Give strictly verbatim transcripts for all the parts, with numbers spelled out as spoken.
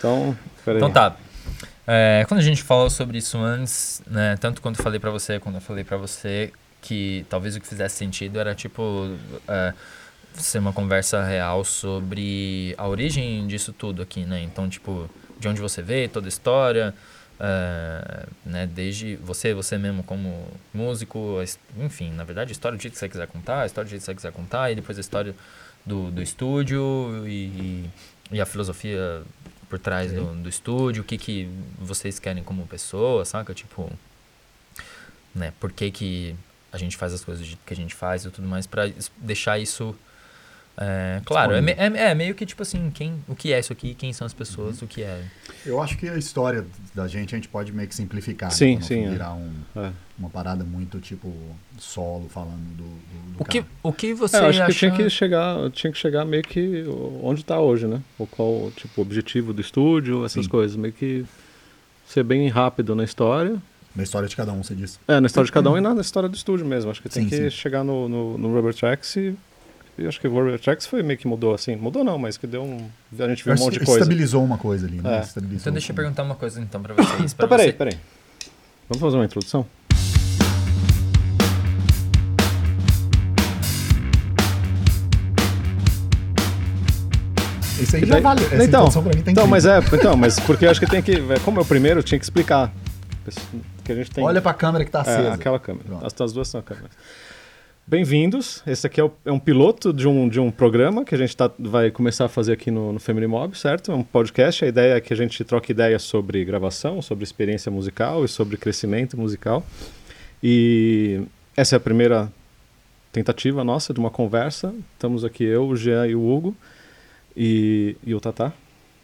Então, peraí. Então tá. É, quando a gente falou sobre isso antes, né, tanto quando eu falei pra você, quando eu falei pra você, que talvez o que fizesse sentido era tipo é, ser uma conversa real sobre a origem disso tudo aqui, né? Então, tipo, de onde você veio, toda a história, é, né, desde você, você mesmo como músico, enfim, na verdade, a história do jeito que você quiser contar, a história do jeito que você quiser contar, e depois a história do, do estúdio e, e a filosofia por trás do, do estúdio, o que, que vocês querem como pessoa, saca? Tipo, né, por que, que a gente faz as coisas do jeito que a gente faz e tudo mais, pra deixar isso é, claro. É, é, é meio que tipo assim, quem, o que é isso aqui, quem são as pessoas, uhum. o que é. Eu acho que a história da gente, a gente pode meio que simplificar, sim, né? sim, virar é. um, é. uma parada muito tipo solo, falando do, do, do o que O que você é, eu acho acha... que tinha que chegar, tinha que chegar meio que onde está hoje, né? O qual, tipo, o objetivo do estúdio, essas sim. coisas, meio que ser bem rápido na história. Na história de cada um, você disse. É, na história de cada um e na, na história do estúdio mesmo. Acho que tem sim, que sim. chegar no, no, no Rubber Tracks e eu acho que o Rubber Tracks foi meio que mudou assim. Mudou não, mas que deu um... A gente viu um monte de coisa. Estabilizou uma coisa ali, né? É. Estabilizou então deixa eu perguntar uma coisa então pra vocês. Pra então peraí, você... peraí. Vamos fazer uma introdução? Isso aí já daí, vale. Essa então, pra mim tem então, mas é, então, mas porque eu acho que tem que... Como é o primeiro, eu tinha que explicar. Que a gente tem, olha pra câmera que tá acesa. É, aquela câmera. As, as duas são câmeras. Bem-vindos. Esse aqui é, o, é um piloto de um, de um programa que a gente tá, vai começar a fazer aqui no, no Family Mob, certo? É um podcast. A ideia é que a gente troque ideias sobre gravação, sobre experiência musical e sobre crescimento musical. E essa é a primeira tentativa nossa de uma conversa. Estamos aqui eu, o Jean e o Hugo. E, e o Tatá.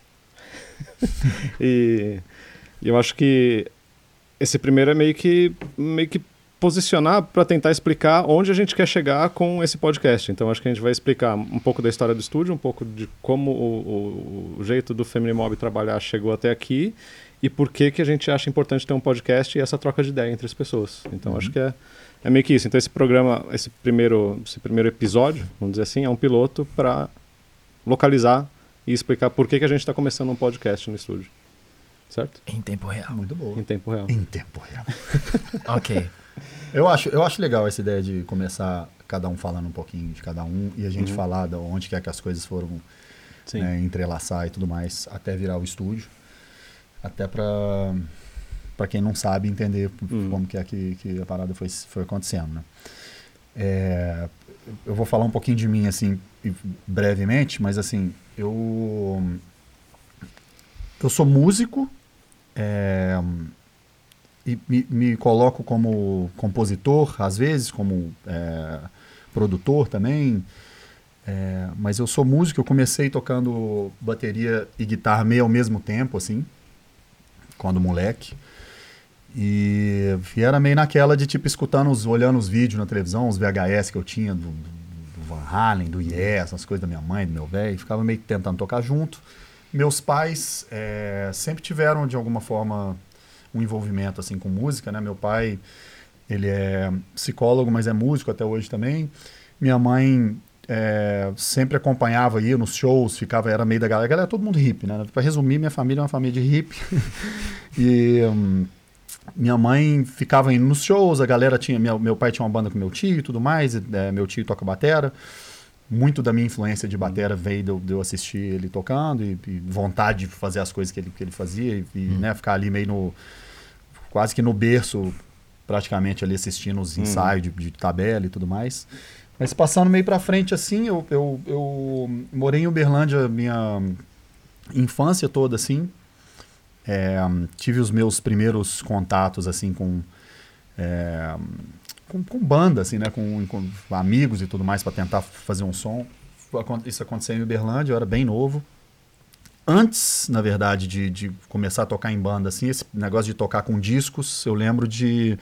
e, e eu acho que esse primeiro é meio que, meio que posicionar para tentar explicar onde a gente quer chegar com esse podcast. Então acho que a gente vai explicar um pouco da história do estúdio, um pouco de como o, o, o jeito do Family Mob trabalhar chegou até aqui e por que, que a gente acha importante ter um podcast e essa troca de ideia entre as pessoas. Então uhum. acho que é, é meio que isso. Então esse programa, esse primeiro, esse primeiro episódio, vamos dizer assim, é um piloto para localizar e explicar por que, que a gente está começando um podcast no estúdio. Certo? Em tempo real. Muito boa. Em tempo real. Em tempo real. Ok. Eu acho, eu acho legal essa ideia de começar cada um falando um pouquinho de cada um e a gente uhum. falar de onde que é que as coisas foram né, entrelaçar e tudo mais até virar o estúdio. Até para para quem não sabe entender uhum. como que é que, que a parada foi, foi acontecendo. Né? É, eu vou falar um pouquinho de mim assim brevemente, mas assim, eu, eu sou músico, é, e me, me coloco como compositor, às vezes, como é, produtor também, é, mas eu sou músico, eu comecei tocando bateria e guitarra meio ao mesmo tempo, assim, quando moleque, e, e era meio naquela de, tipo, escutando, os, olhando os vídeos na televisão, os V H S que eu tinha do, do Van Halen, do Yes, as coisas da minha mãe, do meu velho, ficava meio tentando tocar junto. Meus pais é, sempre tiveram, de alguma forma, um envolvimento assim, com música, né? Meu pai, ele é psicólogo, mas é músico até hoje também. Minha mãe é, sempre acompanhava, ia nos shows, ficava, era meio da galera. A galera é todo mundo hippie, né? Para resumir, minha família é uma família de hippie. e hum, minha mãe ficava indo nos shows, a galera tinha... Meu, meu pai tinha uma banda com meu tio e tudo mais, é, meu tio toca batera. Muito da minha influência de batera veio de eu, de eu assistir ele tocando e, e vontade de fazer as coisas que ele, que ele fazia e, e hum. né, ficar ali meio no... quase que no berço, praticamente ali assistindo os ensaios hum. de, de tabela e tudo mais. Mas passando meio pra frente assim, eu, eu, eu morei em Uberlândia minha infância toda assim. É, tive os meus primeiros contatos assim com... É, Com, com banda, assim, né? Com, com amigos e tudo mais para tentar fazer um som. Isso aconteceu em Uberlândia, eu era bem novo. Antes, na verdade, de, de começar a tocar em banda, assim, esse negócio de tocar com discos, eu lembro de...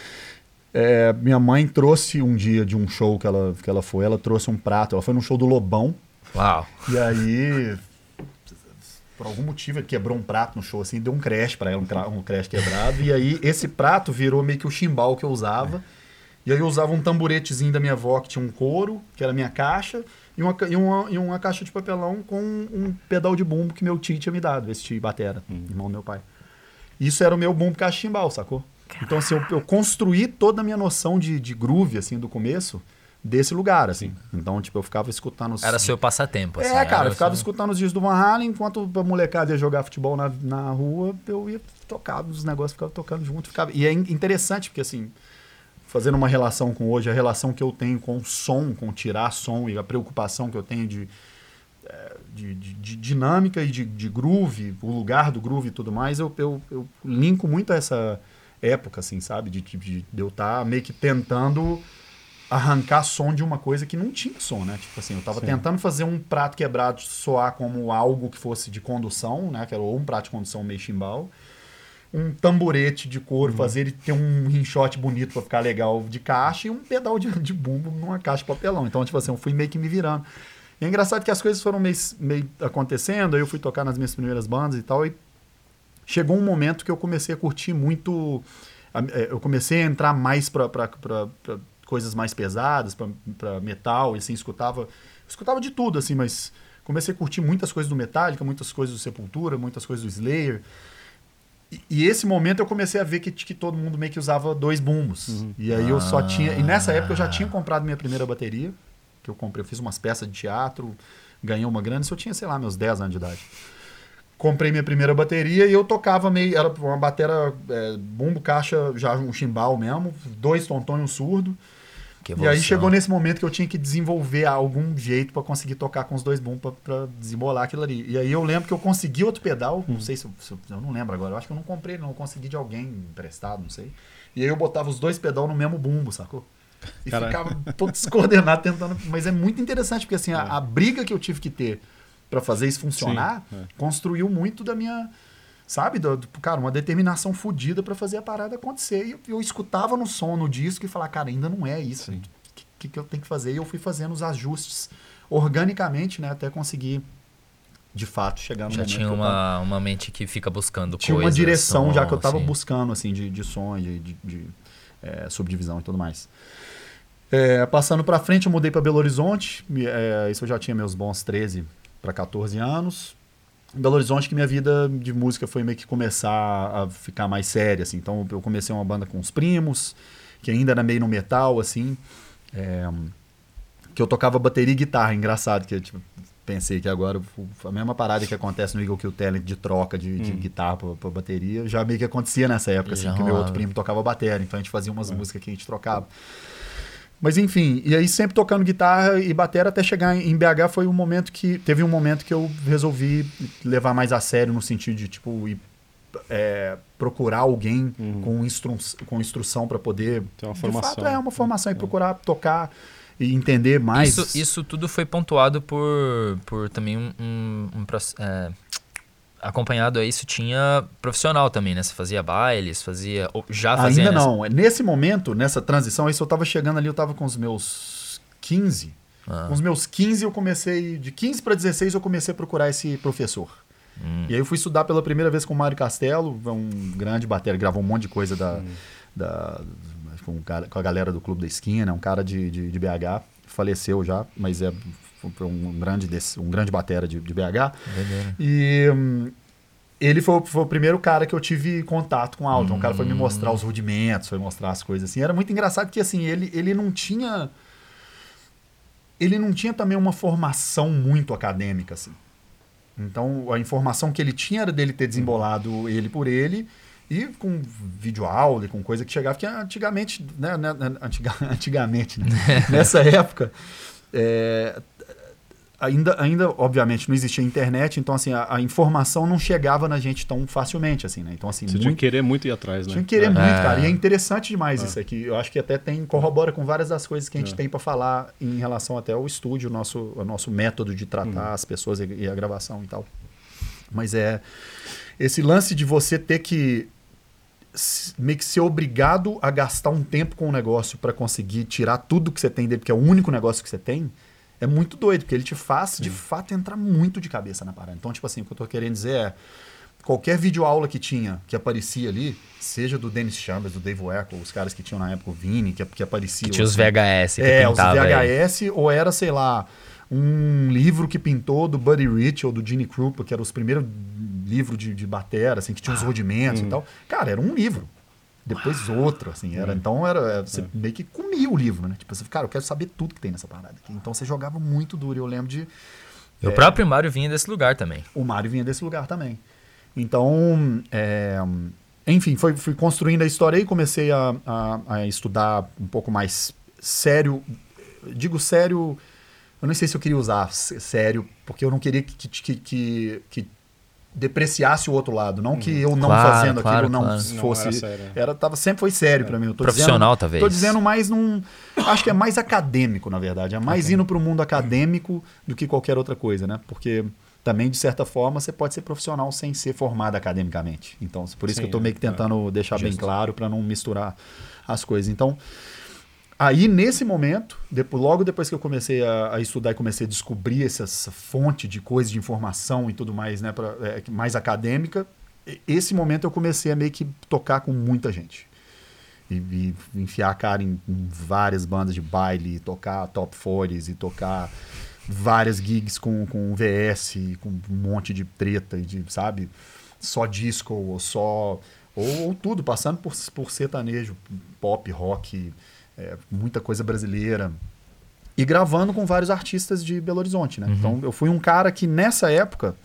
É, minha mãe trouxe um dia de um show que ela, que ela foi, ela trouxe um prato, ela foi num show do Lobão. Uau! E aí, por algum motivo, ele quebrou um prato no show, assim, deu um crash para ela, um, um crash quebrado. E aí, esse prato virou meio que o chimbal que eu usava. E aí eu usava um tamboretezinho da minha avó, que tinha um couro, que era a minha caixa, e uma, e, uma, e uma caixa de papelão com um pedal de bumbo que meu tio tinha me dado, esse tio batera, hum. irmão do meu pai. Isso era o meu bumbo cachimbal, sacou? Caramba. Então, assim, eu, eu construí toda a minha noção de, de groove, assim, do começo, desse lugar, assim. Sim. Então, tipo, eu ficava escutando... Os... Era seu passatempo, assim. É, cara, eu ficava seu... escutando os discos do Van Halen, enquanto a molecada ia jogar futebol na, na rua, eu ia tocar os negócios, ficava tocando junto. Ficava... E é interessante, porque, assim... Fazendo uma relação com hoje, a relação que eu tenho com o som, com tirar som e a preocupação que eu tenho de, de, de, de dinâmica e de, de groove, o lugar do groove e tudo mais, eu, eu, eu linko muito a essa época, assim, sabe? De, de, de eu estar tá meio que tentando arrancar som de uma coisa que não tinha som, né? Tipo assim, eu estava tentando fazer um prato quebrado soar como algo que fosse de condução, né? Que era ou um prato de condução meio chimbal, um tamborete de couro, uhum. fazer ele ter um rinchote bonito para ficar legal de caixa e um pedal de, de bumbo numa caixa de papelão. Então, tipo assim, eu fui meio que me virando. E é engraçado que as coisas foram meio, meio acontecendo, aí eu fui tocar nas minhas primeiras bandas e tal, e chegou um momento que eu comecei a curtir muito, eu comecei a entrar mais para coisas mais pesadas, para metal, e assim, escutava, escutava de tudo, assim, mas comecei a curtir muitas coisas do Metallica, muitas coisas do Sepultura, muitas coisas do Slayer. E esse momento eu comecei a ver que, que todo mundo meio que usava dois bumbos. Uhum. E aí eu só tinha... E nessa época eu já tinha comprado minha primeira bateria, que eu comprei, eu fiz umas peças de teatro, ganhei uma grana, isso eu tinha, sei lá, meus dez anos de idade. Comprei minha primeira bateria e eu tocava meio... Era uma bateria, é, bumbo, caixa, já um chimbal mesmo, dois tontões e um surdo. E aí chegou nesse momento que eu tinha que desenvolver algum jeito para conseguir tocar com os dois bumbos para desembolar aquilo ali. E aí eu lembro que eu consegui outro pedal, hum. não sei se eu, se eu... Eu não lembro agora, eu acho que eu não comprei, não, eu consegui de alguém emprestado, não sei. E aí eu botava os dois pedal no mesmo bumbo, sacou? E Caralho. Ficava todo descoordenado tentando... Mas é muito interessante, porque assim, é. a, a briga que eu tive que ter para fazer isso funcionar, Sim, é. construiu muito da minha... Sabe? Do, do, cara, uma determinação fodida pra fazer a parada acontecer. E eu, eu escutava no som, no disco, e falava, cara, ainda não é isso. O que, que eu tenho que fazer? E eu fui fazendo os ajustes organicamente, né? Até conseguir, de fato, chegar no já momento tinha que uma, tava... uma mente que fica buscando tinha coisas. Tinha uma direção som, já que eu tava assim. buscando, assim, de, de som, de, de, de é, subdivisão e tudo mais. É, passando pra frente, eu mudei pra Belo Horizonte. É, isso eu já tinha meus bons treze para quatorze anos. Em Belo Horizonte que minha vida de música foi meio que começar a ficar mais séria, assim. Então eu comecei uma banda com os primos, que ainda era meio no metal, assim, é, que eu tocava bateria e guitarra. Engraçado que eu tipo, pensei que agora a mesma parada que acontece no Eagle Kill Talent de troca de, hum. de guitarra pra, pra bateria, já meio que acontecia nessa época, assim, que meu outro primo tocava bateria, então a gente fazia umas é. músicas que a gente trocava. Mas enfim, e aí sempre tocando guitarra e bateria até chegar em B H foi um momento que... Teve um momento que eu resolvi levar mais a sério no sentido de, tipo, ir, é, procurar alguém uhum. com, instru com instrução para poder... Tem uma formação. De fato, é uma formação e procurar tocar e entender mais. Isso, isso tudo foi pontuado por, por também um... um, um é, acompanhado a isso tinha profissional também, né? Você fazia bailes, fazia... Já fazia... Ainda nessa... não. Nesse momento, nessa transição, isso eu tava chegando ali, eu tava com os meus quinze. Ah. Com os meus quinze eu comecei... De quinze para dezesseis eu comecei a procurar esse professor. Hum. E aí eu fui estudar pela primeira vez com o Mário Castelo, um grande batera, gravou um monte de coisa da, hum. da, com, com a galera do Clube da Esquina, um cara de, de, de B H, faleceu já, mas é... Foi um grande, desse, um grande batera de, de B H. Beleza. E um, ele foi, foi o primeiro cara que eu tive contato com alto. Hum. O cara foi me mostrar os rudimentos, foi mostrar as coisas assim. Era muito engraçado que assim, ele, ele não tinha... Ele não tinha também uma formação muito acadêmica, assim. Então, a informação que ele tinha era dele ter desembolado ele por ele e com videoaula e com coisa que chegava... Que antigamente, né? Antiga, antigamente, né? Nessa época... É, ainda, ainda, obviamente, não existia internet, então assim, a, a informação não chegava na gente tão facilmente, assim, né? Então, assim, você muito, tinha que querer muito ir atrás, né? Tinha que querer é. muito, cara. E é interessante demais é. isso aqui. Eu acho que até tem, corrobora com várias das coisas que a gente é. tem para falar em relação até ao estúdio, o nosso, o nosso método de tratar hum. as pessoas e, e a gravação e tal. Mas é esse lance de você ter que meio que ser obrigado a gastar um tempo com o negócio para conseguir tirar tudo que você tem dele, porque é o único negócio que você tem, é muito doido, porque ele te faz, Sim. de fato, entrar muito de cabeça na parada. Então, tipo assim, o que eu tô querendo dizer é, qualquer videoaula que tinha, que aparecia ali, seja do Dennis Chambers, do Dave Weckl, os caras que tinham na época o Vini, que, que aparecia... Que tinha os V H S que É, os pintava V H S, aí. Ou era, sei lá, um livro que pintou do Buddy Rich ou do Gene Krupa, que eram os primeiros livros de, de batera, assim, que tinha os rudimentos hum. e tal. Cara, era um livro. Depois outro, assim. Era, então, era, você é. meio que comia o livro, né? Tipo, você, cara, eu quero saber tudo que tem nessa parada aqui. Então, você jogava muito duro. Eu lembro de... E é, o próprio Mário vinha desse lugar também. O Mário vinha desse lugar também. Então, é, enfim, foi, fui construindo a história e comecei a, a, a estudar um pouco mais sério. Digo sério, eu não sei se eu queria usar sério, porque eu não queria que, que, que, que depreciasse o outro lado. Não que eu não claro, fazendo claro, aquilo não claro. fosse... Não era sério. Era, tava, sempre foi sério é. para mim. Eu tô Profissional, dizendo, talvez. Tô dizendo mais num... Acho que é mais acadêmico, na verdade. É mais okay. indo para o mundo acadêmico do que qualquer outra coisa, né? Porque... Também, de certa forma, você pode ser profissional sem ser formado academicamente. Então, por isso Sim, que eu estou meio que tentando é, deixar justo. bem claro para não misturar as coisas. Então, aí, nesse momento, depois, logo depois que eu comecei a, a estudar e comecei a descobrir essa, essa fonte de coisas, de informação e tudo mais, né, pra, é, mais acadêmica, esse momento eu comecei a meio que tocar com muita gente. E, e enfiar a cara em, em várias bandas de baile, tocar top quarenta e tocar... várias gigs com, com V S, com um monte de treta, de, sabe? Só disco, ou só... Ou, ou tudo, passando por, por sertanejo, pop, rock, é, muita coisa brasileira. E gravando com vários artistas de Belo Horizonte, né? Uhum. Então, eu fui um cara que, nessa época,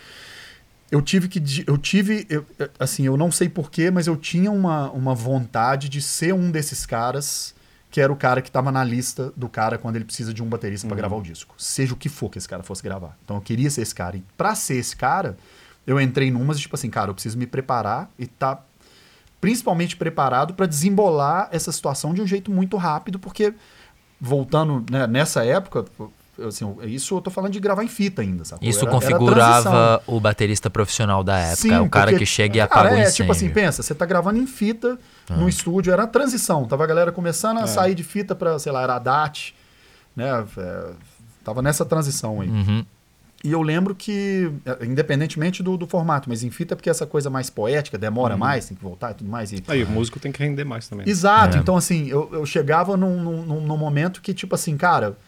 eu tive que... Eu tive... Eu, assim, eu não sei porquê, mas eu tinha uma, uma vontade de ser um desses caras... que era o cara que estava na lista do cara quando ele precisa de um baterista uhum. para gravar o disco. Seja o que for que esse cara fosse gravar. Então eu queria ser esse cara. E para ser esse cara, eu entrei numas, tipo assim, cara, eu preciso me preparar e tá principalmente preparado para desembolar essa situação de um jeito muito rápido, porque voltando, né, nessa época... Assim, isso eu tô falando de gravar em fita ainda, sacou? Isso era, configurava era o baterista profissional da época. Sim, o cara porque, que chega e cara, apaga é, o incêndio. Tipo assim, pensa, você tá gravando em fita ah. no estúdio, era a transição. Tava a galera começando a é. sair de fita pra, sei lá, era a D A T, né? É, tava nessa transição aí. Uhum. E eu lembro que, independentemente do, do formato, mas em fita é porque essa coisa mais poética, demora uhum. mais, tem que voltar e tudo mais. E... Aí o músico tem que render mais também. Exato. É. Então, assim, eu, eu chegava num, num, num momento que, tipo assim, cara...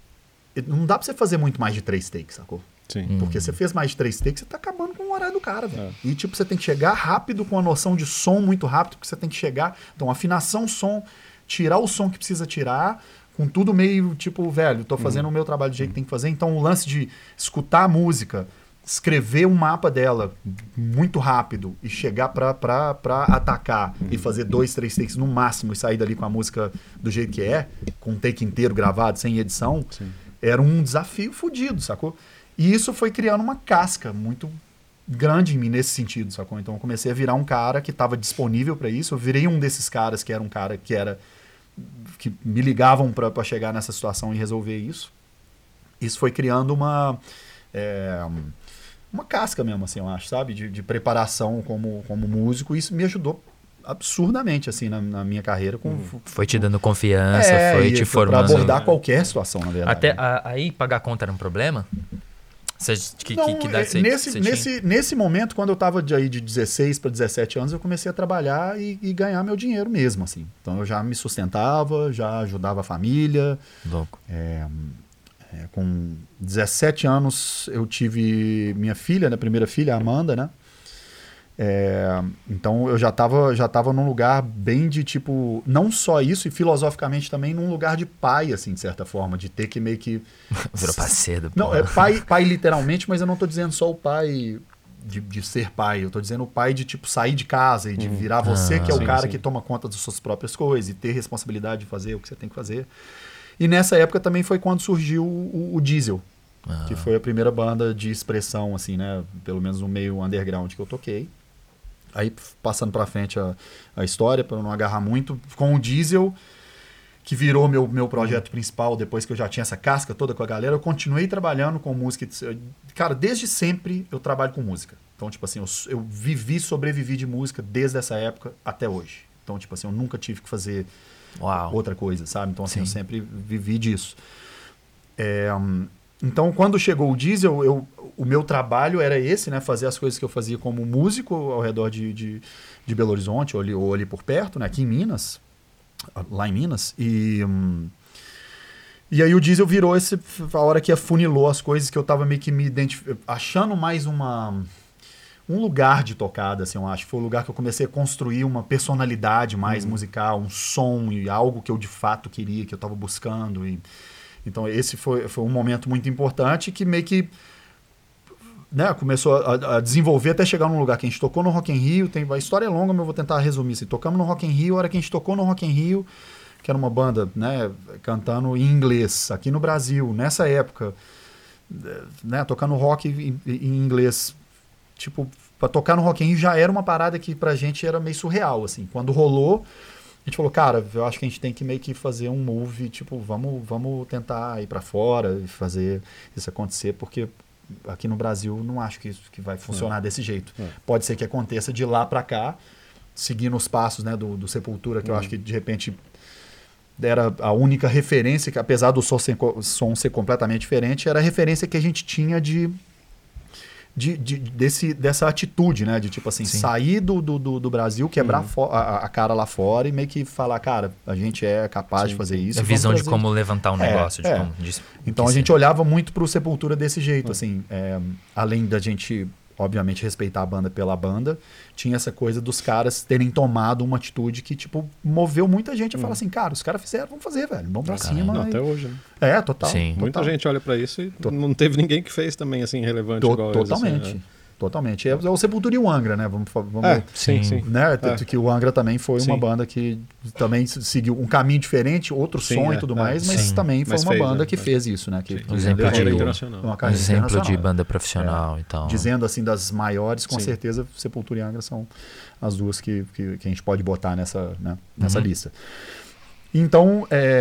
Não dá pra você fazer muito mais de três takes, sacou? Sim. Porque você fez mais de três takes, você tá acabando com o horário do cara, velho. É. E, tipo, você tem que chegar rápido, com a noção de som muito rápido, porque você tem que chegar... Então, afinação, som, tirar o som que precisa tirar, com tudo meio, tipo, velho, tô fazendo uhum. o meu trabalho do jeito que tem que fazer. Então, o lance de escutar a música, escrever um mapa dela muito rápido e chegar pra, pra, pra atacar uhum. e fazer dois, três takes no máximo e sair dali com a música do jeito que é, com um take inteiro gravado, sem edição... Sim. Era um desafio fodido, sacou? E isso foi criando uma casca muito grande em mim nesse sentido, sacou? Então eu comecei a virar um cara que estava disponível para isso. Eu virei um desses caras que era um cara que era... que me ligavam para chegar nessa situação e resolver isso. Isso foi criando uma... É, uma casca mesmo, assim, eu acho, sabe? De, de preparação como, como músico. E isso me ajudou absurdamente, assim, na, na minha carreira. Com, foi te dando confiança, é, foi te formando... Para abordar qualquer situação, na verdade. Até a, aí pagar conta era um problema? Você, que, Não, que, que idade você, nesse, você nesse, nesse momento, quando eu estava de, aí de dezesseis para dezessete anos, eu comecei a trabalhar e, e ganhar meu dinheiro mesmo, assim. Então eu já me sustentava, já ajudava a família. Louco. É, é, com dezessete anos eu tive minha filha, né, primeira filha, a Amanda, né? É, então eu já estava já tava num lugar bem de tipo, não só isso, e filosoficamente também num lugar de pai, assim, de certa forma, de ter que meio que... Virou parceiro. Não, é pai, pai literalmente, mas eu não estou dizendo só o pai de, de ser pai, eu estou dizendo o pai de tipo sair de casa e de virar você, ah, que é o sim, cara sim. que toma conta das suas próprias coisas e ter responsabilidade de fazer o que você tem que fazer. E nessa época também foi quando surgiu o, o Diesel, ah. que foi a primeira banda de expressão, assim, né, pelo menos no meio underground que eu toquei. Aí, passando pra frente a, a história, para não agarrar muito, com o Diesel, que virou meu, meu projeto principal, depois que eu já tinha essa casca toda com a galera, eu continuei trabalhando com música. Cara, desde sempre eu trabalho com música. Então, tipo assim, eu, eu vivi, sobrevivi de música desde essa época até hoje. Então, tipo assim, eu nunca tive que fazer Uau. outra coisa, sabe? Então, assim, Sim. eu sempre vivi disso. É... Então, quando chegou o Diesel, eu, o meu trabalho era esse, né? Fazer as coisas que eu fazia como músico ao redor de, de, de Belo Horizonte, ou ali, ou ali por perto, né? Aqui em Minas, lá em Minas. E, hum, E aí o Diesel virou esse, a hora que afunilou as coisas, que eu tava meio que me identificando, achando mais uma, um lugar de tocada, assim, eu acho. Foi o lugar que eu comecei a construir uma personalidade mais uhum. musical, um som e algo que eu de fato queria, que eu tava buscando. E, então esse foi, foi um momento muito importante que meio que né, começou a, a desenvolver até chegar num lugar que a gente tocou no Rock in Rio. Tem, a história é longa, mas eu vou tentar resumir. Assim, tocamos no Rock in Rio, a hora que a gente tocou no Rock in Rio, que era uma banda, né, cantando em inglês, aqui no Brasil, nessa época, né, tocando rock em, em inglês, tipo, pra tocar no Rock in Rio já era uma parada que pra gente era meio surreal, assim. Quando rolou, a gente falou, cara, eu acho que a gente tem que meio que fazer um move, tipo, vamos, vamos tentar ir pra fora e fazer isso acontecer, porque aqui no Brasil não acho que isso que vai funcionar é. desse jeito. É. Pode ser que aconteça de lá pra cá, seguindo os passos, né, do, do Sepultura, que uhum. eu acho que de repente era a única referência, que apesar do som ser, som ser completamente diferente, era a referência que a gente tinha de, de, de desse, dessa atitude, né? De tipo assim, Sim. sair do, do, do Brasil, quebrar uhum. a, a cara lá fora e meio que falar, cara, a gente é capaz Sim. de fazer isso. A visão de como levantar um é, negócio. De é. como, de, então a gente olhava muito pro Sepultura desse jeito, uhum. assim, é, além da gente obviamente respeitar a banda pela banda, tinha essa coisa dos caras terem tomado uma atitude que, tipo, moveu muita gente a hum. falar assim, cara, os caras fizeram, vamos fazer, velho, vamos pra cima. Não, e... até hoje, né? É, total. Sim. total. Muita gente olha pra isso e to... não teve ninguém que fez também, assim, relevante to igual Totalmente. Eles, assim, é. Totalmente. É o Sepultura e o Angra, né? Vamos, vamos, é, sim, sim. Né? Tanto é. que o Angra também foi sim. uma banda que também seguiu um caminho diferente, outro sim, som é, e tudo é, mais, mas sim. também foi mas uma fez, banda é, que é. fez isso, né? Que, um exemplo de, internacional. Uma um exemplo de banda profissional é. e tal. Dizendo assim, das maiores, com sim. certeza, Sepultura e Angra são as duas que, que, que a gente pode botar nessa, né? nessa uhum. lista. Então, é...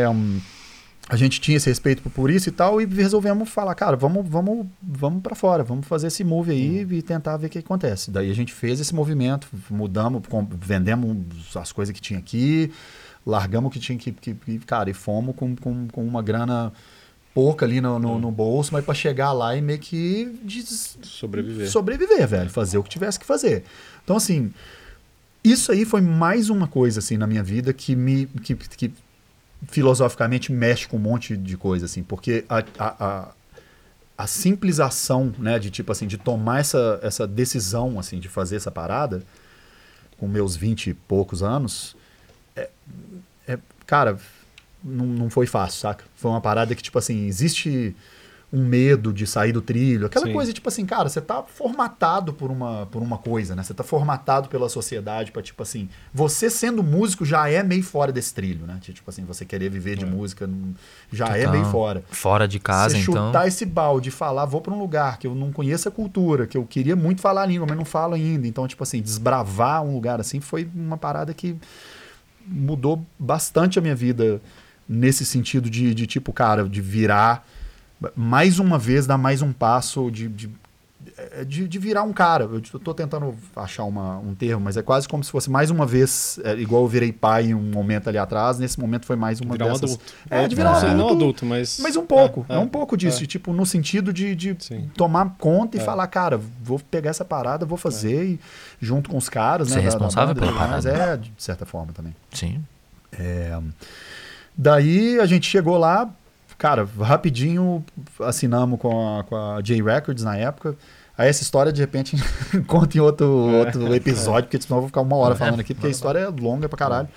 a gente tinha esse respeito por isso e tal, e resolvemos falar, cara, vamos, vamos, vamos para fora, vamos fazer esse move aí uhum. e tentar ver o que acontece. Daí a gente fez esse movimento, mudamos, vendemos as coisas que tinha aqui, largamos o que tinha que, que, que cara, e fomos com, com, com uma grana pouca ali no, no, uhum. no bolso, mas para chegar lá e meio que des... sobreviver. Sobreviver, velho, fazer o que tivesse que fazer. Então, assim, isso aí foi mais uma coisa, assim, na minha vida que me... Que, que, filosoficamente mexe com um monte de coisa, assim, porque a, a, a, a simples ação, né, de tipo assim, de tomar essa, essa decisão, assim, de fazer essa parada, com meus vinte e poucos anos, é, é, cara, não, não foi fácil, saca? Foi uma parada que, tipo assim, existe um medo de sair do trilho, aquela Sim. coisa, tipo assim, cara, você tá formatado por uma, por uma coisa, né? Você tá formatado pela sociedade pra, tipo assim, você sendo músico já é meio fora desse trilho, né? Tipo assim, você querer viver é. de música já Total. é meio fora. Fora de casa, você então. chutar esse balde e falar, vou pra um lugar que eu não conheço a cultura, que eu queria muito falar a língua, mas não falo ainda. Então, tipo assim, desbravar um lugar assim foi uma parada que mudou bastante a minha vida nesse sentido de, de tipo, cara, de virar mais uma vez, dar mais um passo de, de, de, de virar um cara. Eu estou tentando achar uma, um termo, mas é quase como se fosse mais uma vez, é, igual eu virei pai em um momento ali atrás, nesse momento foi mais uma virar dessas... Um adulto. É, de virar é, um adulto. Não adulto, mas... Mas um pouco, é, é, é um pouco disso, é. de, tipo, no sentido de, de tomar conta e é. falar, cara, vou pegar essa parada, vou fazer, é. e, junto com os caras... Ser né, responsável da, da pela mas parada. é, de certa forma também. Sim. É, daí a gente chegou lá, cara, rapidinho assinamos com a, com a J Records na época. Aí essa história, de repente, conta em outro, outro episódio, porque senão eu vou ficar uma hora falando aqui, porque a história é longa pra caralho.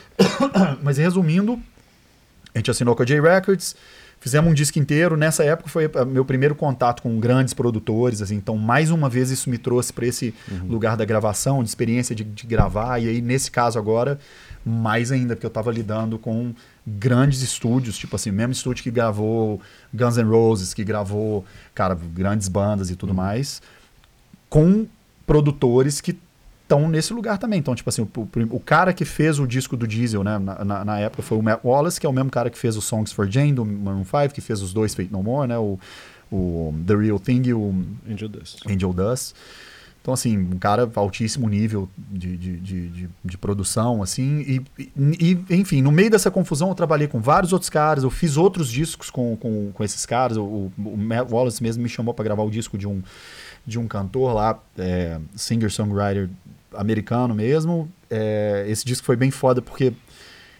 Mas resumindo, a gente assinou com a J Records, fizemos um disco inteiro. Nessa época foi meu primeiro contato com grandes produtores, assim, então mais uma vez isso me trouxe para esse uhum. lugar da gravação, de experiência de, de gravar, e aí nesse caso agora, mais ainda, porque eu estava lidando com grandes estúdios, tipo assim, mesmo estúdio que gravou Guns N' Roses, que gravou, cara, grandes bandas e tudo uhum. mais, com produtores que estão nesse lugar também. Então, tipo assim, o, o, o cara que fez o disco do Diesel, né, na, na, na época foi o Matt Wallace, que é o mesmo cara que fez o Songs for Jane, do Maroon five, que fez os dois Fate No More, né, o, o The Real Thing e o Angel Dust. Angel Dust. Então, assim, um cara altíssimo nível de, de, de, de, de produção, assim, e, e, enfim, no meio dessa confusão eu trabalhei com vários outros caras, eu fiz outros discos com, com, com esses caras, o, o Matt Wallace mesmo me chamou para gravar o disco de um, de um cantor lá, é, singer-songwriter americano mesmo. É, esse disco foi bem foda porque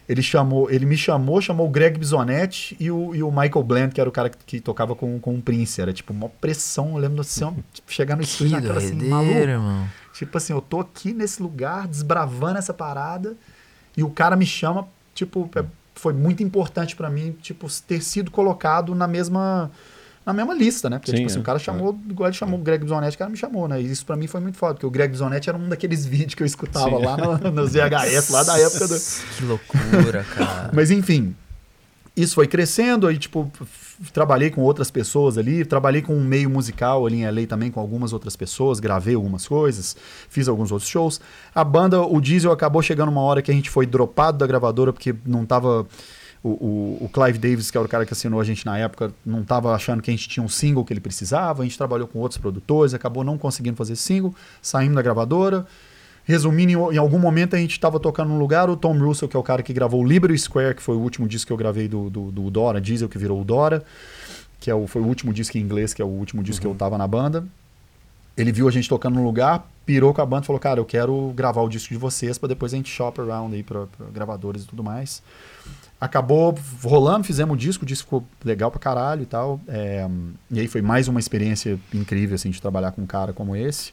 ele chamou, ele me chamou, chamou o Greg Bisonetti e o, e o Michael Bland, que era o cara que, que tocava com, com o Prince. Era tipo uma pressão, eu lembro assim, tipo, chegar no estúdio naquela assim, maluco. Irmão. Tipo assim, eu tô aqui nesse lugar, desbravando essa parada, e o cara me chama, tipo, é, foi muito importante pra mim, tipo, ter sido colocado na mesma... na mesma lista, né? Porque, Sim, tipo assim, é, o cara chamou, é. igual ele chamou o Greg Bisonetti, o cara me chamou, né? E isso pra mim foi muito foda, porque o Greg Bisonetti era um daqueles vídeos que eu escutava Sim. lá no, nos V H S, lá da época do... Que loucura, cara. Mas, enfim, isso foi crescendo, aí, tipo, trabalhei com outras pessoas ali, trabalhei com um meio musical ali em L A também, com algumas outras pessoas, gravei algumas coisas, fiz alguns outros shows. A banda, o Diesel, acabou chegando uma hora que a gente foi dropado da gravadora, porque não tava... O, o, o Clive Davis, que era o cara que assinou a gente na época, não estava achando que a gente tinha um single que ele precisava. A gente trabalhou com outros produtores, acabou não conseguindo fazer single, saímos da gravadora. Resumindo, em, em algum momento a gente estava tocando num lugar, o Tom Russell, que é o cara que gravou o Liberty Square, que foi o último disco que eu gravei do, do, do Dora, Diesel, que virou o Dora, que é o, foi o último disco em inglês, que é o último disco uhum. que eu tava na banda. Ele viu a gente tocando num lugar, pirou com a banda e falou, cara, eu quero gravar o disco de vocês para depois a gente shop around aí para gravadores e tudo mais. Acabou rolando, fizemos o disco, o disco ficou legal pra caralho e tal. É, e aí foi mais uma experiência incrível, assim, de trabalhar com um cara como esse.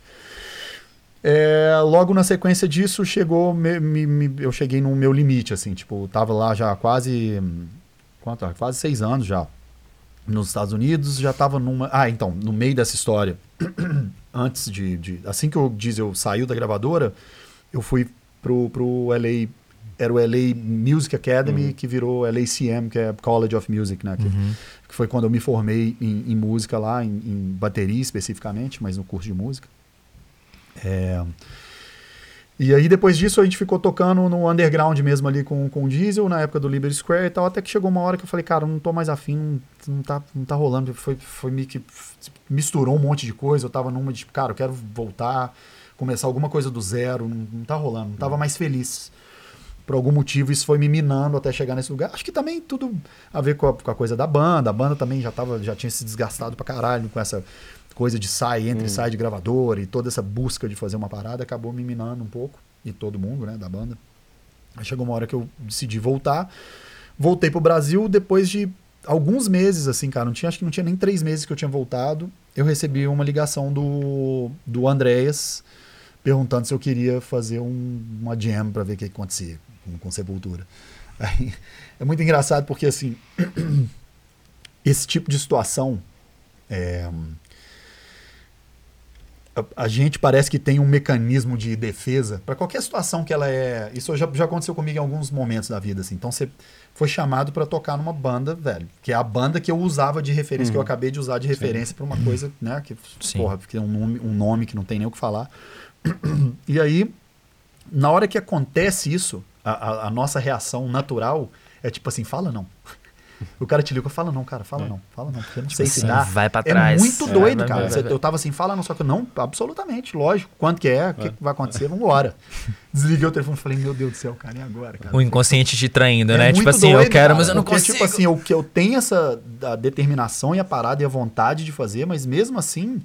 É, logo na sequência disso, chegou, me, me, me, eu cheguei no meu limite, assim, tipo, tava lá já há quase, quanto, quase seis anos já, nos Estados Unidos, já tava numa... Ah, então, no meio dessa história, antes de, de... Assim que o Diesel saiu da gravadora, eu fui pro, pro L A... Era o L A Music Academy, uhum. que virou L A C M, que é College of Music, né? Que, uhum. que foi quando eu me formei em, em música lá, em, em bateria especificamente, mas no curso de música. É... E aí, depois disso, a gente ficou tocando no underground mesmo ali com, com o Diesel, na época do Liberty Square e tal, até que chegou uma hora que eu falei, cara, não tô mais afim, não, não, tá, não tá rolando. Foi, foi meio que misturou um monte de coisa, eu tava numa de, cara, eu quero voltar, começar alguma coisa do zero, não, não tá rolando, não tava mais feliz. Por algum motivo, isso foi me minando até chegar nesse lugar. Acho que também tudo a ver com a, com a coisa da banda. A banda também já, tava, já tinha se desgastado pra caralho com essa coisa de sai, entre, hum. sai de gravador e toda essa busca de fazer uma parada acabou me minando um pouco. E todo mundo, né, da banda. Aí chegou uma hora que eu decidi voltar. Voltei pro Brasil depois de alguns meses, assim, cara. Não tinha, acho que não tinha nem três meses que eu tinha voltado. Eu recebi uma ligação do, do Andreas perguntando se eu queria fazer um, uma jam pra ver o que, que acontecia com, com Sepultura. Aí, é muito engraçado porque, assim, esse tipo de situação, é, a, a gente parece que tem um mecanismo de defesa para qualquer situação que ela é... Isso já, já aconteceu comigo em alguns momentos da vida, assim. Então, você foi chamado para tocar numa banda, velho, que é a banda que eu usava de referência, uhum. que eu acabei de usar de referência para uma coisa, né, que, Sim. porra, que é um nome, um nome que não tem nem o que falar. E aí, na hora que acontece isso, a, a, a nossa reação natural é tipo assim, fala não. O cara te liga, fala não, cara, fala é. não, fala não, porque eu não tipo sei assim, se dá. Vai pra trás. É muito doido, é, vai, cara. Vai, vai. Eu tava assim, fala não, só que não, absolutamente, lógico. Quanto que é, o que, é. que vai acontecer, vambora. Desliguei o telefone e falei, meu Deus do céu, cara, e agora, cara? O inconsciente te traindo, é né? Tipo assim, doido, eu quero, cara, mas eu não porque, consigo. Tipo assim, o que eu tenho essa a determinação e a parada e a vontade de fazer, mas mesmo assim...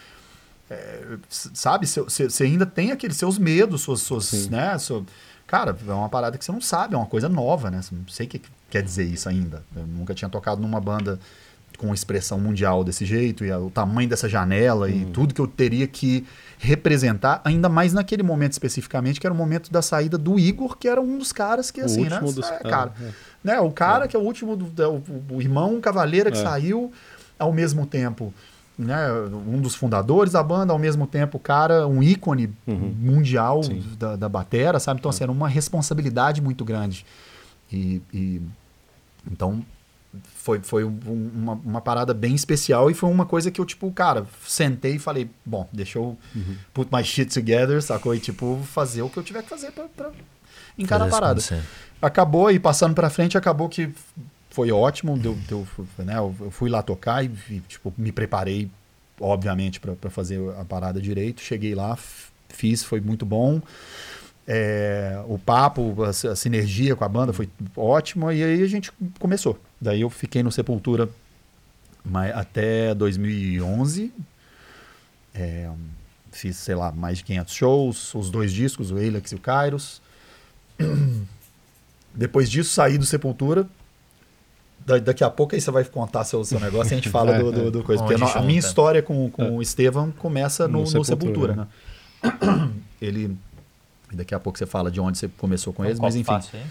É, sabe, você ainda tem aqueles seus medos, suas, suas né, seu, cara, é uma parada que você não sabe, é uma coisa nova, né, não sei o que quer dizer isso ainda, eu nunca tinha tocado numa banda com expressão mundial desse jeito, e a, o tamanho dessa janela, uhum. e tudo que eu teria que representar, ainda mais naquele momento especificamente, que era o momento da saída do Igor, que era um dos caras que, o assim, né, dos... é, cara, é. né, o cara é. que é o último, do, é, o, o irmão Cavaleira que é. saiu, ao mesmo tempo... Né, um dos fundadores da banda, ao mesmo tempo, cara, um ícone uhum. mundial da, da batera, sabe? Então, assim, era uma responsabilidade muito grande. E, e então, foi, foi um, uma, uma parada bem especial e foi uma coisa que eu, tipo, cara, sentei e falei, bom, deixa eu uhum. put my shit together, sacou? E, tipo, fazer o que eu tiver que fazer pra, pra encarar a parada. Acabou, e passando pra frente, acabou que... Foi ótimo, deu, deu, né, eu fui lá tocar e, e tipo, me preparei, obviamente, para fazer a parada direito. Cheguei lá, fiz, foi muito bom. É, o papo, a, a sinergia com a banda foi ótima e aí a gente começou. Daí eu fiquei no Sepultura até dois mil e onze. É, fiz, sei lá, mais de quinhentos shows, os dois discos, o Alex e o Kairos. depois disso, saí do Sepultura. Da, daqui a pouco aí você vai contar seu, seu negócio e a gente fala é, do, do, do coisa. Porque a, a minha história com, com é. o Estevam começa no, no, no Sepultura, né? né? Ele... Daqui a pouco você fala de onde você começou com um eles, mas enfim.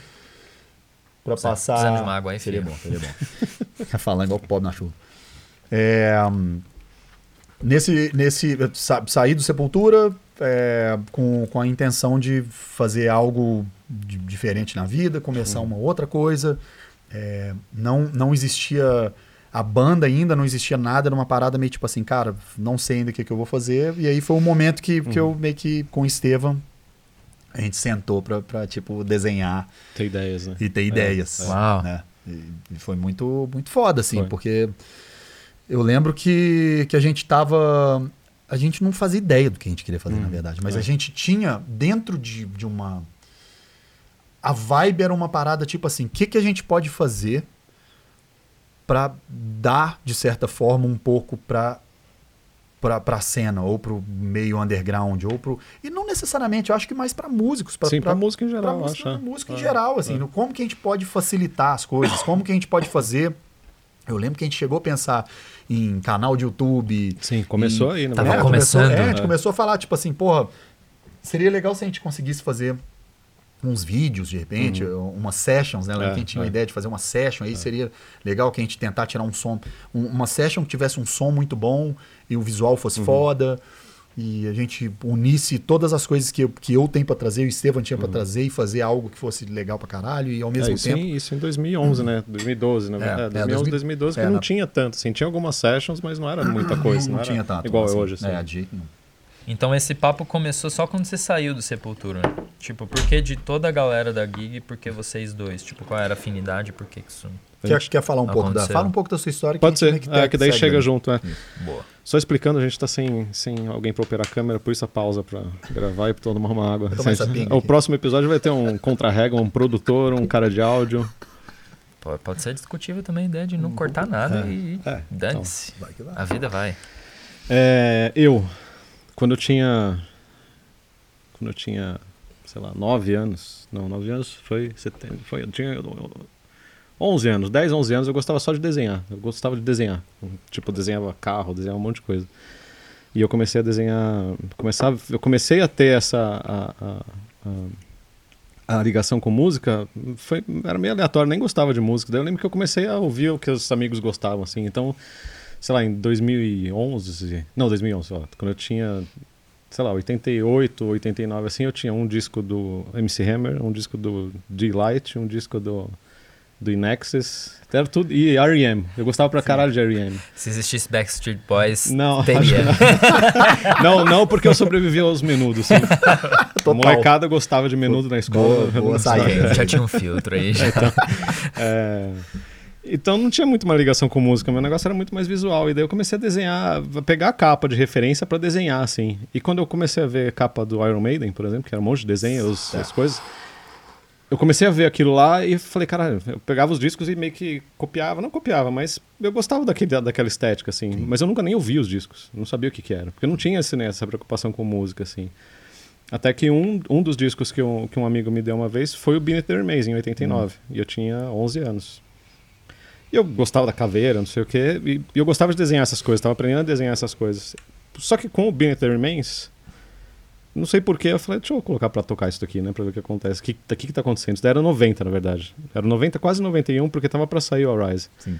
Para passar... Precisando de uma água aí, seria bom, seria bom. Falando igual pobre na chuva. É, nesse, nesse, sa, saí do Sepultura é, com, com a intenção de fazer algo de, diferente na vida, começar hum. uma outra coisa. É, não, não existia a banda ainda, não existia nada, era uma parada meio tipo assim, cara, não sei ainda o que, que eu vou fazer. E aí foi um momento que, hum. que eu meio que, com o Estevam, a gente sentou pra, pra tipo, desenhar. Ter ideias, né? E ter ideias. É. Uau. Né? E, e foi muito, muito foda, assim, foi. Porque eu lembro que, que a gente tava... A gente não fazia ideia do que a gente queria fazer, hum. na verdade. Mas é. a gente tinha, dentro de, de uma... A vibe era uma parada tipo assim, o que, que a gente pode fazer pra dar, de certa forma, um pouco pra... Pra, pra cena, ou pro meio underground, ou pro... E não necessariamente, eu acho que mais pra músicos. Pra, Sim, pra, pra música em geral, pra música, acho. Pra música é. em geral, assim. É. No, como que a gente pode facilitar as coisas, como que a gente pode fazer... Eu lembro que a gente chegou a pensar em canal de YouTube... Sim, começou em, aí. Não Tava é, começando. Começou, é, a gente é. começou a falar, tipo assim, porra, seria legal se a gente conseguisse fazer uns vídeos, de repente, uhum. umas sessions, né? É, a gente tinha é. uma ideia de fazer uma session, aí é. seria legal que a gente tentar tirar um som, um, uma session que tivesse um som muito bom e o visual fosse uhum. foda, e a gente unisse todas as coisas que eu, que eu tenho pra trazer, o Estevam tinha pra uhum. trazer, e fazer algo que fosse legal pra caralho, e ao mesmo é, isso tempo... Em, isso em dois mil e onze, uhum. né? dois mil e doze, né? É, é, dois mil e onze, dois mil e doze, que é, não na... tinha tanto, assim, tinha algumas sessions, mas não era muita coisa, não, não era tinha tanto, igual assim, é hoje, assim. É, a jeito não. Então esse papo começou só quando você saiu do Sepultura, né? Tipo, por que de toda a galera da gig, por que vocês dois? Tipo, qual era a afinidade, por que isso... Quer, quer falar um aconteceu. pouco da... Fala um pouco da sua história. Pode que ser, que, é, que daí chega junto, né? Boa. Só explicando, a gente tá sem, sem alguém pra operar a câmera, por isso a pausa pra gravar e pra tomar uma água. O próximo episódio vai ter um contra-rega, um produtor, um cara de áudio. Pode, pode ser discutível também a ideia de não hum, cortar nada é, e é, dane-se. Então, a vida vai. É, eu, quando eu tinha... Quando eu tinha, sei lá, nove anos, não, nove anos foi setembro, foi, eu tinha onze anos, dez, onze anos, eu gostava só de desenhar, eu gostava de desenhar, tipo, eu desenhava carro, desenhava um monte de coisa. E eu comecei a desenhar, começava, eu comecei a ter essa, a, a, a, a ligação com música, foi, era meio aleatório, nem gostava de música, daí eu lembro que eu comecei a ouvir o que os amigos gostavam, assim, então, sei lá, em dois mil e onze, não, dois mil e onze, ó, quando eu tinha... sei lá, oitenta e oito, oitenta e nove, assim, eu tinha um disco do M C Hammer, um disco do D-Light, um disco do, do InXS, era tudo, e R E M. Eu gostava pra Sim. caralho de R E M. Se existisse Backstreet Boys, não, teria. não, não, porque eu sobrevivi aos menudos. Assim. A molecada gostava de menudo na escola. Boa, boa saída. Já tinha um filtro aí. Já. Então, é... Então não tinha muito uma ligação com música, meu negócio era muito mais visual. E daí eu comecei a desenhar, a pegar a capa de referência pra desenhar, assim. E quando eu comecei a ver a capa do Iron Maiden, por exemplo, que era um monte de desenho, os, as coisas, eu comecei a ver aquilo lá e falei, caralho, eu pegava os discos e meio que copiava, não copiava, mas eu gostava daquele, daquela estética, assim. Sim. Mas eu nunca nem ouvia os discos, não sabia o que que era, porque eu não tinha assim, né, essa preocupação com música, assim. Até que um, um dos discos que, eu, que um amigo me deu uma vez foi o Beneath the Remains, em oitenta e nove, hum. e eu tinha onze anos. E eu gostava da caveira, não sei o quê, e eu gostava de desenhar essas coisas, estava aprendendo a desenhar essas coisas. Só que com o Beneath the Remains, não sei porquê, eu falei, deixa eu colocar pra tocar isso aqui, né, pra ver o que acontece. O que, que que tá acontecendo? Isso daí era noventa, na verdade. Era noventa, quase noventa e um, porque tava pra sair o Arise. Sim.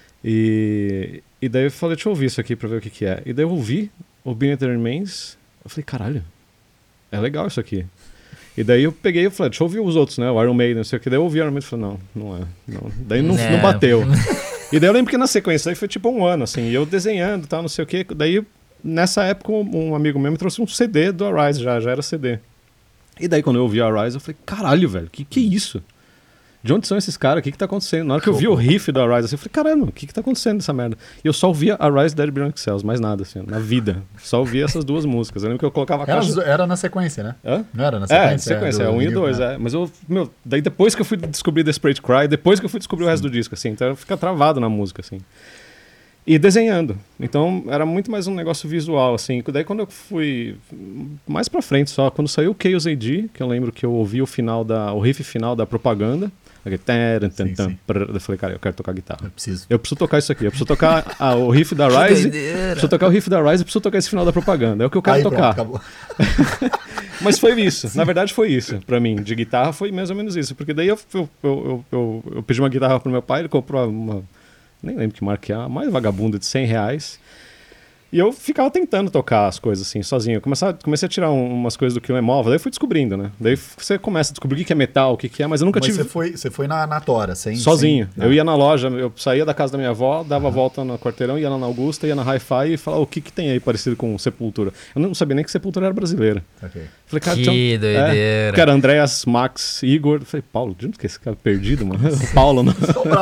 E, e daí eu falei, deixa eu ouvir isso aqui pra ver o que que é. E daí eu ouvi o Beneath the Remains, eu falei, caralho, é legal isso aqui. E daí eu peguei e falei, deixa eu ouvir os outros, né? O Iron Maiden, não sei o que. Daí eu ouvi o Iron Maiden e falei, não, não é. Não. Daí não, não bateu. E daí eu lembro que na sequência, daí foi tipo um ano, assim, e eu desenhando e tal, não sei o que. Daí, nessa época, um amigo meu me trouxe um C D do Arise, já, já era C D. E daí quando eu ouvi o Arise, eu falei, caralho, velho, que que é isso? De onde são esses caras? O que que tá acontecendo? Na hora que eu vi o riff do Arise, assim, eu falei, caramba, o que que tá acontecendo nessa merda? E eu só ouvia Arise, Dead Beyond Cells, mais nada, assim, na vida. Só ouvia essas duas músicas. Eu lembro que eu colocava a era, caixa... Era na sequência, né? Hã? Não era na sequência? É, na sequência, é, um e dois, é. Mas eu, meu, daí depois que eu fui descobrir Desperate Cry, depois que eu fui descobrir Sim. o resto do disco, assim, então fica travado na música, assim. E desenhando. Então, era muito mais um negócio visual, assim. Daí quando eu fui mais pra frente só, quando saiu o Chaos A D, que eu lembro que eu ouvi o final da, o riff final da Propaganda, Aquele tan, tan, tan, prr. Eu falei, cara, eu quero tocar guitarra. Eu preciso. Eu preciso tocar isso aqui. Eu preciso tocar a, o riff da Rise. Preciso tocar o riff da Rise e preciso tocar esse final da propaganda. É o que eu quero Aí, tocar. Pronto, Mas foi isso. Sim. Na verdade, foi isso. Pra mim, de guitarra, foi mais ou menos isso. Porque daí eu, eu, eu, eu, eu pedi uma guitarra pro meu pai, ele comprou uma... Nem lembro que marca é, a mais vagabunda de cem reais. E eu ficava tentando tocar as coisas assim, sozinho. Eu comecei a, comecei a tirar um, umas coisas do Kill Em All, daí eu fui descobrindo, né? Daí você começa a descobrir o que é metal, o que é, mas eu nunca mas tive... Mas você foi, você foi na, na tora, sem... Sozinho. Sem... Eu ia na loja, eu saía da casa da minha avó, dava a uhum. volta no quarteirão, ia lá na Augusta, ia na Hi-Fi e falava o que, que tem aí parecido com Sepultura. Eu não sabia nem que Sepultura era brasileira. Okay. Falei, cara, que então, doideira. É, que era Andreas, Max, Igor. Eu falei, Paulo, de onde que é esse cara perdido, mano? Paulo, não.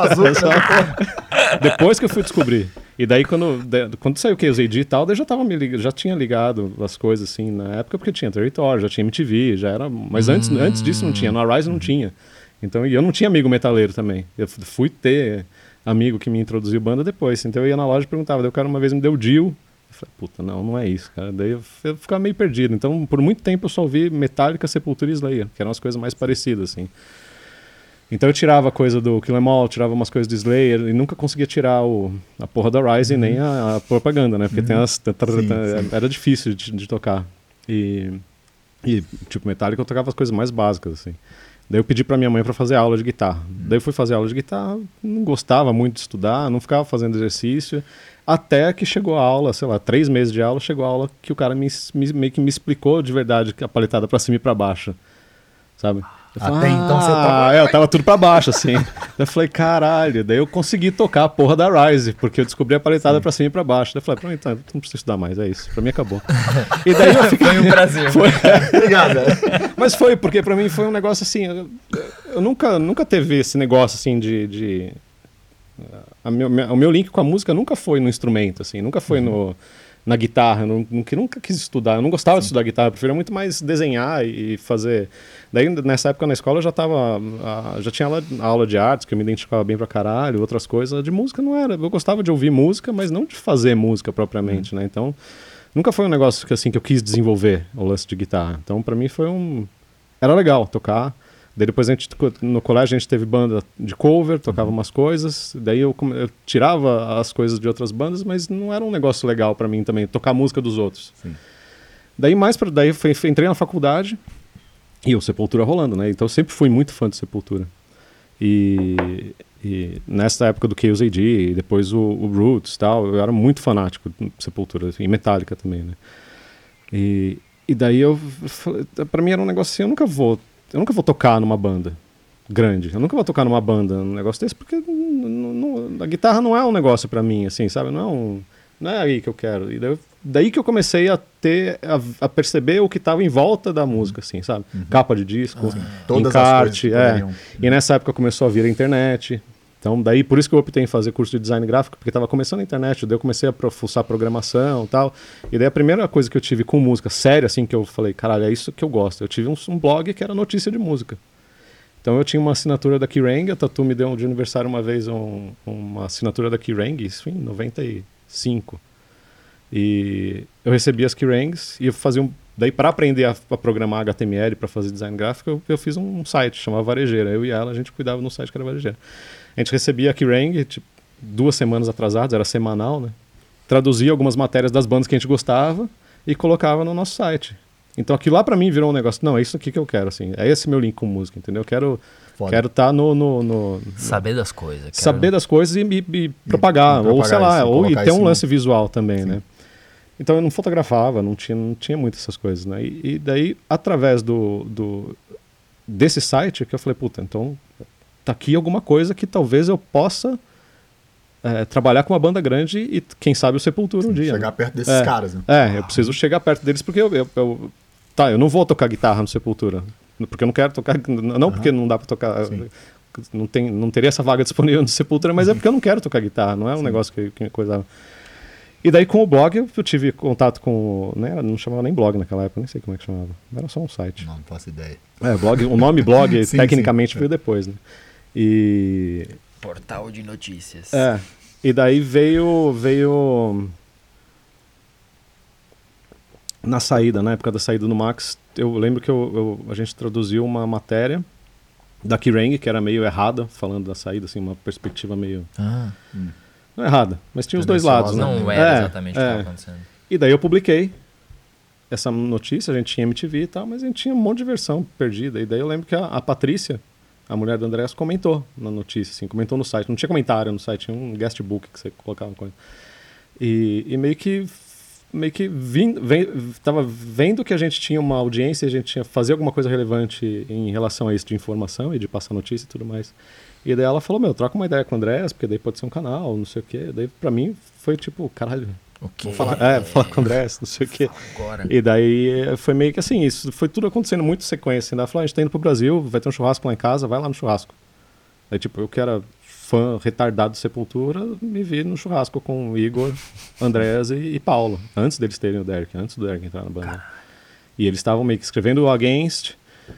Depois que eu fui descobrir. E daí, quando, quando saiu o K Z D e tal, daí já, tava me lig... já tinha ligado as coisas, assim, na época, porque tinha Território, já tinha M T V, já era... Mas hum. antes, antes disso não tinha, no Arise não tinha. Então, e eu não tinha amigo metaleiro também. Eu fui ter amigo que me introduziu banda depois. Então eu ia na loja e perguntava, daí o cara uma vez me deu deal. Eu falei, puta, não, não é isso, cara. Daí eu, eu ficava meio perdido. Então, por muito tempo eu só ouvi Metallica, Sepultura e Slayer, que eram as coisas mais parecidas, assim. Então eu tirava coisa do Kill Em All, tirava umas coisas do Slayer e nunca conseguia tirar o, a porra da Rise, uhum. nem a, a propaganda, né? Porque uhum. tem as, sim, sim. Era difícil de, de tocar. E, e, tipo, Metallica eu tocava as coisas mais básicas, assim. Daí eu pedi pra minha mãe pra fazer aula de guitarra. Uhum. Daí eu fui fazer aula de guitarra, não gostava muito de estudar, não ficava fazendo exercício. Até que chegou a aula, sei lá, três meses de aula, chegou a aula que o cara me, me, meio que me explicou de verdade a paletada pra cima e pra baixo, sabe? Eu falei, Até ah, então você tava... É, eu tava tudo pra baixo, assim. Eu falei, caralho. Daí eu consegui tocar a porra da Rise, porque eu descobri a paletada pra cima e pra baixo. Daí eu falei, pronto, então, não preciso estudar mais, é isso. Pra mim acabou. E daí eu fiquei... Foi um prazer. Foi... Obrigado. Mas foi, porque pra mim foi um negócio assim... Eu, eu nunca, nunca teve esse negócio, assim, de... de... A meu, o meu link com a música nunca foi no instrumento, assim. Nunca foi uhum. no... na guitarra, eu nunca, nunca quis estudar, eu não gostava Sim. de estudar guitarra, eu preferia muito mais desenhar e fazer... Daí, nessa época na escola, eu já tava, já tinha aula, aula de artes, que eu me identificava bem pra caralho, outras coisas, de música não era, eu gostava de ouvir música, mas não de fazer música propriamente, uhum. né, então, nunca foi um negócio que, assim, que eu quis desenvolver, o lance de guitarra, então pra mim foi um... Era legal tocar. Daí depois a gente, no colégio a gente teve banda de cover, tocava uhum. umas coisas, daí eu, eu tirava as coisas de outras bandas, mas não era um negócio legal pra mim também, tocar a música dos outros. Sim. Daí mais pra, daí foi, entrei na faculdade e o Sepultura rolando, né? Então eu sempre fui muito fã de Sepultura. E, e nessa época do K Z D, e depois o, o Roots e tal, eu era muito fanático de Sepultura, assim, e Metallica também, né? E, e daí eu, pra mim era um negócio assim, eu nunca vou Eu nunca vou tocar numa banda grande. Eu nunca vou tocar numa banda, num negócio desse, porque não, não, a guitarra não é um negócio pra mim, assim, sabe? Não é, um, não é aí que eu quero. E daí, daí que eu comecei a ter, a, a perceber o que estava em volta da música, assim, sabe? Uhum. Capa de disco, ah, encarte, é. E nessa época começou a vir a internet. Então, daí, por isso que eu optei em fazer curso de design gráfico, porque estava começando a internet, daí eu comecei a fuçar programação e tal. E daí a primeira coisa que eu tive com música, séria, assim, que eu falei, caralho, é isso que eu gosto. Eu tive um, um blog que era notícia de música. Então eu tinha uma assinatura da Kerrang, a Tatu me deu de aniversário uma vez um, uma assinatura da Kerrang, isso em noventa e cinco. E eu recebia as Kerrangs e eu fazia um... Daí, para aprender a, a programar H T M L, para fazer design gráfico, eu, eu fiz um, um site, chamava Varejeira. Eu e ela, a gente cuidava no site que era Varejeira. A gente recebia a Kerrang, tipo, duas semanas atrasadas, era semanal, né? Traduzia algumas matérias das bandas que a gente gostava e colocava no nosso site. Então aquilo lá pra mim virou um negócio, não, é isso aqui que eu quero, assim. É esse meu link com música, entendeu? Eu quero quero estar tá no, no, no, no... Saber das coisas. Quero... Saber das coisas e, e, e propagar, e, e ou sei lá, isso, ou e ter um lance no... visual também, Sim. né? Então eu não fotografava, não tinha, não tinha muito essas coisas, né? E, e daí, através do, do, desse site, que eu falei, puta, então... tá aqui alguma coisa que talvez eu possa é, trabalhar com uma banda grande e quem sabe o Sepultura um dia. Chegar né? perto desses é, caras, né? É, eu preciso chegar perto deles porque eu, eu, eu... Tá, eu não vou tocar guitarra no Sepultura. Porque eu não quero tocar... Não porque uhum. não dá pra tocar... Sim. Não, tem, não teria essa vaga disponível no Sepultura, mas uhum. é porque eu não quero tocar guitarra. Não é um Sim. negócio que, que coisa... E daí com o blog eu tive contato com... Né, não chamava nem blog naquela época, nem sei como é que chamava. Era só um site. Não, não faço ideia. É, blog, o nome blog sim, tecnicamente sim. veio depois, né? E... Portal de notícias. É. E daí veio... veio na saída, na época da saída do Max, eu lembro que eu, eu, a gente traduziu uma matéria da Kerrang, que era meio errada, falando da saída, assim, uma perspectiva meio... Ah. Hum. Não é errada, mas tinha os dois lados, né? Não era é, exatamente o que é. estava acontecendo. E daí eu publiquei essa notícia, a gente tinha M T V e tal, mas a gente tinha um monte de versão perdida. E daí eu lembro que a, a Patrícia, a mulher do Andrés, comentou na notícia, assim, comentou no site. Não tinha comentário no site, tinha um guest book que você colocava coisa. E, e meio que meio que vim, vem, tava vendo que a gente tinha uma audiência, a gente tinha fazer alguma coisa relevante em relação a isso de informação e de passar notícia e tudo mais. E daí ela falou, meu, troca uma ideia com o Andrés, porque daí pode ser um canal, não sei o quê. Daí pra mim foi tipo, caralho, o quê? vou falar, é, falar com o Andrés, não sei o quê. Agora. E daí foi meio que assim, isso foi tudo acontecendo muito sequência. Ela falou, a gente tá indo pro Brasil, vai ter um churrasco lá em casa, vai lá no churrasco. Aí tipo, eu que era fã retardado de Sepultura, me vi no churrasco com o Igor, Andrés e, e Paulo, antes deles terem o Derek, antes do Derek entrar na banda. Caralho. E eles estavam meio que escrevendo o Against,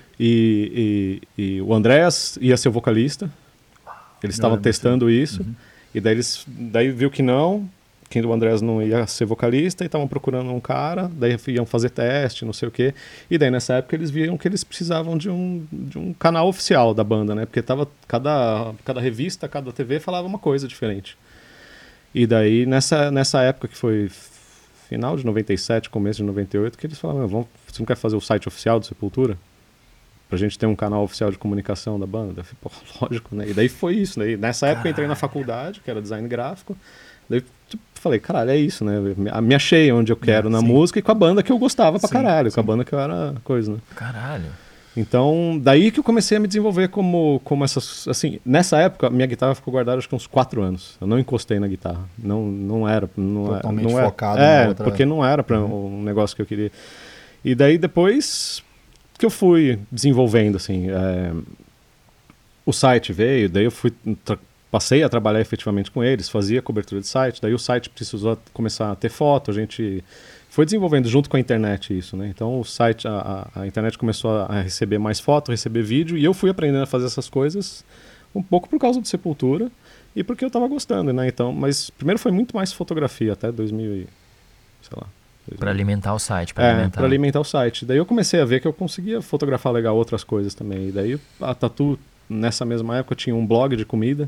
e, e, e o Andrés ia ser o vocalista. Eles estavam testando isso, uhum. E daí eles daí viu que não, que o Andrés não ia ser vocalista, e estavam procurando um cara, daí iam fazer teste, não sei o quê. E daí nessa época eles viram que eles precisavam de um, de um canal oficial da banda, né? Porque tava, cada, cada revista, cada T V falava uma coisa diferente. E daí nessa, nessa época que foi final de noventa e sete, começo de noventa e oito, que eles falaram, vamos, você não quer fazer o site oficial do Sepultura? Pra gente ter um canal oficial de comunicação da banda. Eu falei, pô, lógico, né? E daí foi isso, né? E nessa época eu entrei na faculdade, que era design gráfico. Daí tipo, falei, caralho, é isso, né? Me achei onde eu quero é, na sim. música e com a banda que eu gostava pra sim, caralho, sim. com a banda que eu era coisa, né? Caralho. Então, daí que eu comecei a me desenvolver como, como essas... Assim, nessa época, minha guitarra ficou guardada acho que uns quatro anos. Eu não encostei na guitarra. Não, não era... Não Totalmente não era, focado é, na outra... porque não era pra uhum. um negócio que eu queria. E daí depois... que eu fui desenvolvendo, assim, é, o site veio, daí eu fui, passei a trabalhar efetivamente com eles, fazia cobertura de site, daí o site precisou começar a ter foto, a gente foi desenvolvendo junto com a internet isso, né, então o site, a, a internet começou a receber mais foto, receber vídeo, e eu fui aprendendo a fazer essas coisas um pouco por causa do Sepultura e porque eu estava gostando, né, então, mas primeiro foi muito mais fotografia, até dois mil e, sei lá, para alimentar o site, para é, alimentar. para alimentar o site. Daí eu comecei a ver que eu conseguia fotografar legal outras coisas também. E daí a Tatu, nessa mesma época, tinha um blog de comida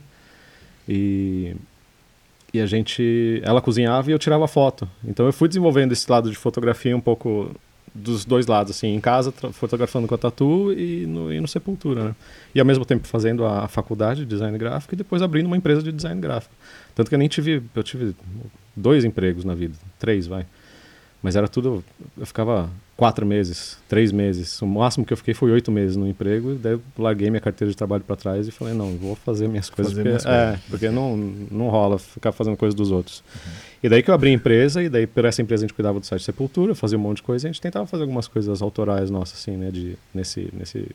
e, e a gente, ela cozinhava e eu tirava foto. Então eu fui desenvolvendo esse lado de fotografia um pouco dos dois lados, assim, em casa fotografando com a Tatu e no, e no Sepultura, né? E ao mesmo tempo fazendo a, a faculdade de design gráfico e depois abrindo uma empresa de design gráfico. Tanto que eu nem tive, eu tive dois empregos na vida, três, vai. Mas era tudo, eu ficava quatro meses, três meses. O máximo que eu fiquei foi oito meses no emprego. E daí eu larguei minha carteira de trabalho para trás e falei, não, vou fazer minhas coisas. Fazer porque, minhas é, coisas. porque não, não rola ficar fazendo coisas dos outros. Uhum. E daí que eu abri a empresa, e daí por essa empresa a gente cuidava do site Sepultura, fazia um monte de coisa. E a gente tentava fazer algumas coisas autorais nossas, assim, né, de, nesse, nesse,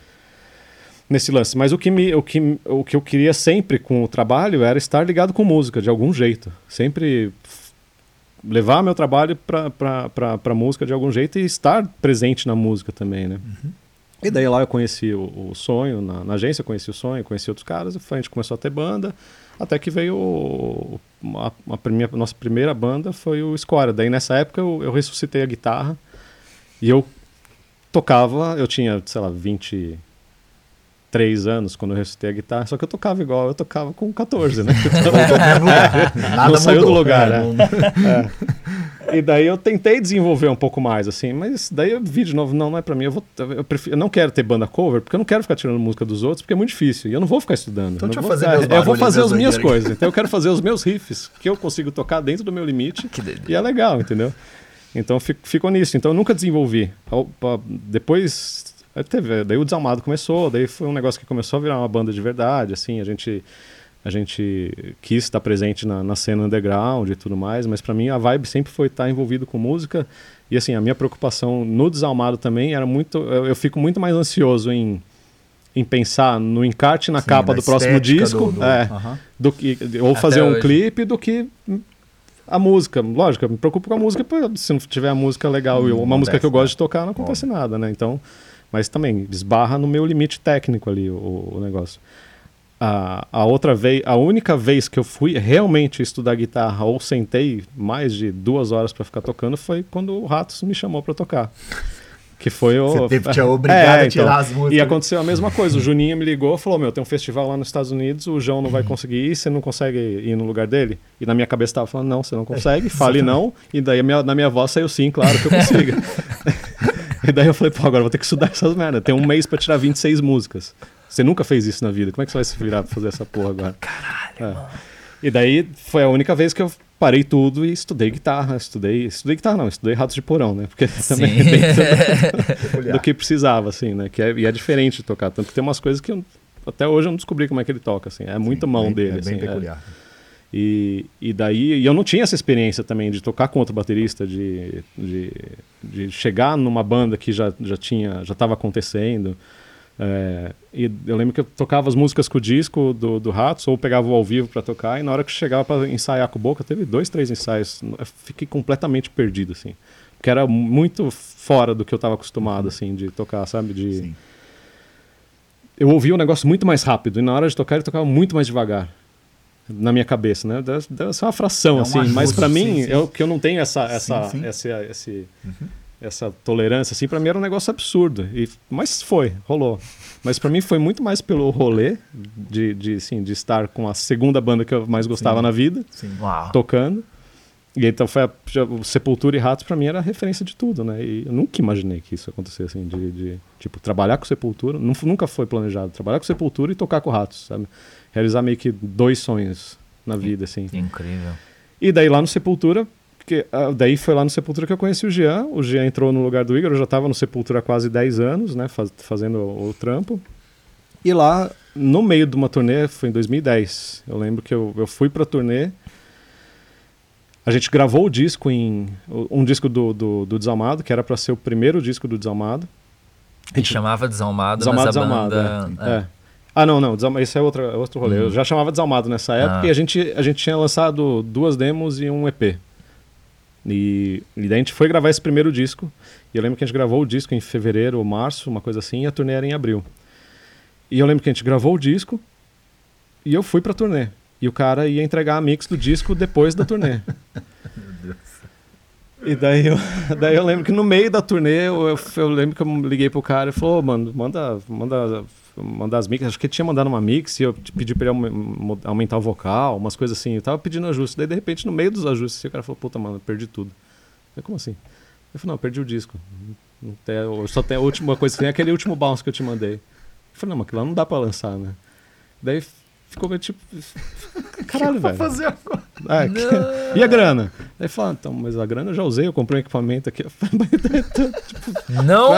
nesse lance. Mas o que, me, o, que, o que eu queria sempre com o trabalho era estar ligado com música, de algum jeito. Sempre... levar meu trabalho para música de algum jeito e estar presente na música também, né? Uhum. E daí lá eu conheci o, o Sonho, na, na agência eu conheci o Sonho, conheci outros caras, a gente começou a ter banda, até que veio o, a, a, primeira, a nossa primeira banda foi o Escória. Daí nessa época eu, eu ressuscitei a guitarra e eu tocava, eu tinha, sei lá, vinte e três anos quando eu ressuscitei a guitarra, só que eu tocava igual, eu tocava com catorze, né? Então, Nada não saiu mudou, do lugar, é, né? É. E daí eu tentei desenvolver um pouco mais, assim, mas daí eu vi de novo, não, não é pra mim, eu, vou, eu, prefiro, eu não quero ter banda cover, porque eu não quero ficar tirando música dos outros, porque é muito difícil, e eu não vou ficar estudando. Então deixa eu vou, fazer é, meus Eu vou fazer as minhas aqui. coisas, então eu quero fazer os meus riffs, que eu consigo tocar dentro do meu limite, e é legal, entendeu? Então fico, ficou nisso, então eu nunca desenvolvi. Depois... Aí teve, daí o Desalmado começou, daí foi um negócio que começou a virar uma banda de verdade, assim, a gente, a gente quis estar presente na, na cena underground e tudo mais, mas pra mim a vibe sempre foi estar envolvido com música, e assim, a minha preocupação no Desalmado também era muito, eu, eu fico muito mais ansioso em, em pensar no encarte na Sim, capa do próximo disco, do, do, é, uh-huh. do que, ou Até fazer um hoje. clipe, do que... a música, lógico, eu me preocupo com a música, se não tiver a música legal, hum, uma música desce, que eu gosto né? de tocar, não acontece Bom. nada, né, então... Mas também esbarra no meu limite técnico ali o, o negócio. A, a outra vez, a única vez que eu fui realmente estudar guitarra ou sentei mais de duas horas para ficar tocando foi quando o Ratos me chamou para tocar. Que foi o... Você teve, tinha obrigado é, a tirar então, as músicas. E aconteceu a mesma coisa. O Juninho me ligou e falou, meu, tem um festival lá nos Estados Unidos, o João não vai conseguir ir, você não consegue ir no lugar dele? E na minha cabeça tava falando, não, você não consegue, fale não. E daí a minha, na minha voz saiu sim, claro que eu consigo. E daí eu falei, pô, agora vou ter que estudar essas merdas. Tem um mês pra tirar vinte e seis músicas. Você nunca fez isso na vida, como é que você vai se virar pra fazer essa porra agora? Caralho, é. mano. E daí foi a única vez que eu parei tudo e estudei guitarra. Estudei, estudei guitarra não, estudei Ratos de Porão, né? Porque também é dentro do, do que precisava, assim, né? Que é, e é diferente de tocar. Tanto que tem umas coisas que eu, até hoje eu não descobri como é que ele toca, assim. É muito Sim, mão bem, dele, é assim. bem peculiar. É. E, e daí, e eu não tinha essa experiência também de tocar com outro baterista, de, de, de chegar numa banda que já, já tinha, já estava acontecendo. É, e eu lembro que eu tocava as músicas com o disco do, do Ratos, ou pegava o ao vivo para tocar, e na hora que chegava para ensaiar com o Boca, teve dois, três ensaios, eu fiquei completamente perdido, assim, porque era muito fora do que eu estava acostumado, assim, de tocar, sabe, de... Sim. Eu ouvia um negócio muito mais rápido, e na hora de tocar ele tocava muito mais devagar, na minha cabeça, né, deve, deve ser uma fração, é um assim, ajuste, mas para mim, sim, sim. Eu, que eu não tenho essa, essa, sim, sim. essa, esse... Uhum. essa tolerância, assim, pra mim era um negócio absurdo. E, mas foi, rolou. Mas pra mim foi muito mais pelo rolê de, de, assim, de estar com a segunda banda que eu mais gostava Sim. na vida, Sim. Uau. tocando. E então foi a, já, o Sepultura e Ratos pra mim era a referência de tudo, né? E eu nunca imaginei que isso acontecesse, assim, de, de tipo, trabalhar com Sepultura, não, nunca foi planejado, trabalhar com Sepultura e tocar com Ratos, sabe? Realizar meio que dois sonhos na vida, assim. Incrível. E daí lá no Sepultura, que, uh, daí foi lá no Sepultura que eu conheci o Jean. O Jean entrou no lugar do Igor. Eu já estava no Sepultura há quase dez anos, né, faz, fazendo o, o trampo. E lá, no meio de uma turnê, foi em dois mil e dez. Eu lembro que eu, eu fui pra turnê. A gente gravou o disco em... Um disco do, do, do Desalmado, que era para ser o primeiro disco do Desalmado. A gente chamava Desalmado, Desalmado, mas a Desalmado, banda... É. É. Ah, não, não. Esse é outro, é outro rolê. Uhum. Eu já chamava Desalmado nessa época ah. e a gente, a gente tinha lançado duas demos e um E P. E, e daí a gente foi gravar esse primeiro disco. E eu lembro que a gente gravou o disco em fevereiro ou março, uma coisa assim, e a turnê era em abril. E eu lembro que a gente gravou o disco e eu fui pra turnê. E o cara ia entregar a mix do disco depois da turnê. Meu Deus. E daí eu, daí eu lembro que no meio da turnê, eu, eu, eu lembro que eu liguei pro cara e falou, oh, mano, manda, manda, manda as mix. Acho que ele tinha mandado uma mix e eu pedi pra ele aumentar o vocal, umas coisas assim. Eu tava pedindo ajuste. Daí, de repente, no meio dos ajustes, o cara falou, puta, mano, eu perdi tudo. Eu falei, como assim? Eu falei, não, eu perdi o disco. Não tem, só tem a última coisa, tem aquele último bounce que eu te mandei. Eu falei, não, mas aquilo lá não dá pra lançar, né? Daí ficou meio tipo... Caralho, velho. fazer agora? É, que... E a grana? Aí fala, então, mas a grana eu já usei, eu comprei um equipamento aqui. Eu falei, tipo, não!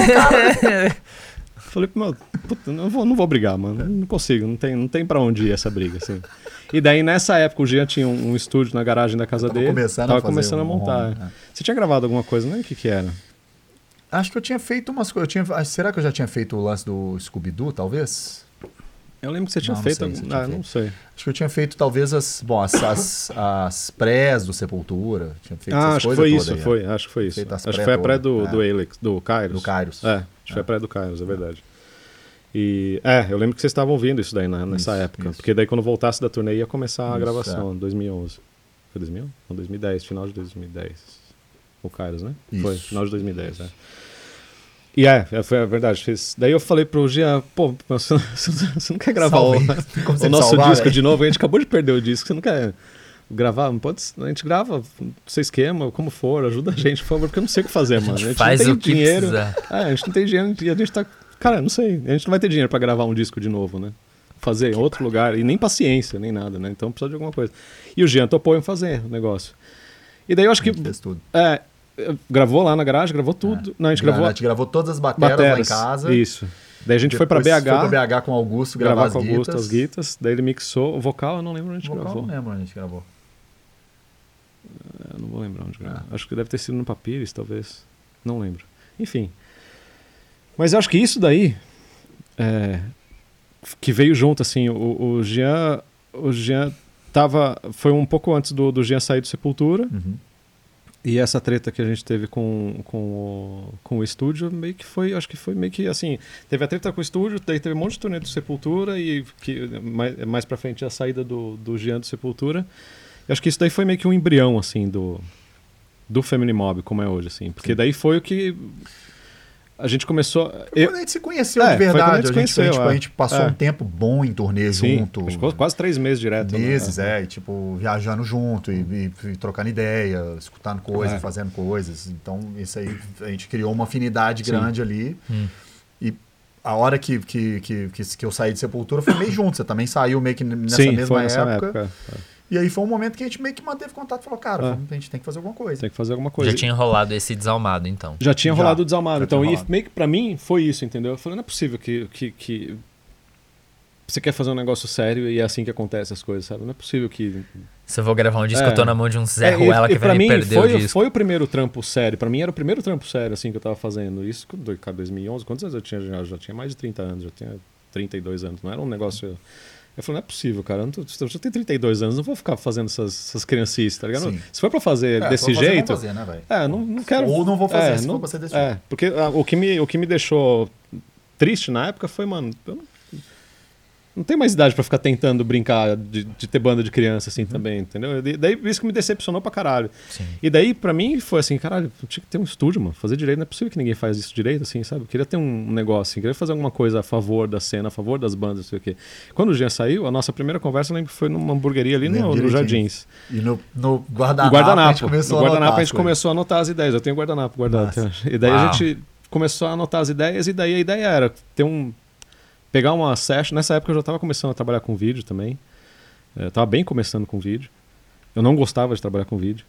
Falei, meu, puta, não vou, não vou brigar, mano. Não consigo, não tem, não tem pra onde ir essa briga, assim. E daí, nessa época, o Jean tinha um, um estúdio na garagem da casa tava dele. Começando tava a começando um a montar. home, né? Você tinha gravado alguma coisa, não? O que que era? Acho que eu tinha feito umas coisas. Tinha... Será que eu já tinha feito o lance do Scooby-Doo, talvez? Eu lembro que você tinha não, feito. Não sei, algum... ah, feito. não sei. Acho que eu tinha feito talvez as, bom, as, as, as prés do Sepultura. Tinha feito ah, essas acho que foi isso, aí, foi, acho que foi isso. Acho que foi a pré do, do Alex, do Kairos. Do Kairos. É, acho que é. foi a pré do Kairos, é verdade. E, é, eu lembro que vocês estavam ouvindo isso daí na, nessa isso, época. Isso. Porque daí quando voltasse da turnê ia começar a isso, gravação, em é. dois mil e onze. Foi dois mil? Não, dois mil e dez, final de dois mil e dez. O Kairos, né? Isso. Foi, final de dois mil e dez, é. E é, foi a verdade. Fiz. Daí eu falei pro Jean, pô, você, você não quer gravar o, o nosso salvar, disco é? de novo? A gente acabou de perder o disco, você não quer gravar? Não pode, a gente grava seu esquema, como for, ajuda a gente, por favor, porque eu não sei o que fazer, mano. A gente faz não tem o que dinheiro. Precisa. É, a gente não tem dinheiro e a gente tá... Cara, não sei, a gente não vai ter dinheiro pra gravar um disco de novo, né? Fazer em outro lugar, e nem paciência, nem nada, né? Então precisa de alguma coisa. E o Jean topou em fazer o negócio. E daí eu acho que... fez tudo. É... Gravou lá na garagem, gravou tudo. É. Não, a gente gravou... A gente gravou todas as bateras, bateras lá em casa. Isso. Daí a gente Depois foi pra B H. Foi pra B H com o Augusto gravar, gravar as com o Augusto guitas. as guitas. Daí ele mixou. O vocal eu não lembro onde a gente o vocal gravou. Eu não lembro onde a gente gravou. Eu não vou lembrar onde gravou. Ah. Acho que deve ter sido no Papyrus, talvez. Não lembro. Enfim. Mas eu acho que isso daí... É, que veio junto, assim. O, o Jean... O Jean tava... Foi um pouco antes do, do Jean sair do Sepultura. Uhum. E essa treta que a gente teve com, com, o, com o estúdio, meio que foi, acho que foi meio que assim, teve a treta com o estúdio, daí teve um monte de turnê do Sepultura e que, mais, mais pra frente a saída do, do Jean do Sepultura. E acho que isso daí foi meio que um embrião, assim, do, do Family Mob, como é hoje, assim. Porque Sim. daí foi o que... a gente começou... Eu, quando a gente se conheceu é, de verdade, a, gente, conheceu, a, gente, é. a gente passou é. um tempo bom em turnê Sim, junto. Ficou quase três meses direto. Meses, né? é, e, tipo, viajando junto e, e, e trocando ideia, escutando coisas, é. fazendo coisas. Então, isso aí, a gente criou uma afinidade Sim. grande ali. Hum. E a hora que, que, que, que, que eu saí de Sepultura foi meio junto. Você também saiu meio que nessa Sim, mesma foi nessa época. época. E aí foi um momento que a gente meio que manteve contato e falou, cara, ah. a gente tem que fazer alguma coisa. Tem que fazer alguma coisa. Já tinha rolado esse desalmado, então. Já tinha Já. rolado o desalmado. Já então, tinha e meio que pra mim foi isso, entendeu? Eu falei, não é possível que, que, que você quer fazer um negócio sério e é assim que acontece as coisas, sabe? Não é possível que... Se eu vou gravar um disco, é. eu tô na mão de um Zé é, Ruela e, que e vai me mim, perder foi, o disco. foi o primeiro trampo sério. Pra mim era o primeiro trampo sério, assim, que eu tava fazendo. Isso, dois mil e onze, quantos anos eu tinha? Já, já tinha mais de trinta anos, já tinha trinta e dois anos. Não era um negócio... Eu falei, não é possível, cara. Eu, não tô, eu já tenho trinta e dois anos, não vou ficar fazendo essas, essas criancices, tá ligado? Sim. Se for pra fazer é, desse fazer, jeito... Fazer, né, véio? É, não, não quero... Ou não vou fazer, é, se não, for pra ser desse É, jeito. porque a, o, que me, o que me deixou triste na época foi, mano... Eu não, não tenho mais idade pra ficar tentando brincar de, de ter banda de criança, assim, uhum. também, entendeu? E daí isso que me decepcionou pra caralho. Sim. E daí, pra mim, foi assim, caralho, eu tinha que ter um estúdio, mano. Fazer direito, não é possível que ninguém faz isso direito, assim, sabe? Eu queria ter um negócio, assim, queria fazer alguma coisa a favor da cena, a favor das bandas, não sei o quê. Quando o Jean saiu, a nossa primeira conversa, eu lembro que foi numa hamburgueria ali no, no Jardins. E no, no guardanapo, no guardanapo, a gente começou no a guardanapo anotar. a gente começou a anotar as ideias. Eu tenho guardanapo guardado. Nossa. E daí Uau. a gente começou a anotar as ideias, e daí a ideia era ter um... Pegar uma session, nessa época eu já estava começando a trabalhar com vídeo também. Eu estava bem começando com vídeo. Eu não gostava de trabalhar com vídeo.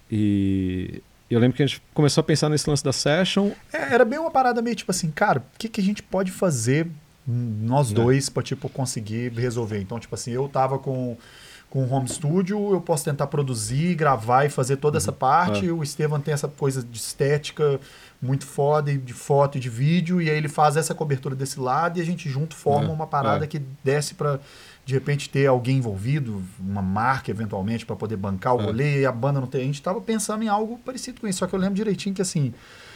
E eu lembro que a gente começou a pensar nesse lance da session. É, era bem uma parada meio tipo assim, cara, o que, que a gente pode fazer nós é. dois para tipo, conseguir resolver? Então, tipo assim, eu tava com, com um home studio, eu posso tentar produzir, gravar e fazer toda uhum. essa parte. É. O Estevam tem essa coisa de estética muito foda, de foto e de vídeo, e aí ele faz essa cobertura desse lado e a gente junto forma é, uma parada é. que desce para de repente ter alguém envolvido, uma marca eventualmente para poder bancar o é. rolê, e a banda não tem. A gente tava pensando em algo parecido com isso, só que eu lembro direitinho que assim,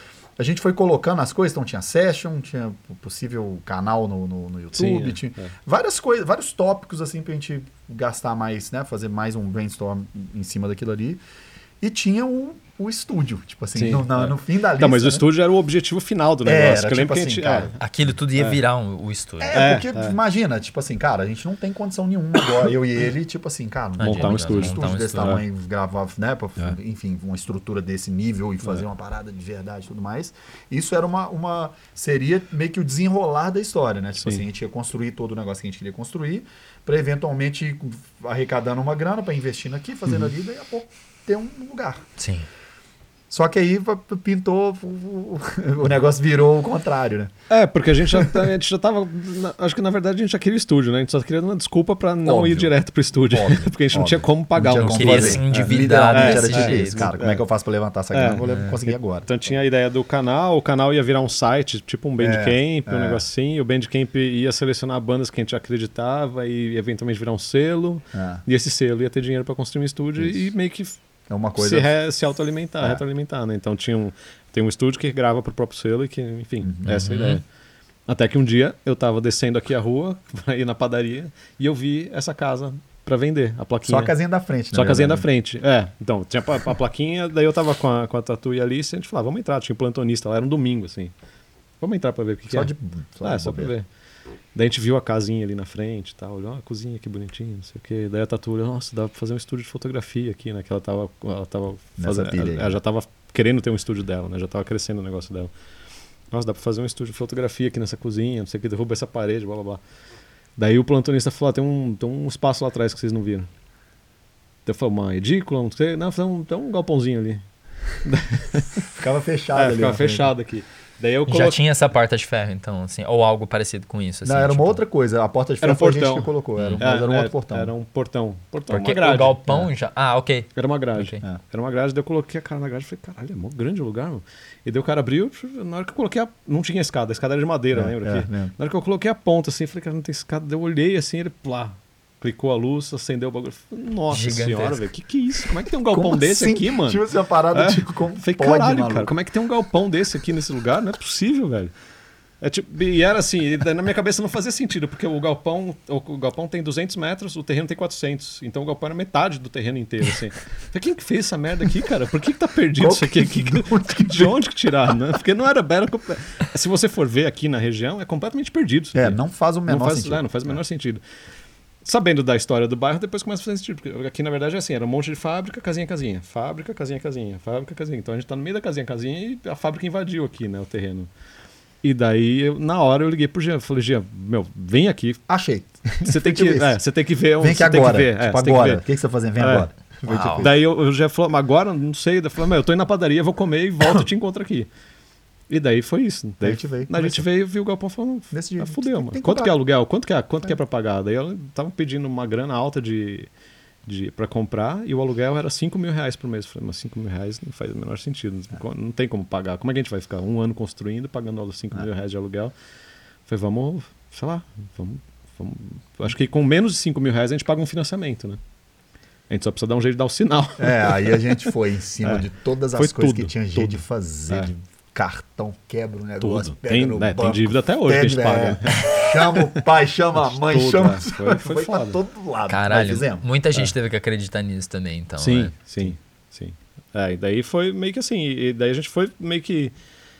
a gente foi colocando as coisas, então tinha session, tinha possível canal no, no, no YouTube, Sim, tinha é. várias coisas, vários tópicos assim pra gente gastar mais, né, fazer mais um brainstorm em cima daquilo ali. E tinha o, o estúdio, tipo assim, Sim, no, na, é. no fim da lista. Não, mas né? o estúdio era o objetivo final do negócio. É, era, que eu lembro tipo que assim, a gente, cara, é. Aquilo tudo ia é. virar um, o estúdio. É, é porque é. imagina, tipo assim, cara, a gente não tem condição nenhuma agora, eu e ele, tipo assim, cara, montar um estúdio, um estúdio montar um desse estúdio. tamanho, gravar, né, pra, É. enfim, uma estrutura desse nível e fazer É. uma parada de verdade e tudo mais. Isso era uma, uma, seria meio que o desenrolar da história, né? Tipo Sim. assim, a gente ia construir todo o negócio que a gente queria construir, para eventualmente ir arrecadando uma grana, para investindo aqui, fazendo Uhum. ali, daí a pouco ter um lugar. Sim. Só que aí pintou, o, o negócio virou o contrário, né? É, porque a gente já, a gente já tava... na- acho que na verdade a gente já queria o estúdio, né? A gente só queria uma desculpa pra não Óbvio. ir direto pro estúdio. Óbvio, porque a gente não óbvio. tinha como pagar Não um tinha como Queria estúdio. se fazer. endividar Literalmente desse era tipo jeito. isso, cara, como é que eu faço pra levantar essa grana? É. Vou le- conseguir agora. Então tinha a ideia do canal, o canal ia virar um site, tipo um Bandcamp, É, um é. negocinho. O Bandcamp ia selecionar bandas que a gente acreditava e eventualmente virar um selo. É, E esse selo ia ter dinheiro pra construir um estúdio Isso. e meio que é uma coisa... se, re, se autoalimentar, É. retroalimentar, né? Então tinha um, tem um estúdio que grava pro próprio selo e que, enfim, Uhum. essa é a Uhum. ideia. Até que um dia eu tava descendo aqui a rua pra ir na padaria e eu vi essa casa pra vender, a plaquinha. Só a casinha da frente, né? Só a casinha da frente. É, então, tinha a, a plaquinha, daí eu tava com a, com a Tatu e a Alice e a gente falou, ah, vamos entrar, tinha um plantonista lá, era um domingo, assim. Vamos entrar pra ver o que, que Só é. de... Só Ah, de só pra bobeira. ver. Daí a gente viu a casinha ali na frente e tal, olhou, ah, a cozinha que bonitinha, não sei o quê. Daí a Tatu olhou, nossa, dá pra fazer um estúdio de fotografia aqui, né? Que ela tava, ela tava Nessa fazendo, pilha aí, ela né? já tava querendo ter um estúdio dela, né? Já tava crescendo o negócio dela. Nossa, dá pra fazer um estúdio de fotografia aqui nessa cozinha, não sei o que, derruba essa parede, blá blá blá. Daí o plantonista falou, ah, tem um, tem um espaço lá atrás que vocês não viram. Então eu falei, uma edícula, não sei, não, tem um, tem um galpãozinho ali. Ficava fechado É, ali. ficava na frente. fechado aqui. Daí eu Já coloquei... tinha essa porta de ferro, então, assim, ou algo parecido com isso. Assim, Não, era tipo... uma outra coisa. A porta de Era ferro um foi a gente portão. que colocou. Era, um- É, mas era um é, outro portão. Era um portão. Portão, Porque uma grade. o galpão já... Ah, ok. Era uma grade. Ok. É. Era uma grade, daí eu coloquei a cara na grade e falei, caralho, é mó grande o lugar, mano. E daí o cara abriu, na hora que eu coloquei a... Não tinha escada, a escada era de madeira, É, lembra? é, aqui? lembro. Na hora que eu coloquei a ponta, assim, falei, cara, não tem escada. Daí eu olhei assim, ele, plá, clicou a luz, acendeu o bagulho. Falei, nossa Gigantesco. senhora, velho, que que é isso? Como é que tem um galpão Como desse assim? aqui, mano? Tipo assim, a parada, É. tipo, como Falei, pode, caralho, maluco? cara, como é que tem um galpão desse aqui nesse lugar? Não é possível, velho. É tipo, e era assim, e daí na minha cabeça não fazia sentido, porque o galpão, o galpão tem duzentos metros, o terreno tem quatrocentos. Então o galpão era metade do terreno inteiro, assim. Falei, quem que fez essa merda aqui, cara? Por que que tá perdido Qual isso aqui? que- Que- De onde que tiraram, né? Porque não era... era comple- Se você for ver aqui na região, é completamente perdido isso É, aqui. não faz o menor não faz, sentido. é, não faz o menor sentido. Sabendo da história do bairro, depois começa a fazer sentido. Porque aqui, na verdade, é assim, era um monte de fábrica, casinha, casinha. Fábrica, casinha, casinha. Fábrica, casinha. Então a gente tá no meio da casinha, casinha e a fábrica invadiu aqui, né, o terreno. E daí, eu, na hora, eu liguei pro Jean. Falei, Jean, meu, vem aqui. Achei. Você tem que, Tipo isso. é, você tem que ver. Vem aqui você tem agora. que ver, é, tipo, você tem que agora. ver. O que, que você tá fazendo? Vem É. agora. Foi Uau. tipo Daí eu, eu já falei, mas agora não sei. Eu falei, meu, eu tô indo na padaria, vou comer e volto e te encontro aqui. E daí foi isso. Daí a gente veio, A gente começou. veio, viu o galpão falando, Nesse dia. ah, fudeu, Tem- mano. tem que Quanto comprar. que é aluguel? Quanto que é, quanto que é pra pagar? Daí eu tava pedindo uma grana alta de, de, pra comprar e o aluguel era cinco mil reais por mês. Eu falei, mas cinco mil reais não faz o menor sentido. Não, não tem como pagar. Como é que a gente vai ficar um ano construindo, pagando cinco mil reais de aluguel? Eu falei, vamos, sei lá, vamos, vamos... Acho que com menos de cinco mil reais a gente paga um financiamento, né? A gente só precisa dar um jeito de dar o sinal. É, aí a gente foi em cima É. de todas as Foi coisas tudo, que tinha jeito tudo. de fazer, É. de cartão, quebra o negócio, Tudo. pega Tem, no né, tem banco, dívida até hoje que a gente pede, paga. é. Chama o pai, chama a mãe, Tudo, chama... é. Foi- foi pra foda. todo lado. Mas Caralho, fizemos. muita gente teve que acreditar nisso também, então. Sim, né? sim, sim. É, e daí foi meio que assim, e daí a gente foi meio que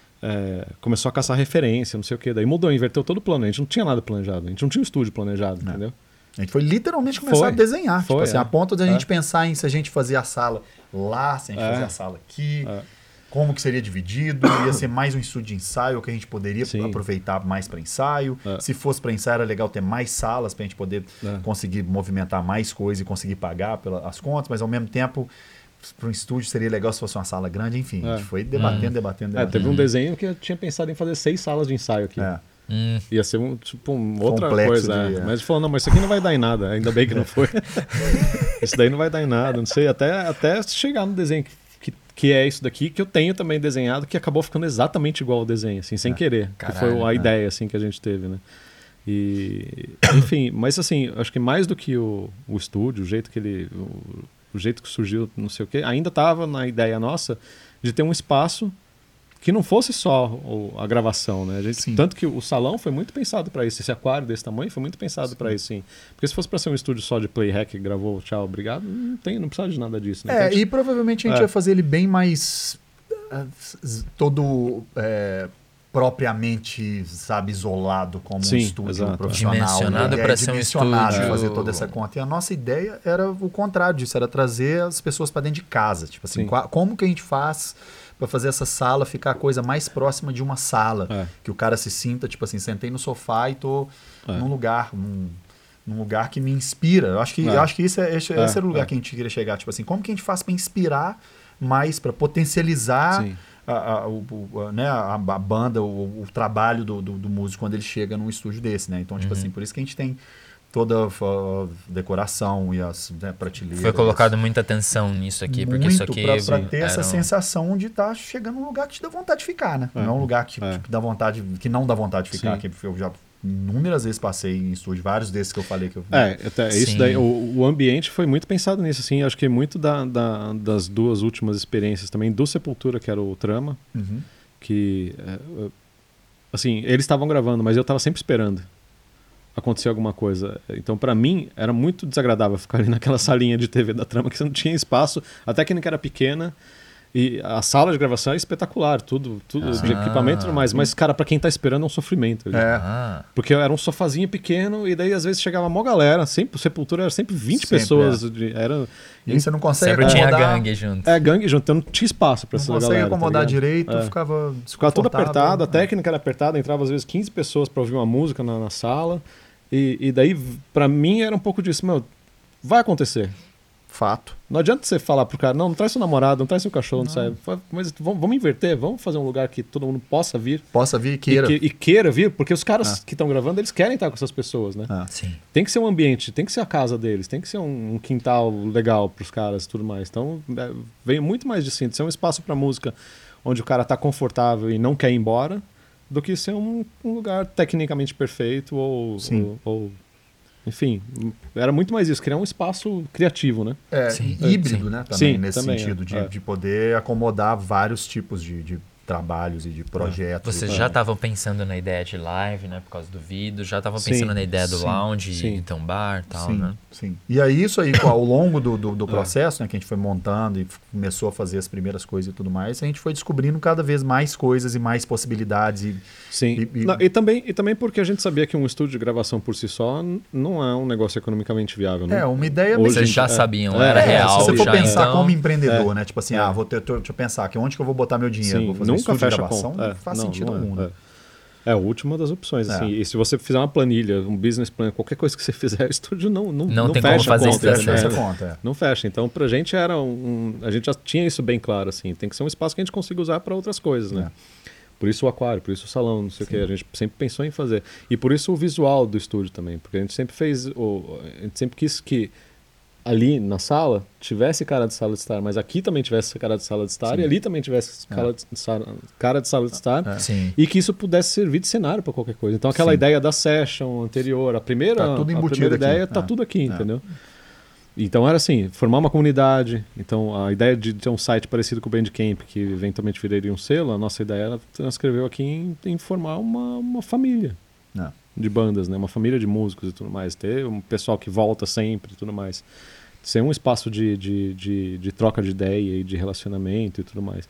é, começou a caçar referência, não sei o que, daí mudou, inverteu todo o plano, a gente não tinha nada planejado, a gente não tinha um estúdio planejado, É. entendeu? A gente foi literalmente começar Foi. a desenhar. Foi, tipo assim, é. a ponto de a É. gente pensar em se a gente fazia a sala lá, se a gente É. fazia a sala aqui, É. como que seria dividido, ia ser mais um estúdio de ensaio que a gente poderia Sim. aproveitar mais para ensaio. É. Se fosse para ensaio, era legal ter mais salas para a gente poder É. conseguir movimentar mais coisas e conseguir pagar pelas contas, mas ao mesmo tempo, para um estúdio seria legal se fosse uma sala grande, enfim. A gente É. foi debatendo, debatendo, É, debatendo. teve um desenho que eu tinha pensado em fazer seis salas de ensaio aqui. É. Hum, Ia ser um, tipo um, outra Complexo coisa. de- é. é. Mas ele falou, não, mas isso aqui não vai dar em nada. Ainda bem que não foi. Isso daí não vai dar em nada, não sei. Até, até chegar no desenho que, que, que é isso daqui, que eu tenho também desenhado, que acabou ficando exatamente igual ao desenho, assim, sem É. querer. Caralho, que foi a é. ideia, assim, que a gente teve, né? E, enfim, mas assim, acho que mais do que o, o estúdio, o jeito que ele... O, o jeito que surgiu, não sei o quê, ainda estava na ideia nossa de ter um espaço que não fosse só o- a gravação, né? A gente, Sim. tanto que o salão foi muito pensado para isso, esse aquário desse tamanho foi muito pensado para isso, sim. Porque se fosse para ser um estúdio só de play hack, gravou, tchau, obrigado, não tem, não precisava de nada disso, né? É, Então, a gente- e provavelmente a gente É. vai fazer ele bem mais ah, s- todo é, propriamente, sabe, isolado como Sim, um estúdio exato, é. profissional. Dimensionado Ele é pra ser um dimensionado estúdio. fazer toda essa conta. E a nossa ideia era o contrário disso, era trazer as pessoas para dentro de casa. Tipo assim, Sim. qua- como que a gente faz para fazer essa sala ficar a coisa mais próxima de uma sala? É. Que o cara se sinta, tipo assim, sentei no sofá e tô É. num lugar, num, num lugar que me inspira. Eu acho que, É. eu acho que esse, é, esse, É, esse era o lugar é. que a gente queria chegar. Tipo assim, como que a gente faz para inspirar mais, para potencializar Sim. a, a, o, o- a, né, a, a banda, o, o trabalho do, do, do músico quando ele chega num estúdio desse, né? Então, tipo Uhum. assim, por isso que a gente tem toda a, a decoração e as né, prateleiras. foi colocado muita atenção nisso aqui, porque muito isso aqui pra, pra sim, ter era essa um- sensação de estar chegando num lugar que te dá vontade de ficar, né? É. Não é um lugar que, É. que dá vontade, que não dá vontade de ficar. Sim. Que eu já inúmeras vezes passei em estúdio, vários desses que eu falei que eu É, até isso Sim. daí, o, o ambiente foi muito pensado nisso, assim, acho que muito da, da- das duas últimas experiências também, do Sepultura, que era o Trama, Uhum. que, é, é, assim, eles estavam gravando, mas eu estava sempre esperando acontecer alguma coisa. Então, para mim, era muito desagradável ficar ali naquela salinha de T V da Trama, que você não tinha espaço, a técnica era pequena, e a sala de gravação é espetacular, tudo, tudo de Ah. equipamento e tudo mais, mas, cara, para quem tá esperando é um sofrimento. ali. É. Ah, Porque era um sofazinho pequeno e daí às vezes chegava mó galera, sempre, Sepultura era sempre vinte Sempre, pessoas, de- era E aí você não consegue sempre tinha acomodar, gangue junto. é gangue junto, então não tinha espaço para não essa consegue galera. tá acomodar ligado? direito, É. ficava Ficava tudo desconfortável. apertado, a É. técnica era apertada, entrava às vezes quinze pessoas para ouvir uma música na, na sala. E, e daí, pra mim, era um pouco disso, meu, vai acontecer. Fato. Não adianta você falar pro cara, não, não traz seu namorado, não traz seu cachorro, não, sai. Mas vamos, vamos inverter, vamos fazer um lugar que todo mundo possa vir. Possa vir e queira. E, que- e queira vir, porque os caras que estão gravando, eles querem estar com essas pessoas, né? Ah. Sim. Tem que ser um ambiente, tem que ser a casa deles, tem que ser um, um quintal legal pros caras e tudo mais. Então, é, veio muito mais de síntese. Ser um espaço pra música onde o cara tá confortável e não quer ir embora, do que ser um, um lugar tecnicamente perfeito ou, Sim. ou, ou- enfim, era muito mais isso, criar um espaço criativo, né? É, Sim. híbrido, Sim. né? Também, Sim, nesse também, sentido, é. de, É. de poder acomodar vários tipos de, de trabalhos e de projetos. Vocês e já estavam pensando na ideia de live, né? Por causa do vídeo, já estavam pensando Sim, na ideia do sim, lounge, sim. de ter um bar e tal, sim, né? Sim. E aí isso aí, ao longo do, do, do processo, né, que a gente foi montando e começou a fazer as primeiras coisas e tudo mais, a gente foi descobrindo cada vez mais coisas e mais possibilidades. E, Sim. E, e... Não, e, também, e também porque a gente sabia que um estúdio de gravação por si só n- não é um negócio economicamente viável, né? É, uma ideia... Hoje Vocês em já dia- sabiam, é, era é, real se você for já, pensar então... como empreendedor, é, né? Tipo assim, é. ah, vou ter, tô- deixa eu pensar aqui, onde que eu vou botar meu dinheiro? Sim, Vou fazer um nunca estúdio de fecha a gravação? conta. Não É, faz não, sentido não é, algum, né? é. É a última das opções, É. assim. E se você fizer uma planilha, um business plan, qualquer coisa que você fizer, o estúdio não, não, Não não tem fecha como fazer a conta. isso, Fecha né? essa entendeu? conta, é. Não fecha. Então, pra gente era um, um... A gente já tinha isso bem claro, assim. Tem que ser um espaço que a gente consiga usar para outras coisas, né? É. Por isso o aquário, por isso o salão, não sei Sim. o que. A gente sempre pensou em fazer. E por isso o visual do estúdio também. Porque a gente sempre fez... O, a gente sempre quis que ali na sala tivesse cara de sala de estar, mas aqui também tivesse cara de sala de estar Sim. e ali também tivesse É. cara, de, sala- cara de sala de estar. É. Sim. E que isso pudesse servir de cenário para qualquer coisa. Então aquela Sim. ideia da session anterior, a primeira, Tá tudo a embutido primeira aqui. ideia tá É. tudo aqui, É. entendeu? Então era assim, formar uma comunidade. Então a ideia de ter um site parecido com o Bandcamp, que eventualmente viraria um selo, a nossa ideia era transcreveu aqui em, em formar uma, uma família É. de bandas, né? Uma família de músicos e tudo mais. Ter um pessoal que volta sempre e tudo mais. Ser um espaço de, de, de, de troca de ideia e de relacionamento e tudo mais.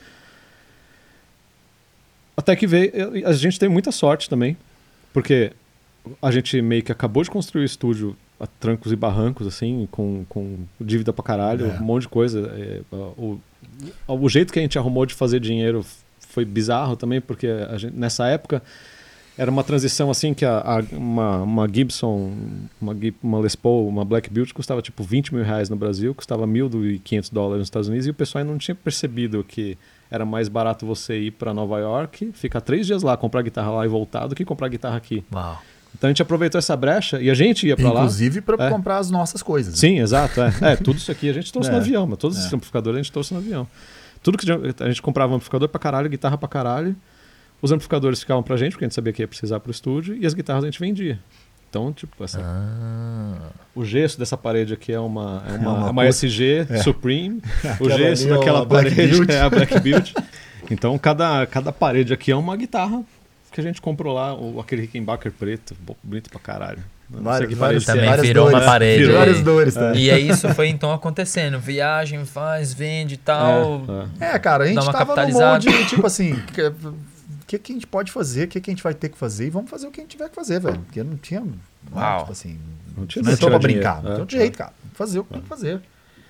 Até que veio... A gente tem muita sorte também, porque a gente meio que acabou de construir o estúdio a trancos e barrancos, assim, com, com dívida pra caralho, É. um monte de coisa. É, o, o jeito que a gente arrumou de fazer dinheiro foi bizarro também, porque a gente, nessa época era uma transição assim que a, a- uma, uma Gibson, uma, Gib- uma Les Paul, uma Black Beauty custava tipo vinte mil reais no Brasil, custava mil e quinhentos dólares nos Estados Unidos, e o pessoal ainda não tinha percebido que era mais barato você ir para Nova York, ficar três dias lá, comprar guitarra lá e voltar, do que comprar guitarra aqui. Uau. Então a gente aproveitou essa brecha e a gente ia para lá. Inclusive para É. comprar as nossas coisas. né? Sim, exato. É, É, tudo isso aqui a gente trouxe É. no avião, mas todos É. esses amplificadores a gente trouxe no avião. Tudo que a gente comprava amplificador pra caralho, guitarra pra caralho. Os amplificadores ficavam pra gente, porque a gente sabia que ia precisar pro estúdio, e as guitarras a gente vendia. Então, tipo, essa, Ah. o gesso dessa parede aqui é uma, é uma, É uma é uma coisa- S G É. Supreme. O Aquela gesso ali é daquela uma Black parede Beauty. é a Black Beauty. Então, cada, cada parede aqui é uma guitarra que a gente comprou lá, o, aquele Rickenbacker preto, bo- bonito pra caralho. Eu não sei Vários- que vários- parede que é. Também várias virou uma dores. parede. Virou várias aí. dores também. E aí isso foi então acontecendo. Viagem, faz, vende e tal. É, é. É, cara, a gente Dá uma tava no capitalizada. molde, tipo assim, que- o que, que a gente pode fazer, o que, que a gente vai ter que fazer, e vamos fazer o que a gente tiver que fazer, velho. Porque não tinha. né, Uau. Tipo assim, Não tinha não é pra só pra tirar brincar, dinheiro. não É, tem outro jeito, cara. Fazer o que tem que fazer.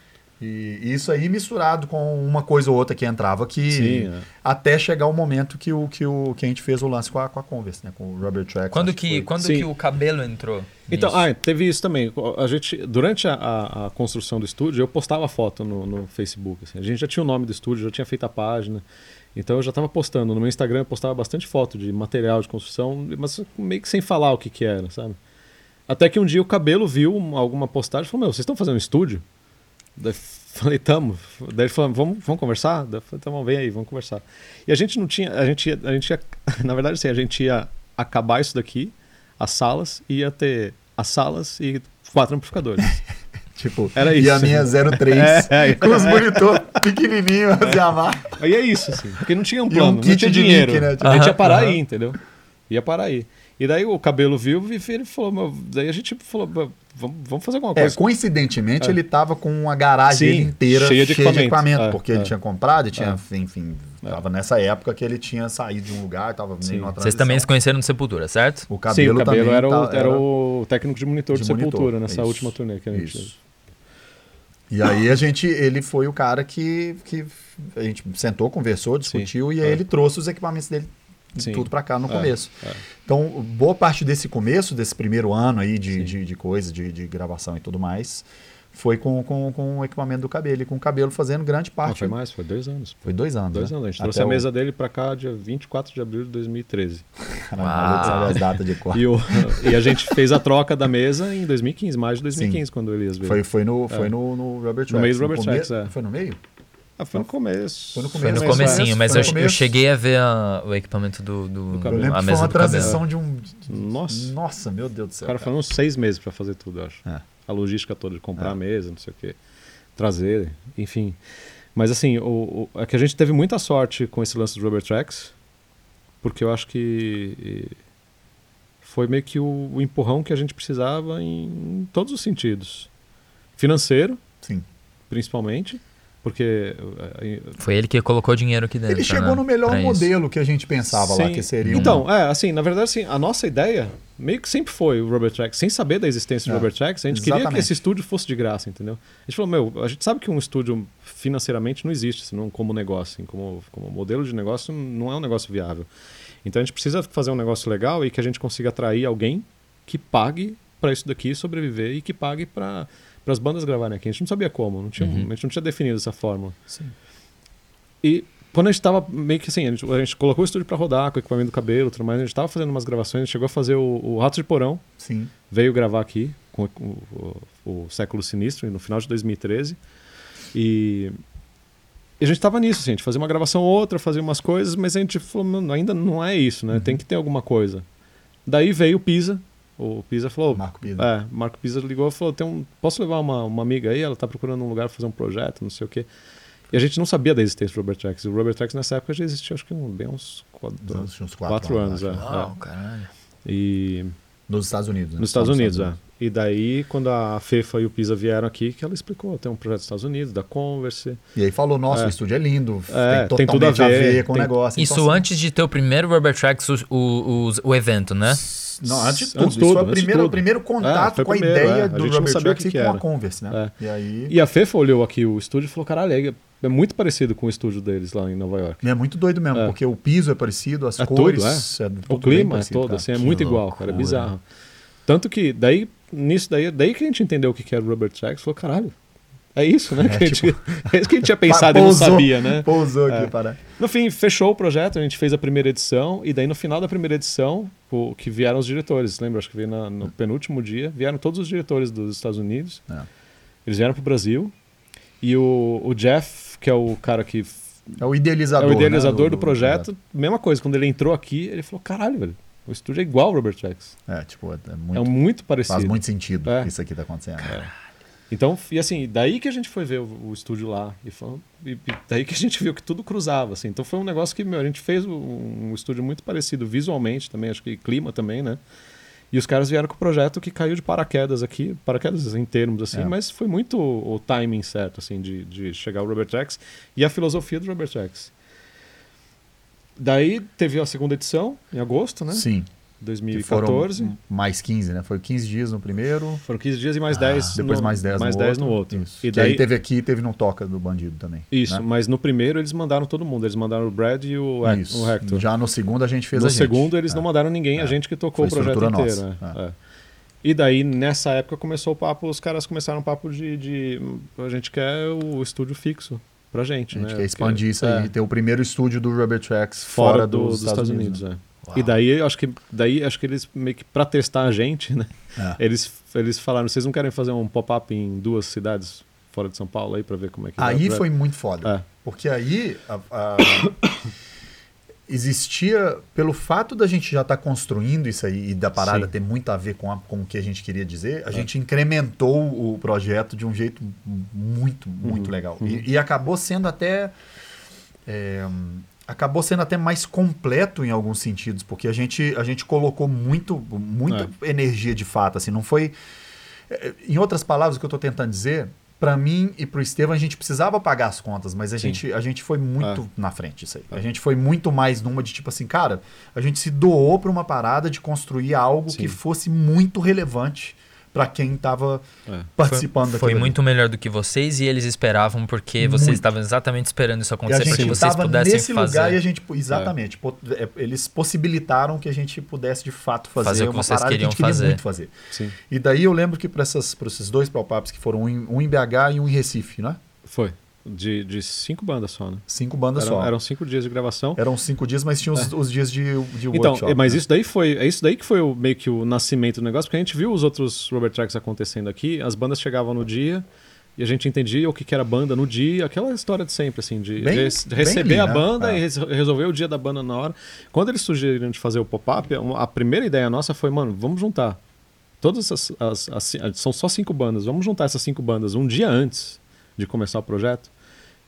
E e isso aí misturado com uma coisa ou outra que entrava que Sim, é. até chegar o momento que, o, que, o, que a gente fez o lance com a, com a Converse, né? Com o Rubber Tracks. Quando acho que, foi. quando Sim. que o cabelo entrou? Então, nisso? ah, teve isso também. A gente, durante a, a- a construção do estúdio, eu postava foto no, no Facebook. assim. A gente já tinha o nome do estúdio, já tinha feito a página. Então eu já estava postando. No meu Instagram eu postava bastante foto de material de construção, mas meio que sem falar o que, que era, sabe? Até que um dia o Cabelo viu uma- alguma postagem e falou: Meu, vocês estão fazendo um estúdio? Daí eu falei: Tamo. Daí ele falou: Vamos, vamos conversar? Daí eu falei: Então vem aí, vamos conversar. E a gente não tinha. A gente ia, a gente ia, na verdade, assim, a gente ia acabar isso daqui, as salas, e ia ter as salas e quatro amplificadores. Tipo, Era e isso. a minha zero três É, é. com os monitor pequenininhos, assim, amar. Aí é isso, assim. Porque não tinha um E um plano, não kit tinha de dinheiro. link, né? A gente Aham, ia parar aham. aí, entendeu? Ia parar aí. E daí o Cabelo viu e ele falou, meu, daí a gente falou, "Meu, vamos, vamos fazer alguma É, coisa. coincidentemente, É. ele tava com uma garagem Sim, dele inteira cheia de equipamento. É, porque é. ele tinha comprado e tinha, É. enfim, É. tava nessa época que ele tinha saído de um lugar, tava Sim. meio numa Vocês transição. também se conheceram no Sepultura, certo? O Sim, Cabelo, o Cabelo também era, o, tá- era o técnico de monitor de, de monitor, Sepultura nessa isso. última turnê que a gente Isso. E aí a gente, ele foi o cara que, que a gente sentou, conversou, discutiu, e aí é. ele trouxe os equipamentos dele Sim. tudo pra cá no É, começo. é. Então, boa parte desse começo, desse primeiro ano aí de, Sim. de, de coisa, de, de gravação e tudo mais, foi com, com, com o equipamento do Cabelo, e com o Cabelo fazendo grande Não, parte. foi mais, foi dois anos. Foi dois anos, Dois né? anos. A gente Até trouxe a o- mesa dele pra cá dia vinte e quatro de abril de dois mil e treze. Caralho, o maluco sabe as datas de cor. E, o, e a gente fez a troca da mesa em dois mil e quinze, mais de dois mil e quinze, Sim. quando o Elias veio. Foi, foi, no, foi É. no, no Rubber Tracks. No meio do Rubber come- Tracks, é. Foi no meio? Ah, foi no começo. Foi no Foi no Começo, comecinho, é. mas Foi eu, no eu começo. cheguei a ver a- o equipamento do, do, Do Cabelo. Eu lembro a que foi mesa uma do Cabelo. transição de um... Nossa. Nossa, meu Deus do O céu. cara cara. foi uns seis meses pra fazer tudo, eu acho. É. A logística toda de comprar É. a mesa, não sei o quê. Trazer, enfim. Mas assim, o, o, é que a gente teve muita sorte com esse lance do Rubber Tracks, porque eu acho que foi meio que o, o empurrão que a gente precisava em, em todos os sentidos. Financeiro, Sim. principalmente, porque... Foi ele que colocou dinheiro aqui dentro. Ele chegou né? no melhor pra modelo isso. que a gente pensava Sim. lá, que seria Então, uma... é, assim, na verdade, assim, a nossa ideia meio que sempre foi o Rubber Tracks. Sem saber da existência do É, Rubber Tracks, a gente queria que exatamente. esse estúdio fosse de graça, entendeu? A gente falou, meu, a gente sabe que um estúdio financeiramente não existe, assim, não como negócio, assim, como, como modelo de negócio não é um negócio viável. Então a gente precisa fazer um negócio legal e que a gente consiga atrair alguém que pague para isso daqui sobreviver e que pague para as bandas gravarem aqui. A gente não sabia como, não tinha, Uhum. a gente não tinha definido essa fórmula. Sim. E quando a gente estava meio que assim, a gente, a gente colocou o estúdio para rodar com o equipamento do cabelo e tudo mais, a gente estava fazendo umas gravações, a gente chegou a fazer o, o Ratos de Porão, Sim. veio gravar aqui com o, o, o Século Sinistro no final de dois mil e treze e, e a gente estava nisso, assim, a gente fazia uma gravação ou outra, fazia umas coisas, mas a gente falou, "Não, ainda não é isso, né? Uhum. Tem que ter alguma coisa." Daí veio o Pisa, o Pisa falou, Marco Pisa. é, Marco Pisa ligou e falou, Tem um, posso levar uma, uma amiga aí, ela está procurando um lugar para fazer um projeto, não sei o quê. E a gente não sabia da existência do Rubber Tracks. O Rubber Tracks nessa época já existia, acho que um, bem uns quatro, Uns, uns quatro, quatro anos. anos, é, acho. Uau, é. caralho. E Nos Estados Unidos. Né? nos Estados Só Unidos, é. E daí, quando a Fefa e o Pisa vieram aqui, que ela explicou, tem um projeto nos Estados Unidos, da Converse. E aí falou, nossa, É. o estúdio é lindo, É, tem tem tudo totalmente a a ver, ver, com tem- o negócio. Isso Então, assim, antes de ter o primeiro Rubber Tracks, o, o, o, o evento, né? Não, antes de tudo. Antes de Isso tudo, foi o antes de primeiro, tudo. o primeiro contato É, foi com a primeiro, ideia é. A do gente não Rubber sabia o Tracks que e que com a era. Converse, né? É. E aí... E a Fefa olhou aqui o estúdio e falou, caralho, é, é muito parecido com o estúdio deles lá em Nova York. É muito doido mesmo, É. porque o piso é parecido, as É cores... tudo, é. O tudo bem clima é parecido, todo, cara. assim, é Que muito igual, loucura. cara, é bizarro. Tanto que daí, nisso daí, daí que a gente entendeu o que que era o Rubber Tracks, falou, caralho, é isso, né? É, que a gente, tipo, é isso que a gente tinha pensado e não Pousou- sabia, né? Pousou aqui, É. para... No fim, fechou o projeto, a gente fez a primeira edição, e daí no final da primeira edição, o, que vieram os diretores, lembra? Acho que veio na- no penúltimo dia, vieram todos os diretores dos Estados Unidos, É. eles vieram pro Brasil, e o, o Jeff, que é o cara que É o idealizador, é o idealizador né, do, projeto, mesma coisa, quando ele entrou aqui, ele falou, caralho, velho, o estúdio é igual ao Rubber Tracks, É, tipo, é, é é muito, muito parecido. faz muito sentido É. isso aqui tá acontecendo. Então, e assim, daí que a gente foi ver o, o estúdio lá. E, foi, e, e daí que a gente viu que tudo cruzava, assim. Então foi um negócio que, meu, a gente fez um, um estúdio muito parecido visualmente também, acho que clima também, né? E os caras vieram com o projeto que caiu de paraquedas aqui, paraquedas em termos, assim, É. mas foi muito o, o timing certo, assim, de, de chegar ao Rubber Tracks e a filosofia do Rubber Tracks. Daí teve a segunda edição, em agosto, né? Sim. dois Que mil e foram quatorze. mais quinze, né? Foi quinze dias no primeiro, Foram quinze dias e mais Ah, dez depois no, mais dez mais no, dez outro. no outro. Isso. E Que aí daí, teve aqui, teve no Toca do Bandido também. Isso, né? mas no primeiro eles mandaram todo mundo. Eles mandaram o Brad e o, Hec- Isso. o Hector. Já no segundo a gente fez no a gente. segundo eles É. não mandaram ninguém, É. a gente que tocou Foi o projeto estrutura inteiro. nossa. é, É. é. E daí, nessa época, começou o papo, os caras começaram um papo de, de a gente quer o estúdio fixo pra gente, A gente né? quer expandir Porque- isso aí, é, ter o primeiro estúdio do Rubber Tracks fora, fora, do- dos, Estados, Unidos. né? é. E daí, eu acho que daí acho que eles meio que pra testar a gente, né? É. Eles eles falaram, vocês não querem fazer um pop-up em duas cidades fora de São Paulo aí pra ver como é que vai Aí o foi muito foda. É. Porque aí a- a- existia, pelo fato da gente já estar construindo isso aí e da parada Sim. ter muito a ver com, a- com o que a gente queria dizer, a gente incrementou o projeto de um jeito muito, muito Uhum, legal. uhum. E, e acabou sendo até. é, acabou sendo até mais completo em alguns sentidos, porque a gente, a gente colocou muito, muita energia de fato. Assim, não foi. é, Em outras palavras, o que eu estou tentando dizer. Para mim e para o Estevam, a gente precisava pagar as contas, mas a, Sim. gente, a gente foi muito É. na frente disso aí. É. A gente foi muito mais numa de tipo assim, cara, a gente se doou para uma parada de construir algo Sim. que fosse muito relevante para quem estava É. participando Foi, daquilo foi ali. muito melhor do que vocês e eles esperavam porque Muito. vocês estavam exatamente esperando isso E a acontecer para que gente vocês estava pudessem nesse fazer, lugar e a gente, exatamente, po- é, eles possibilitaram que a gente pudesse de fato fazer, Fazer o que uma vocês parada que a queriam gente queria fazer. muito fazer. Sim, E daí eu lembro que para esses dois pop-ups que foram um em, um em B H e um em Recife, né? foi. De, de cinco bandas só, né? Cinco bandas Eram, só. eram cinco dias de gravação. Eram cinco dias, mas tinha os, os dias de, de Então, workshop. mas né? isso daí foi, é isso daí que foi o, meio que o nascimento do negócio, porque a gente viu os outros Rubber Tracks acontecendo aqui, as bandas chegavam no dia e a gente entendia o que, que era banda no dia, aquela história de sempre, assim, de, Bem- res- bem receber ali, a né? banda É. e res- resolver o dia da banda na hora. Quando eles sugeriram de fazer o pop-up, a primeira ideia nossa foi, mano, vamos juntar todas as, as, as- são só cinco bandas, vamos juntar essas cinco bandas um dia antes de começar o projeto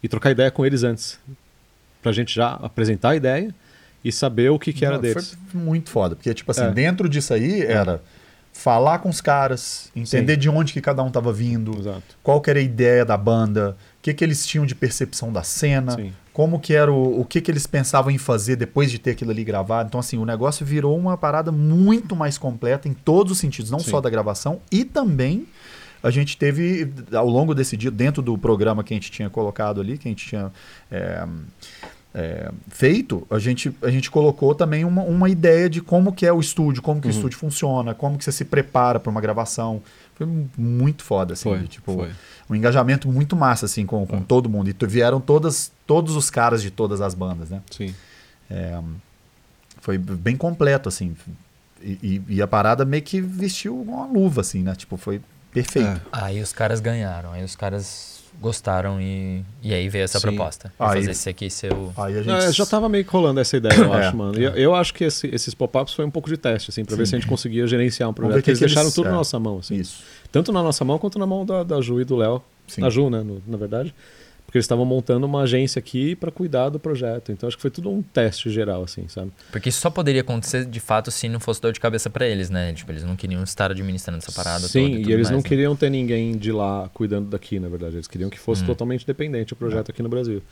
e trocar ideia com eles antes. Pra gente já apresentar a ideia e saber o que, que era Não, deles. Foi muito foda, porque tipo assim, É. dentro disso aí era falar com os caras, entender Sim. de onde que cada um tava vindo, Exato. qual que era a ideia da banda, o que que eles tinham de percepção da cena, Sim. como que era o, o que que eles pensavam em fazer depois de ter aquilo ali gravado. Então assim, o negócio virou uma parada muito mais completa em todos os sentidos, não Sim. só da gravação, e também a gente teve, ao longo desse dia, dentro do programa que a gente tinha colocado ali, que a gente tinha é, é, feito, a gente, a gente colocou também uma, uma ideia de como que é o estúdio, como que Uhum. o estúdio funciona, como que você se prepara para uma gravação. Foi muito foda, assim, Foi, de, tipo, foi. um engajamento muito massa, assim, com, com Foi. todo mundo. E tu- vieram todas, todos os caras de todas as bandas, né? Sim. É, foi bem completo, assim. E, e- e a parada meio que vestiu uma luva, assim, né? Tipo, foi perfeito. É. Aí os caras ganharam, aí os caras gostaram e, e aí veio essa Sim. proposta. Aí- Fazer esse aqui ser o... Aí a gente... É, já tava meio que rolando essa ideia, eu É. acho, mano. E eu, eu acho que esse- esses pop-ups foi um pouco de teste, assim, pra ver Sim. se a gente conseguia gerenciar um ver projeto. o que Eles que eles- deixaram tudo é. na nossa mão, assim. Isso. Tanto na nossa mão quanto na mão da, da Ju e do Léo. Sim. Na Ju, né, no- na verdade. Porque eles estavam montando uma agência aqui pra cuidar do projeto. Então acho que foi tudo um teste geral, assim, sabe? Porque isso só poderia acontecer, de fato, se não fosse dor de cabeça pra eles, né? Tipo, eles não queriam estar administrando essa parada Sim, toda. e tudo eles mais, não né? queriam ter ninguém de lá cuidando daqui, na verdade. Eles queriam que fosse Hum. totalmente independente o projeto aqui no Brasil.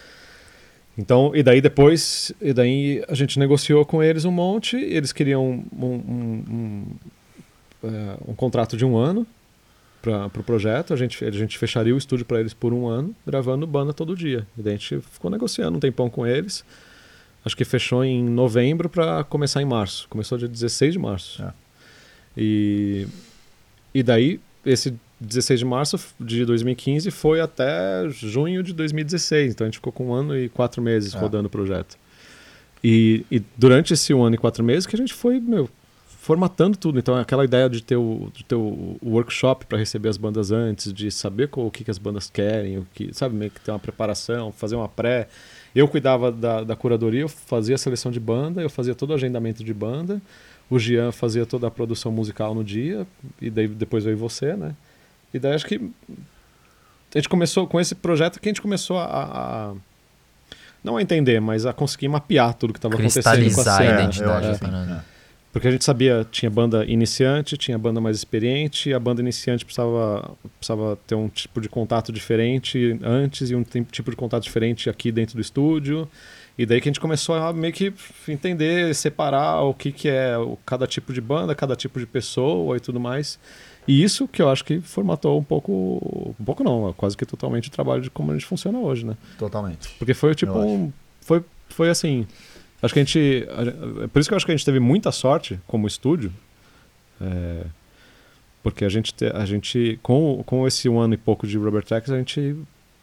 Então, e daí depois, e daí a gente negociou com eles um monte. Eles queriam um, um, um, é, um contrato de um ano para o pro projeto. A gente, a gente fecharia o estúdio para eles por um ano, gravando banda todo dia. E daí a gente ficou negociando um tempão com eles. Acho que fechou em novembro para começar em março. Começou dia dezesseis de março. É. E, e daí, esse dezesseis de março de dois mil e quinze foi até junho de dois mil e dezesseis. Então a gente ficou com um ano e quatro meses É. rodando o projeto. E, e durante esse um ano e quatro meses que a gente foi, meu, formatando tudo. Então aquela ideia de ter o, de ter o, o workshop para receber as bandas antes, de saber qual, o que, que as bandas querem, o que, sabe, meio que ter uma preparação, fazer uma pré. Eu cuidava da, da curadoria, eu fazia a seleção de banda, eu fazia todo o agendamento de banda. O Jean fazia toda a produção musical no dia, e daí depois veio você, né? E daí acho que a gente começou com esse projeto que a gente começou a, a não a entender, mas a conseguir mapear tudo que estava acontecendo com a Cristalizar a cena. É, identidade eu acho da assim, parada. é. Porque a gente sabia, tinha banda iniciante, tinha banda mais experiente, e a banda iniciante precisava, precisava ter um tipo de contato diferente antes e um tem- tipo de contato diferente aqui dentro do estúdio. E daí que a gente começou a meio que entender, separar o que, que é o- cada tipo de banda, cada tipo de pessoa e tudo mais. E isso que eu acho que formatou um pouco, um pouco não, quase que totalmente o trabalho de como a gente funciona hoje, né? Totalmente. Porque foi tipo Eu um, foi, foi assim, acho que a gente, a- por isso que eu acho que a gente teve muita sorte como estúdio, é, porque a gente, te- a gente com, com esse um ano e pouco de Rubber Tracks, a gente,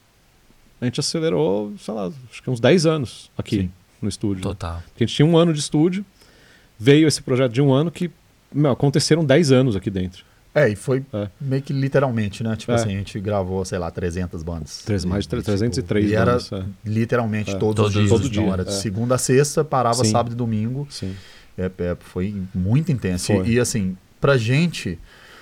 a gente acelerou, sei lá, acho que uns dez anos aqui Sim. no estúdio. né? Total. Porque a gente tinha um ano de estúdio, veio esse projeto de um ano que, meu, aconteceram dez anos aqui dentro. É, e foi É. meio que literalmente, né? Tipo É. assim, a gente gravou, sei lá, trezentas bandas. Três- mais de E, trezentas e três e era bandas, é. literalmente É. todos Todo os dias. todo Então, dia, era de é. segunda a sexta, parava Sim. sábado e domingo. Sim. É, é, foi muito intenso. Foi. E, e, assim, pra gente,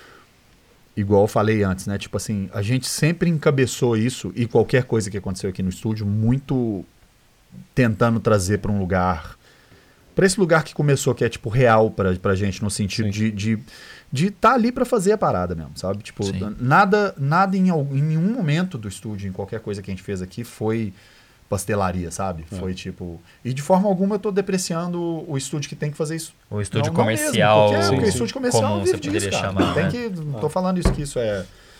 igual eu falei antes, né? Tipo assim, a gente sempre encabeçou isso e qualquer coisa que aconteceu aqui no estúdio, muito tentando trazer pra um lugar. Pra esse lugar que começou, que é tipo real pra, pra gente, no sentido Sim. de de de estar ali pra fazer a parada mesmo, sabe? Tipo, Sim. nada, nada em, al- em nenhum momento do estúdio, em qualquer coisa que a gente fez aqui, foi pastelaria, sabe? É. Foi tipo. E de forma alguma eu tô depreciando o, o estúdio que tem que fazer isso. O estúdio Não, não mesmo, comercial, porque é, Sim, porque o sim. estúdio comercial como vive você poderia disso, cara. chamar, Tem né? que, não tô falando isso que isso é,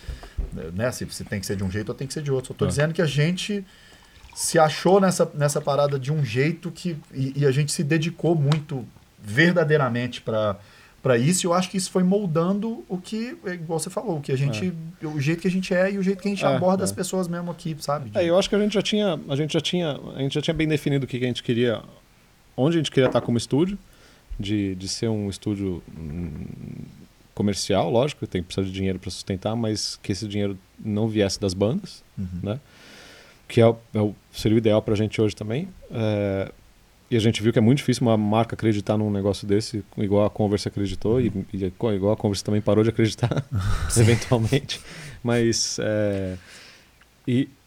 né? Se, se tem que ser de um jeito ou tem que ser de outro. Só tô É. dizendo que a gente se achou nessa, nessa parada de um jeito que e, e a gente se dedicou muito verdadeiramente para para isso. E eu acho que isso foi moldando o que, igual você falou, o que a gente, o jeito que a gente é e o jeito que a gente É, aborda é. as pessoas mesmo aqui, sabe? De- É, eu acho que a gente já tinha, a gente já tinha, a gente já tinha bem definido o que, que a gente queria, onde a gente queria estar como estúdio, de, de ser um estúdio hum, comercial, lógico, tem que precisar de dinheiro para sustentar, mas que esse dinheiro não viesse das bandas, Uhum. né? Que é o, é o- seria o ideal para a gente hoje também. É, e a gente viu que é muito difícil uma marca acreditar num negócio desse, igual a Converse acreditou, e, e igual a Converse também parou de acreditar, eventualmente. Mas, é, e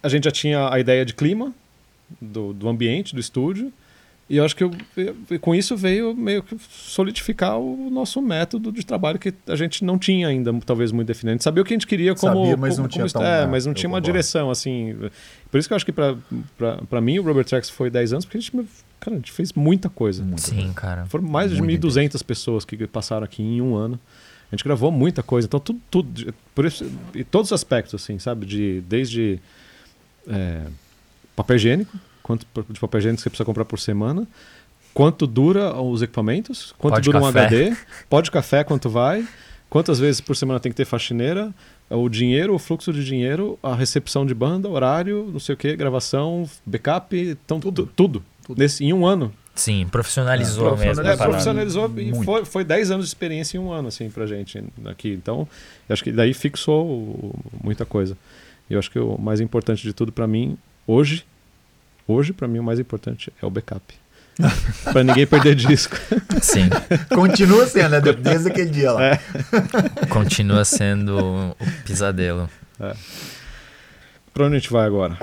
a gente já tinha a ideia de clima, do, do ambiente, do estúdio, e eu acho que eu, eu, com isso veio meio que solidificar o nosso método de trabalho que a gente não tinha ainda, talvez, muito definido. A gente sabia o que a gente queria como... Sabia, mas como, não tinha como, tão... É, mas não tinha uma direção, assim. Por isso que eu acho que para mim o Rubber Tracks foi dez anos, porque a gente, cara, a gente fez muita coisa. Muita Sim, coisa. cara. Foram mais de mil e duzentas pessoas que passaram aqui em um ano. A gente gravou muita coisa, então tudo, tudo por isso, e todos os aspectos, assim, sabe? De, desde é, papel higiênico, quanto de papel higiênico você precisa comprar por semana, quanto dura os equipamentos, quanto Pode dura café. um H D, pó de café, quanto vai, quantas vezes por semana tem que ter faxineira, o dinheiro, o fluxo de dinheiro, a recepção de banda, horário, não sei o que, gravação, backup, então tudo, tudo, tudo. Nesse, em um ano. Sim, profissionalizou é, mesmo. É, profissionalizou e foi, foi dez anos de experiência em um ano, assim, pra gente aqui. Então, eu acho que daí fixou muita coisa. E eu acho que o mais importante de tudo pra mim, hoje, hoje pra mim o mais importante é o backup. Pra ninguém perder disco. Sim. Continua sendo, né? Desde aquele dia lá. É. Continua sendo o pesadelo. É. Pra onde a gente vai agora?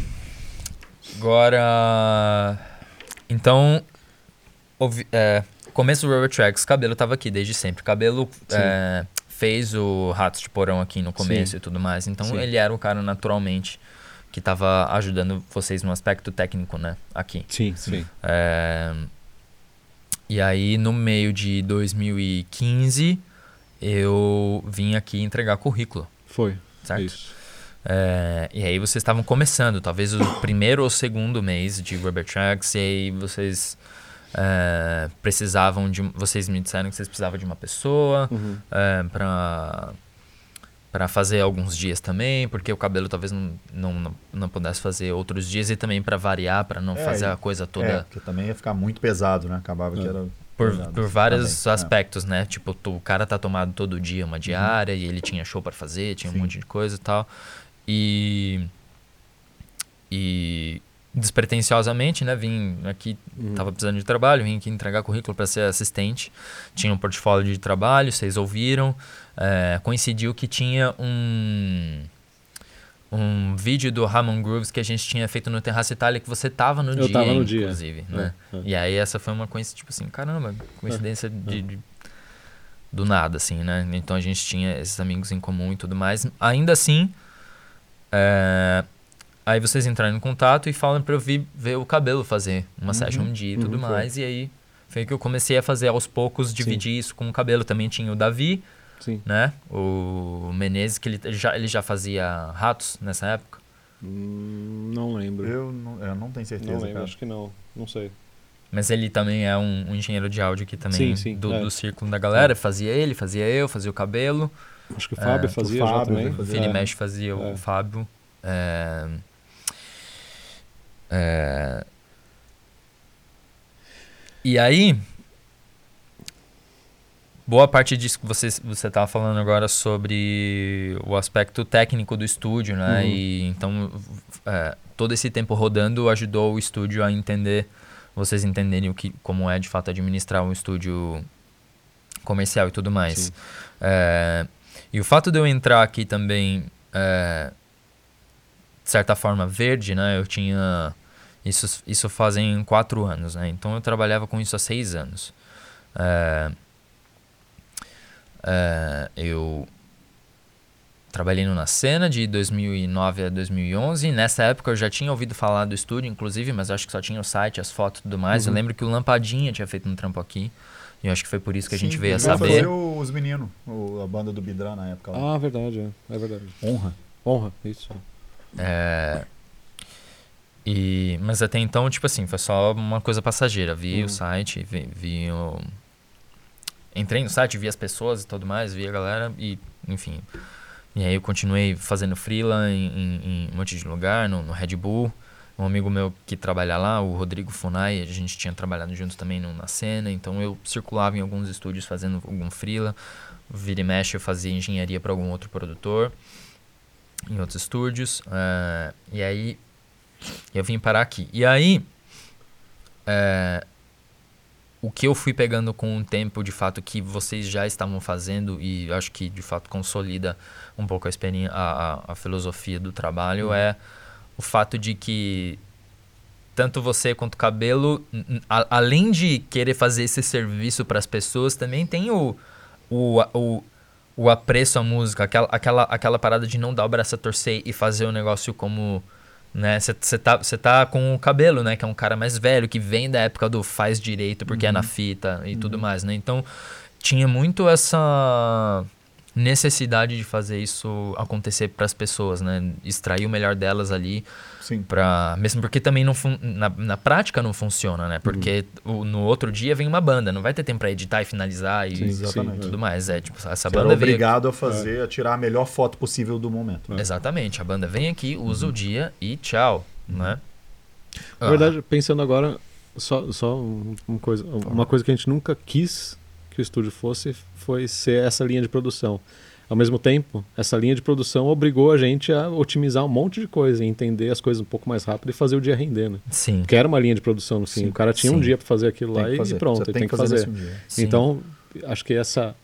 Agora... Então, ouvi, é, começo do Rubber Tracks, Cabelo tava aqui desde sempre. Cabelo é, fez o Ratos de Porão aqui no começo Sim. e tudo mais. Então, Sim. ele era o cara naturalmente que tava ajudando vocês no aspecto técnico, né? Aqui. Sim, sim. É, e aí, no meio de dois mil e quinze, eu vim aqui entregar currículo. Foi, certo? Isso. É, e aí vocês estavam começando, talvez o primeiro ou segundo mês de Rubber Tracks, e aí vocês é, precisavam de... Vocês me disseram que vocês precisavam de uma pessoa uhum. é, para para fazer alguns dias também, porque o Cabelo talvez não, não, não, não pudesse fazer outros dias, e também para variar, para não é, fazer a coisa toda... É, porque também ia ficar muito pesado, né? Acabava é. que era... Por, pesado, por vários também. aspectos, é. né? Tipo, tu, o cara tá tomado todo dia uma diária, uhum. e ele tinha show para fazer, tinha Sim. um monte de coisa e tal... E, e despretensiosamente, né, vim aqui, uhum. tava precisando de trabalho, vim aqui entregar currículo para ser assistente, tinha um portfólio de trabalho, vocês ouviram, é, coincidiu que tinha um, um vídeo do Ramon Grooves que a gente tinha feito no Terraço Itália, que você tava no Eu dia, tava no inclusive, dia. né, é, é. e aí essa foi uma coincidência, tipo assim, caramba, coincidência é, de... é. de do nada, assim, né, então a gente tinha esses amigos em comum e tudo mais, ainda assim... É, aí vocês entraram em contato e falam pra eu vir ver o Cabelo fazer uma uhum, session um dia e tudo uhum, mais. Foi. E aí foi que eu comecei a fazer aos poucos, dividir Sim. isso com o Cabelo. Também tinha o Davi, Sim. né? O Menezes, que ele já, ele já fazia Ratos nessa época. Hum, não lembro. Eu não, eu não tenho certeza. Não lembro, cara. acho que não. Não sei. Mas ele também é um, um engenheiro de áudio que também, sim, sim, do, é. do círculo da galera. Fazia ele, fazia eu, fazia o Cabelo. Acho que o Fábio é, fazia o Fábio, já também. Fazia, Fili é. Mesh fazia é. o Fábio. É, é, e aí, boa parte disso que você você estava falando agora sobre o aspecto técnico do estúdio, né? Uhum. E então é, todo esse tempo rodando ajudou o estúdio a entender, vocês entenderem o que, como é de fato administrar um estúdio comercial e tudo mais. É, e o fato de eu entrar aqui também é, de certa forma verde, né? Eu tinha isso isso fazem quatro anos, né? Então eu trabalhava com isso há seis anos. É, é, eu trabalhei no Nascena de dois mil e nove a dois mil e onze. Nessa época eu já tinha ouvido falar do estúdio, inclusive, mas acho que só tinha o site, as fotos e tudo mais. Uhum. Eu lembro que o Lampadinha tinha feito um trampo aqui. E eu acho que foi por isso que a Sim, gente veio a saber. saber. Os meninos, a banda do Bidran na época. Lá. Ah, verdade, é, é verdade. Honra. Honra, isso. É, e, mas até então, tipo assim, foi só uma coisa passageira. Vi uhum. o site, vi, vi o... Entrei no site, vi as pessoas e tudo mais, vi a galera e, enfim. E aí eu continuei fazendo freela em, em, em um monte de lugar, no, no Red Bull. Um amigo meu que trabalha lá, o Rodrigo Funai, a gente tinha trabalhado juntos também no, na cena, então eu circulava em alguns estúdios fazendo algum freela. Vira e mexe, eu fazia engenharia para algum outro produtor em outros estúdios. Uh, e aí eu vim parar aqui. E aí uh, o que eu fui pegando com o tempo, de fato, que vocês já estavam fazendo, e acho que de fato consolida um pouco a, experiência, a, a, a filosofia do trabalho, uhum. é o fato de que tanto você quanto o Cabelo, a, além de querer fazer esse serviço para as pessoas, também tem o, o, o, o apreço à música, aquela, aquela, aquela parada de não dar o braço a torcer e fazer o negócio como... né? Você tá, você tá com o Cabelo, né? Que é um cara mais velho, que vem da época do faz direito, porque uhum. é na fita e uhum. tudo mais, né? Então, tinha muito essa necessidade de fazer isso acontecer para as pessoas, né? Extrair o melhor delas ali. Sim. Pra, mesmo porque também não fun, na, na prática não funciona, né? Porque uhum. o, no outro dia vem uma banda, não vai ter tempo para editar e finalizar e sim, tudo mais. É, tipo, essa Você banda era obrigado veio... a fazer, é. a tirar a melhor foto possível do momento. É. Exatamente. A banda vem aqui, usa uhum. o dia e tchau, uhum. né? Na ah. verdade, pensando agora, só, só uma, coisa, uma coisa que a gente nunca quis que o estúdio fosse, foi ser essa linha de produção. Ao mesmo tempo, essa linha de produção obrigou a gente a otimizar um monte de coisa, e entender as coisas um pouco mais rápido e fazer o dia render, né? Sim. Porque era uma linha de produção no fim. Sim. O cara tinha Sim. um dia para fazer aquilo tem lá fazer. E pronto, Você ele tem, tem que que fazer. fazer. Então, acho que essa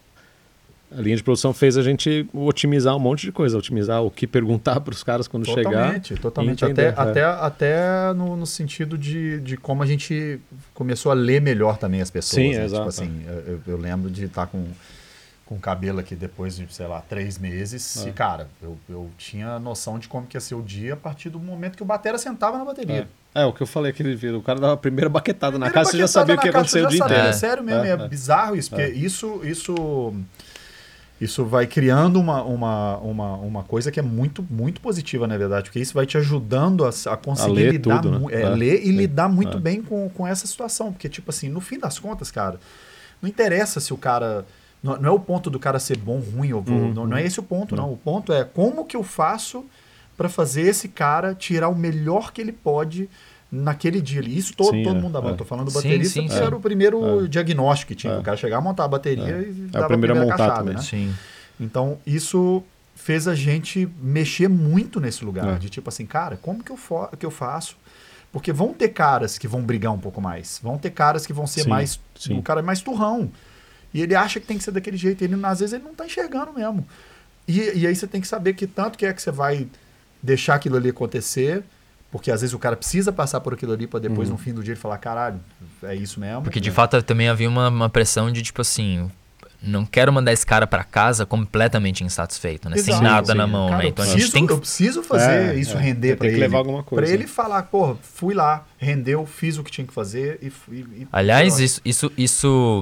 a linha de produção fez a gente otimizar um monte de coisa, otimizar o que perguntar para os caras quando totalmente, chegar. Totalmente, entender, até, é. até, até no, no sentido de, de como a gente começou a ler melhor também as pessoas. Sim, né? exato. Tipo assim, eu, eu lembro de estar com com o Cabelo aqui depois de, sei lá, três meses. É. E, cara, eu, eu tinha noção de como que ia ser o dia a partir do momento que o batera sentava na bateria. É, é o que eu falei aquele vídeo. O cara dava a primeira baquetada primeira na casa, você já sabia o que ia acontecer o dia inteiro. É sério mesmo, é, é bizarro isso, porque é. isso, isso, isso vai criando uma, uma, uma, uma coisa que é muito, muito positiva, na verdade, porque isso vai te ajudando a, a conseguir a ler lidar, tudo, né? é, é. ler e é. lidar muito é. bem com, com essa situação. Porque, tipo assim, no fim das contas, cara, não interessa se o cara... Não, não é o ponto do cara ser bom, ruim, ou uhum. não, não é esse o ponto, não. não. O ponto é como que eu faço para fazer esse cara tirar o melhor que ele pode naquele dia ali. Isso todo, sim, todo é, mundo dá bom. É. Tô falando do baterista, sim, sim, porque sim. era o primeiro é. diagnóstico que tinha. É. O cara chegar, montar a bateria é. e é dar a primeira, primeira montar cachada. Né? Sim. Então, isso fez a gente mexer muito nesse lugar. É. De tipo assim, cara, como que eu, for, que eu faço? Porque vão ter caras que vão brigar um pouco mais. Vão ter caras que vão ser sim, mais... Sim. O cara é mais turrão. E ele acha que tem que ser daquele jeito. Ele, às vezes ele não está enxergando mesmo. E, e aí você tem que saber que tanto que é que você vai deixar aquilo ali acontecer, porque às vezes o cara precisa passar por aquilo ali para depois, uhum. no fim do dia, ele falar, caralho, é isso mesmo. Porque de é. fato também havia uma, uma pressão de tipo assim... Não quero mandar esse cara para casa completamente insatisfeito, né? Exato, sem nada sim, na mão, cara, né? Então preciso, a gente tem que... Eu preciso fazer é, isso é, render para ele. Que levar alguma coisa. Para ele falar, porra, fui lá, rendeu, fiz o que tinha que fazer e... e Aliás, isso... isso, isso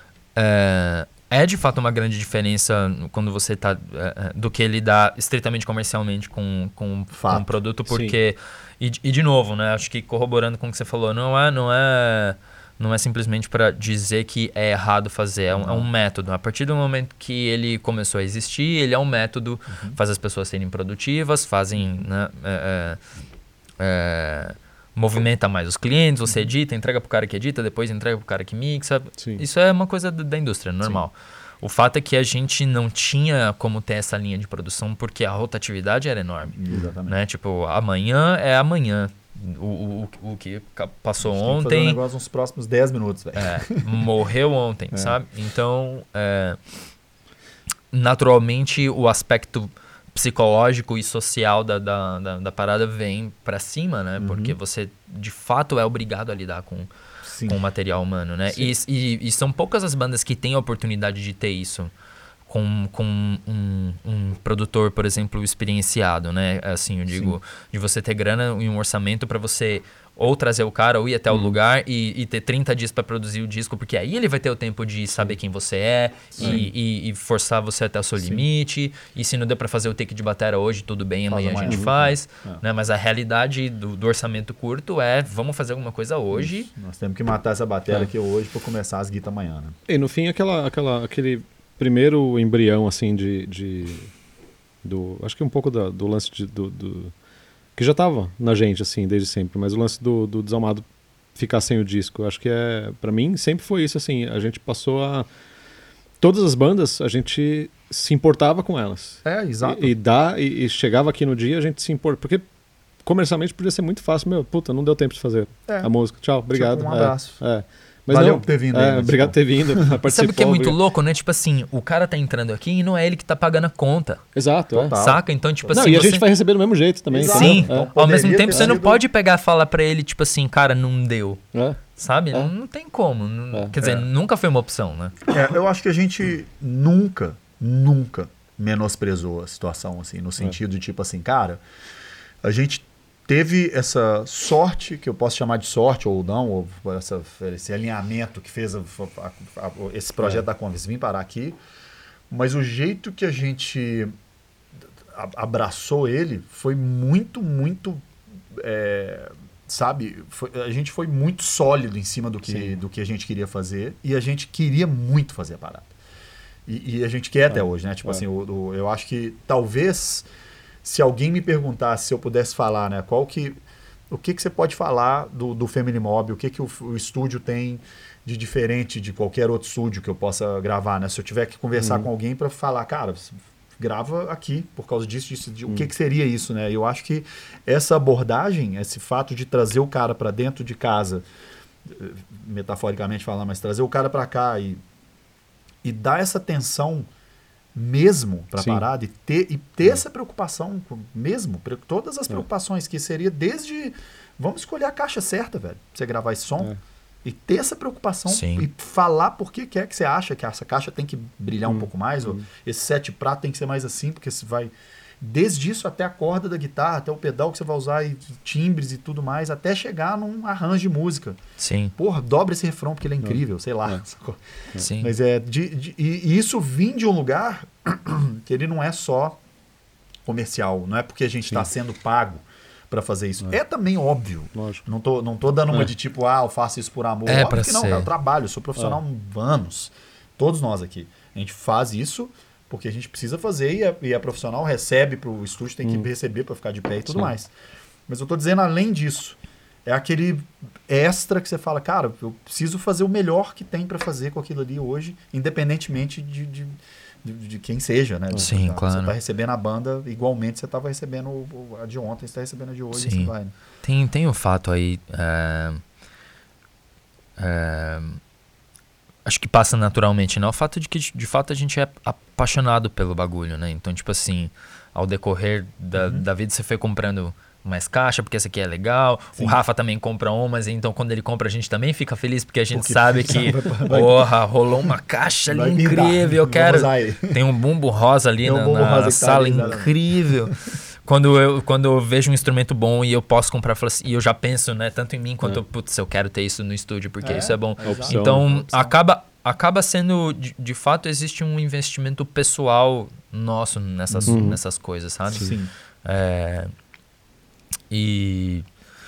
é, é de fato uma grande diferença quando você está é, do que lidar estritamente comercialmente com, com, com um produto, porque... E, e de novo, né? Acho que corroborando com o que você falou, não é... Não é Não é simplesmente para dizer que é errado fazer, é um, é um método. A partir do momento que ele começou a existir, ele é um método, uhum. faz as pessoas serem produtivas, fazem, né, é, é, movimenta mais os clientes, você edita, entrega para o cara que edita, depois entrega para o cara que mixa. Sim. Isso é uma coisa da indústria, normal. Sim. O fato é que a gente não tinha como ter essa linha de produção porque a rotatividade era enorme. Exatamente. Né? Tipo, amanhã é amanhã. O, o, o que passou a gente ontem. Tem que fazer um negócio nos próximos dez minutos, velho. É, morreu ontem, é. sabe? Então, é, naturalmente, o aspecto psicológico e social da, da, da, da parada vem pra cima, né? Uhum. Porque você, de fato, é obrigado a lidar com, com o material humano, né? E, e, e são poucas as bandas que têm a oportunidade de ter isso. Com, com um, um produtor, por exemplo, experienciado, né? Assim, eu digo, sim. de você ter grana e um orçamento para você ou trazer o cara ou ir até uhum. o lugar e, e ter trinta dias para produzir o disco, porque aí ele vai ter o tempo de saber quem você é e, e, e forçar você até o seu sim. limite. E se não deu para fazer o take de bateria hoje, tudo bem, amanhã faz a gente faz. Uhum. Né? Mas a realidade do, do orçamento curto é, vamos fazer alguma coisa hoje. Isso. Nós temos que matar essa bateria é. aqui hoje para começar as guitas amanhã, né? E no fim, aquela, aquela, aquele... primeiro embrião, assim, de... de do, acho que um pouco da, do lance de, do, do... que já estava na gente, assim, desde sempre. Mas o lance do, do Desalmado ficar sem o disco. Acho que é... Pra mim, sempre foi isso, assim. A gente passou a... Todas as bandas, a gente se importava com elas. É, exato. E, e, dá, e, e chegava aqui no dia, a gente se importa. Porque comercialmente podia ser muito fácil. Meu, puta, não deu tempo de fazer é. a música. Tchau, obrigado. Tipo, um abraço. É, é. Mas Valeu não, por ter vindo. É, aí, obrigado por ter vindo. Sabe o que é muito obrigado. louco, né? Tipo assim, o cara tá entrando aqui e não é ele que tá pagando a conta. Exato, Total. é. Saca? Então, tipo Não, assim. e a você... gente vai receber do mesmo jeito também, Exato. Sim, entendeu? Então, ao mesmo poderia tempo ter você não sido- pode pegar e falar pra ele, tipo assim, cara, não deu. É. É. Sabe? É. Não, não tem como. não- É. Quer dizer, É. nunca foi uma opção, né? É, eu acho que a gente nunca, nunca menosprezou a situação, assim, no sentido de tipo assim, cara, a gente teve essa sorte, que eu posso chamar de sorte ou não, ou essa, esse alinhamento que fez a- a- a- esse projeto É. da Convis vir parar aqui, mas o jeito que a gente a- abraçou ele foi muito, muito, é, sabe, foi- a gente foi muito sólido em cima do que, Sim. do que a gente queria fazer e a gente queria muito fazer a parada. E, e a gente quer até É. hoje, né? Tipo É. assim, o, o- eu acho que talvez se alguém me perguntasse se eu pudesse falar, né? Qual que, o que, que você pode falar do, do Family Mob? O que, que o, o estúdio tem de diferente de qualquer outro estúdio que eu possa gravar, né? Se eu tiver que conversar Uhum. com alguém para falar, cara, grava aqui por causa disso, disso de, o Uhum. que, que seria isso, né? Eu acho que essa abordagem, esse fato de trazer o cara para dentro de casa, eh, metaforicamente falando, mas trazer o cara para cá e, e dar essa atenção mesmo para a Sim. parada e ter, e ter essa preocupação com- mesmo, pre- todas as preocupações que seria desde vamos escolher a caixa certa, velho, pra você gravar esse som É. e ter essa preocupação Sim. e falar por que que é que você acha que essa caixa tem que brilhar um Hum, pouco mais, ou hum. esse set prato tem que ser mais assim, porque você vai desde isso até a corda da guitarra, até o pedal que você vai usar e timbres e tudo mais, até chegar num arranjo de música. Sim, Porra, dobra esse refrão porque ele é incrível, sei lá. É. sacou? sim. Mas é de, de- e, e isso vem de um lugar que ele não é só comercial, não é porque a gente está Sim. sendo pago para fazer isso. É. também óbvio. Lógico. Não tô, não tô dando uma É. de tipo, ah, eu faço isso por amor. É Óbvio pra que não, ser. cara, eu trabalho, eu sou profissional há anos. Todos nós aqui. A gente faz isso porque a gente precisa fazer e a, e a profissional recebe para o estúdio, tem que Hum. receber para ficar de pé e tudo Sim. mais. Mas eu tô dizendo, além disso, é aquele extra que você fala, cara, eu preciso fazer o melhor que tem para fazer com aquilo ali hoje, independentemente de, de, de, de quem seja, né? Sim, Você tá, claro. Você tá recebendo a banda igualmente, você tava recebendo o- a de ontem, você tá recebendo a de hoje, e Sim. assim vai, né? Tem, tem um fato aí. é, é, acho que passa naturalmente, né? O fato de que, de fato, a gente é apaixonado pelo bagulho, né? Então, tipo assim, ao decorrer da, Uhum. da vida, você foi comprando mais caixa, porque essa aqui é legal. Sim. O Rafa também compra umas, então quando ele compra, a gente também fica feliz, porque a gente Porque sabe que, vai- porra, rolou uma caixa ali Vai pintar. incrível. Eu Vamos quero. usar aí. Tem um bumbo rosa ali Tem um na, bumbo na rosa que tá sala, ali, exatamente. incrível. Quando eu, quando eu vejo um instrumento bom e eu posso comprar, eu falo assim, e eu já penso, né, tanto em mim quanto, É. putz, eu quero ter isso no estúdio, porque É, isso é bom. é opção, Então, é opção. acaba, acaba sendo, de, de fato, existe um investimento pessoal nosso nessas, Uhum. nessas coisas, sabe? Sim. É, e,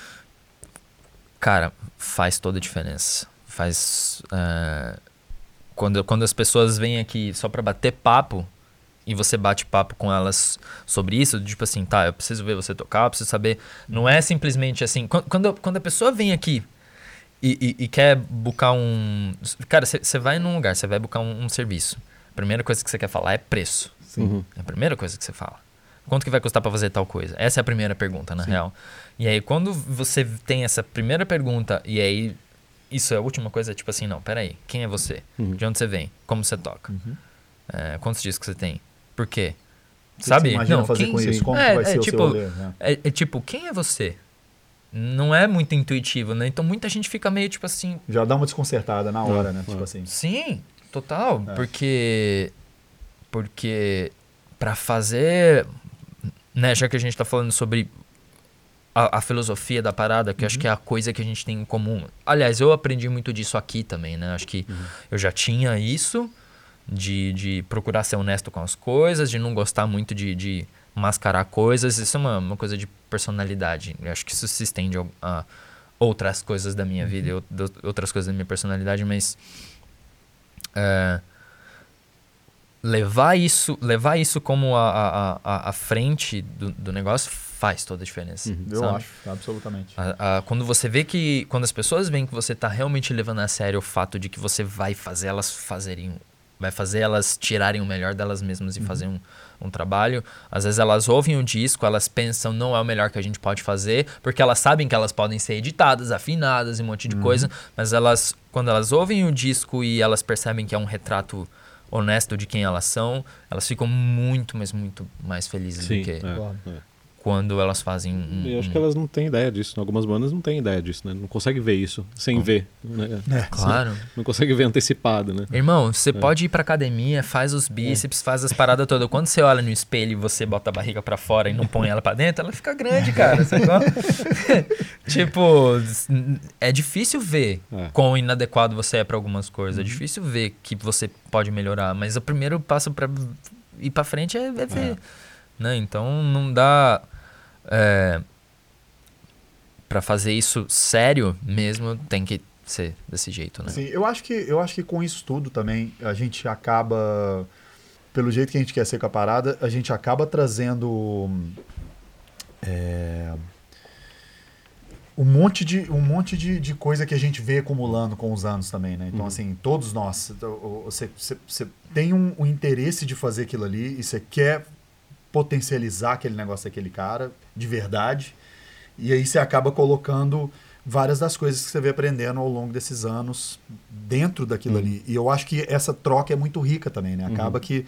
cara, faz toda a diferença. Faz... é, quando, quando as pessoas vêm aqui só pra bater papo, e você bate papo com elas sobre isso, tipo assim, tá, eu preciso ver você tocar, eu preciso saber. Não é simplesmente assim. Quando, quando, quando a pessoa vem aqui e, e, e quer buscar um. Cara, você vai num lugar, você vai buscar um, um serviço. A primeira coisa que você quer falar é preço. Sim. Uhum. É a primeira coisa que você fala. Quanto que vai custar pra fazer tal coisa? Essa é a primeira pergunta, na Sim. real. E aí, quando você tem essa primeira pergunta, e aí. Isso é a última coisa, tipo assim, não, peraí, quem é você? Uhum. De onde você vem? Como você toca? Uhum. É, quantos discos você tem? Por quê? O que Sabe? você imagina Não, fazer quem- com isso? sim. Como É, que vai é, ser tipo, o seu rolê? né? É, é tipo, quem é você? Não é muito intuitivo, né? Então muita gente fica meio tipo assim, Já dá uma desconcertada na hora, né? É. Tipo assim. sim, total, É. porque porque para fazer, né, já que a gente tá falando sobre a, a filosofia da parada, que eu acho que é a coisa que a gente tem em comum. Aliás, eu aprendi muito disso aqui também, né? Acho que eu já tinha isso de, de procurar ser honesto com as coisas, de não gostar muito de, de mascarar coisas. Isso é uma, uma coisa de personalidade. Eu acho que isso se estende a, a outras coisas da minha vida, e ou- do- outras coisas da minha personalidade, mas é, levar isso, levar isso como a, a, a, a frente do, do negócio faz toda a diferença. Uhum. Eu sabe? acho, absolutamente. A- a- quando você vê que. Quando as pessoas veem que você tá realmente levando a sério o fato de que você vai fazer elas fazerem vai fazer elas tirarem o melhor delas mesmas e uhum. fazer um, um trabalho. Às vezes elas ouvem o disco, elas pensam não é o melhor que a gente pode fazer, porque elas sabem que elas podem ser editadas, afinadas e um monte de uhum. coisa, mas elas, quando elas ouvem o disco e elas percebem que é um retrato honesto de quem elas são, elas ficam muito, mas muito mais felizes Sim, do que... É, é. Quando elas fazem um... Eu acho um... que elas não têm ideia disso. Algumas bandas não têm ideia disso, né? Não conseguem ver isso sem oh. ver. Né? É, claro. Não consegue ver antecipado, né? Irmão, você é. pode ir pra academia, faz os bíceps, é. faz as paradas todas. Quando você olha no espelho e você bota a barriga pra fora e não põe ela pra dentro, ela fica grande, cara. Tipo, é difícil ver é. quão inadequado você é pra algumas coisas. Uhum. É difícil ver que você pode melhorar. Mas o primeiro passo pra ir pra frente é, é ver. É. Né? Então não dá... É, para fazer isso sério mesmo, tem que ser desse jeito, né? Sim, eu acho que, eu acho que com isso tudo também, a gente acaba, pelo jeito que a gente quer ser com a parada, a gente acaba trazendo é, um monte, de, um monte de, de coisa que a gente vê acumulando com os anos também, né? Então, uhum. assim, todos nós, você, você, você tem um, um interesse de fazer aquilo ali e você quer potencializar aquele negócio daquele cara de verdade, e aí você acaba colocando várias das coisas que você vem aprendendo ao longo desses anos dentro daquilo uhum. ali, e eu acho que essa troca é muito rica também, né? Acaba uhum. que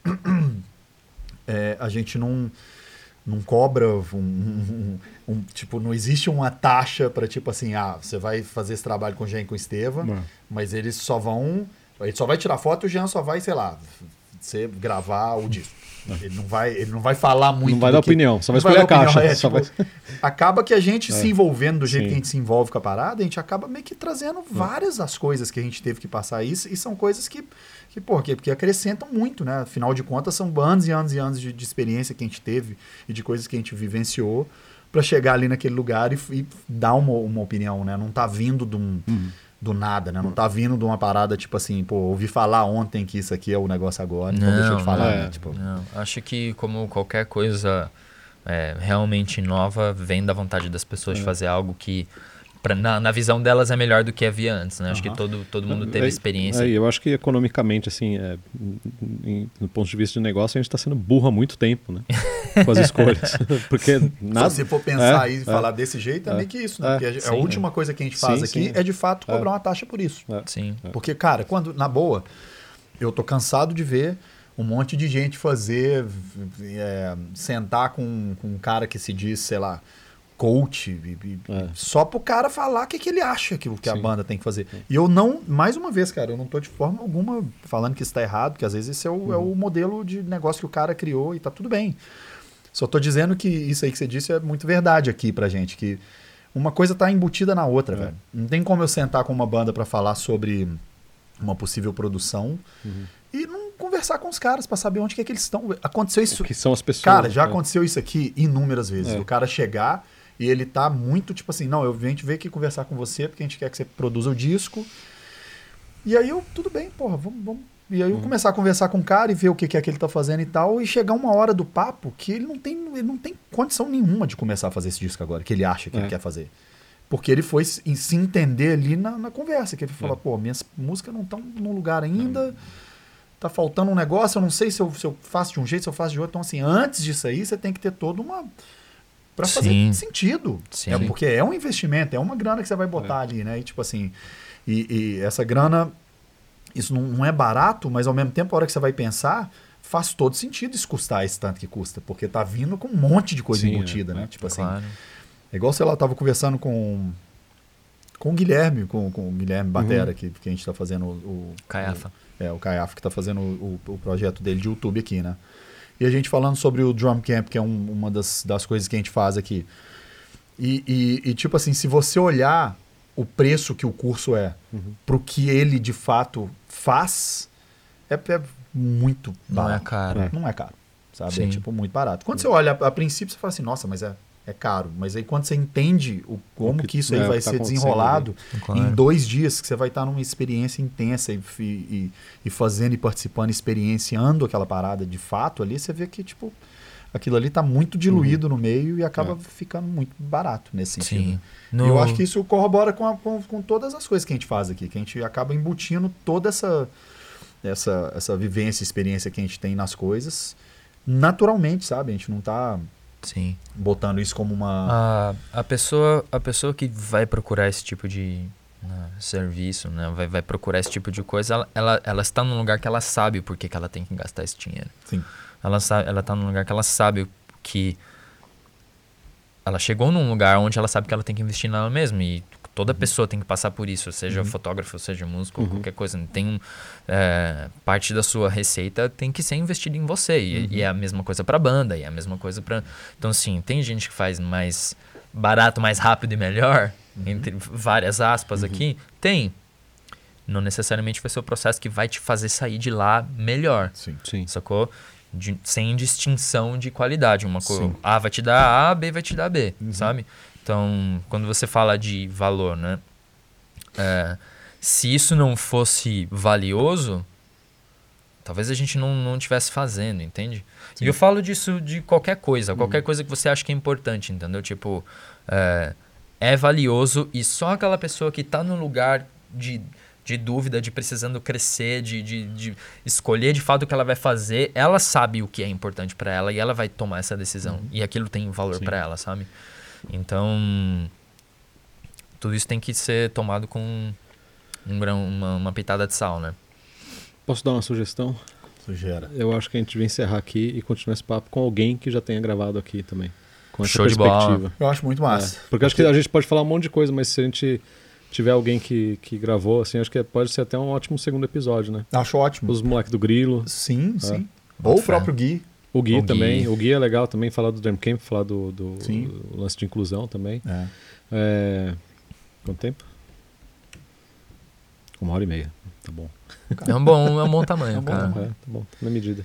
é, a gente não não cobra um, um, um, um tipo, não existe uma taxa para tipo assim, ah, você vai fazer esse trabalho com o Jean e com o Estevam, uhum. mas eles só vão, ele só vai tirar foto e o Jean só vai, sei lá, você gravar o disco. Ele não vai, ele não vai falar muito. Não vai dar que, opinião, só vai escolher a caixa. É, só tipo, vai... Acaba que a gente é. se envolvendo do jeito Sim. que a gente se envolve com a parada, a gente acaba meio que trazendo várias das coisas que a gente teve que passar isso, e são coisas que, que, pô, que, que acrescentam muito, né? Afinal de contas, são anos e anos e anos de, de experiência que a gente teve e de coisas que a gente vivenciou para chegar ali naquele lugar e, e dar uma, uma opinião, né? Não tá vindo de um... Uhum. do nada, né? Não tá vindo de uma parada tipo assim, pô, ouvi falar ontem que isso aqui é o negócio agora, então não, deixa eu te falar, não, né? Tipo... não. Acho que como qualquer coisa é, realmente nova, vem da vontade das pessoas é. de fazer algo que pra, na, na visão delas é melhor do que havia antes, né? Acho uh-huh. que todo, todo mundo teve é, experiência. É, eu acho que economicamente, assim, é, em, no ponto de vista de negócio, a gente está sendo burro há muito tempo, né? Com as escolhas. Porque nada... Se você for pensar é, e é, falar desse jeito, é, é meio que isso, né? É, Porque a, sim, a última é. coisa que a gente faz sim, aqui sim, é de fato cobrar é. uma taxa por isso. É. Sim. Porque, cara, quando, na boa, eu tô cansado de ver um monte de gente fazer, é, sentar com, com um cara que se diz, sei lá, coach, e, e, é. só pro cara falar o que, que ele acha que, que a banda tem que fazer. E eu não, mais uma vez, cara, eu não tô de forma alguma falando que isso tá errado, porque às vezes esse é o, uhum. é o modelo de negócio que o cara criou e tá tudo bem. Só tô dizendo que isso aí que você disse é muito verdade aqui pra gente, que uma coisa tá embutida na outra, é. velho. Não tem como eu sentar com uma banda pra falar sobre uma possível produção uhum. e não conversar com os caras pra saber onde que é que eles estão. Aconteceu isso... O que são as pessoas. Cara, já é. aconteceu isso aqui inúmeras vezes. É. O cara chegar... E ele tá muito, tipo assim, não, eu, a gente veio aqui conversar com você porque a gente quer que você produza o disco. E aí eu, tudo bem, porra, vamos... vamos. E aí eu uhum. começar a conversar com o cara e ver o que, que é que ele tá fazendo e tal, e chegar uma hora do papo que ele não tem, ele não tem condição nenhuma de começar a fazer esse disco agora, que ele acha que é. ele quer fazer. Porque ele foi se, se entender ali na, na conversa, que ele falou, é. pô, minhas músicas não estão num lugar ainda, tá faltando um negócio, eu não sei se eu, se eu faço de um jeito, se eu faço de outro. Então, assim, antes disso aí, você tem que ter toda uma... Pra fazer Sim. sentido. Sim. É porque é um investimento, é uma grana que você vai botar é. ali, né? E tipo assim, e, e essa grana, isso não, não é barato, mas ao mesmo tempo, a hora que você vai pensar, faz todo sentido isso custar esse tanto que custa, porque tá vindo com um monte de coisa Sim, embutida, é. né? Tipo claro. assim, é igual, sei lá, eu tava conversando com, com o Guilherme, com, com o Guilherme Batera, uhum. que, que a gente tá fazendo o... o Caiafa. O, é, o Caiafa que tá fazendo o, o, o projeto dele de YouTube aqui, né? E a gente falando sobre o Drum Camp, que é um, uma das, das coisas que a gente faz aqui. E, e, e, tipo assim, se você olhar o preço que o curso é uhum. pro que ele, de fato, faz, é, é muito barato. Não é caro. É. Não é caro, sabe? Sim. É, tipo, muito barato. Quando você olha, a, a princípio, você fala assim, nossa, mas é, é caro. Mas aí, quando você entende o, como o que, que isso aí é, vai tá ser desenrolado, claro. em dois dias, que você vai estar numa experiência intensa e, e, e fazendo e participando, experienciando aquela parada de fato ali, você vê que, tipo, aquilo ali está muito diluído uhum. no meio e acaba é. ficando muito barato nesse sentido. Sim. No... E eu acho que isso corrobora com, a, com, com todas as coisas que a gente faz aqui, que a gente acaba embutindo toda essa... essa, essa vivência, experiência que a gente tem nas coisas, naturalmente, sabe? A gente não tá Sim. botando isso como uma... A, a, pessoa, a pessoa que vai procurar esse tipo de né, serviço, né, vai, vai procurar esse tipo de coisa, ela, ela, ela está num lugar que ela sabe por que, que ela tem que gastar esse dinheiro. Sim. Ela, sabe, ela está num lugar que ela sabe que... Ela chegou num lugar onde ela sabe que ela tem que investir nela mesma. E toda uhum. pessoa tem que passar por isso, seja uhum. fotógrafo, seja músico, uhum. qualquer coisa. Tem um, é, parte da sua receita tem que ser investida em você. E, uhum. e é a mesma coisa para banda, e é a mesma coisa para... Então, assim, tem gente que faz mais barato, mais rápido e melhor, uhum. entre várias aspas uhum. aqui. Tem. Não necessariamente vai ser o processo que vai te fazer sair de lá melhor. Sim. Sim. Sacou? De, sem distinção de qualidade. Uma coisa, A vai te dar A, B vai te dar B, uhum. sabe? Então, quando você fala de valor, né? É, se isso não fosse valioso, talvez a gente não, não estivesse fazendo, entende? Sim. E eu falo disso de qualquer coisa, qualquer uhum. coisa que você acha que é importante, entendeu? Tipo, é, é valioso e só aquela pessoa que está no lugar de... de dúvida, de precisando crescer, de, de, de escolher de fato o que ela vai fazer, ela sabe o que é importante para ela e ela vai tomar essa decisão. Uhum. E aquilo tem valor para ela, sabe? Então, tudo isso tem que ser tomado com um grão, uma, uma pitada de sal, né? Posso dar uma sugestão? Sugera. Eu acho que a gente devia encerrar aqui e continuar esse papo com alguém que já tenha gravado aqui também. Com essa Show perspectiva. De bola. Eu acho muito massa. É, porque acho que a gente pode falar um monte de coisa, mas se a gente... tiver alguém que, que gravou, assim, acho que pode ser até um ótimo segundo episódio, né? Acho ótimo. Os moleques do Grilo. Sim, é. sim. Ou o próprio Gui. O Gui o também. Gui. O Gui é legal também, falar do Dream Camp, falar do, do, do lance de inclusão também. É. É... Quanto tempo? Uma hora e meia. Tá bom. É um bom, é um bom tamanho, é um bom cara. tamanho. É, tá bom, tá na medida.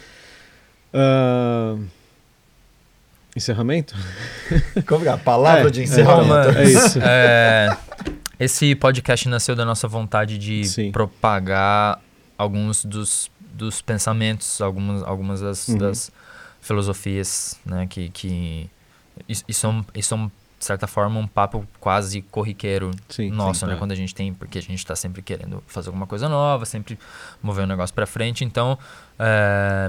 Uh... Encerramento? Como é a palavra é, de encerramento? É, é isso. É, esse podcast nasceu da nossa vontade de Sim. propagar alguns dos, dos pensamentos, algumas, algumas das, uhum. das filosofias, né? Que, que isso, isso, é um, isso é, um, de certa forma, um papo quase corriqueiro sim, nosso, sim, né? é. Quando a gente tem, porque a gente está sempre querendo fazer alguma coisa nova, sempre mover o negócio para frente. Então, é,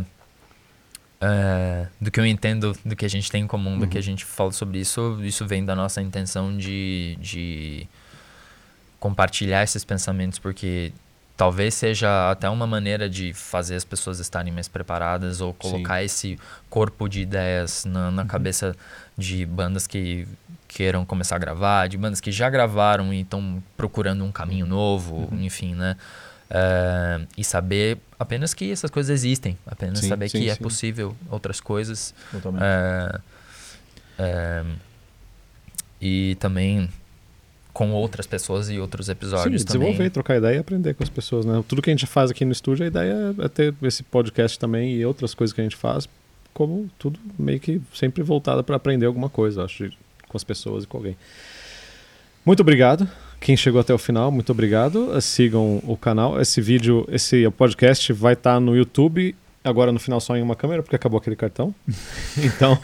é, do que eu entendo, do que a gente tem em comum, uhum. do que a gente fala sobre isso, isso vem da nossa intenção de... de compartilhar esses pensamentos, porque talvez seja até uma maneira de fazer as pessoas estarem mais preparadas ou colocar Sim. esse corpo de ideias na, na uhum. cabeça de bandas que queiram começar a gravar, de bandas que já gravaram e estão procurando um caminho novo, uhum. enfim, né? É, e saber apenas que essas coisas existem, apenas sim, saber sim, que sim. é possível outras coisas. Totalmente. É, é, e também com outras pessoas e outros episódios Sim, desenvolver, também. trocar ideia e aprender com as pessoas, né? Tudo que a gente faz aqui no estúdio, a ideia é ter esse podcast também e outras coisas que a gente faz, como tudo meio que sempre voltado para aprender alguma coisa, acho, com as pessoas e com alguém. Muito obrigado. Quem chegou até o final, muito obrigado. Sigam o canal. Esse vídeo, esse podcast vai estar no YouTube, agora no final só em uma câmera, porque acabou aquele cartão. Então,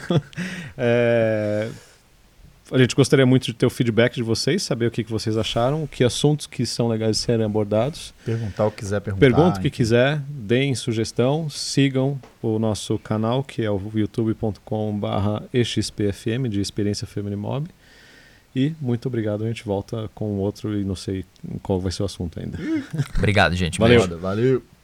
é... a gente gostaria muito de ter o feedback de vocês, saber o que, que vocês acharam, que assuntos que são legais de serem abordados. Perguntar o que quiser perguntar. Pergunta o que quiser, deem sugestão, sigam o nosso canal, que é o youtube ponto com barra E X P F M, de Experiência Family Mob. E muito obrigado, a gente volta com outro e não sei qual vai ser o assunto ainda. Obrigado, gente. Valeu. Valeu.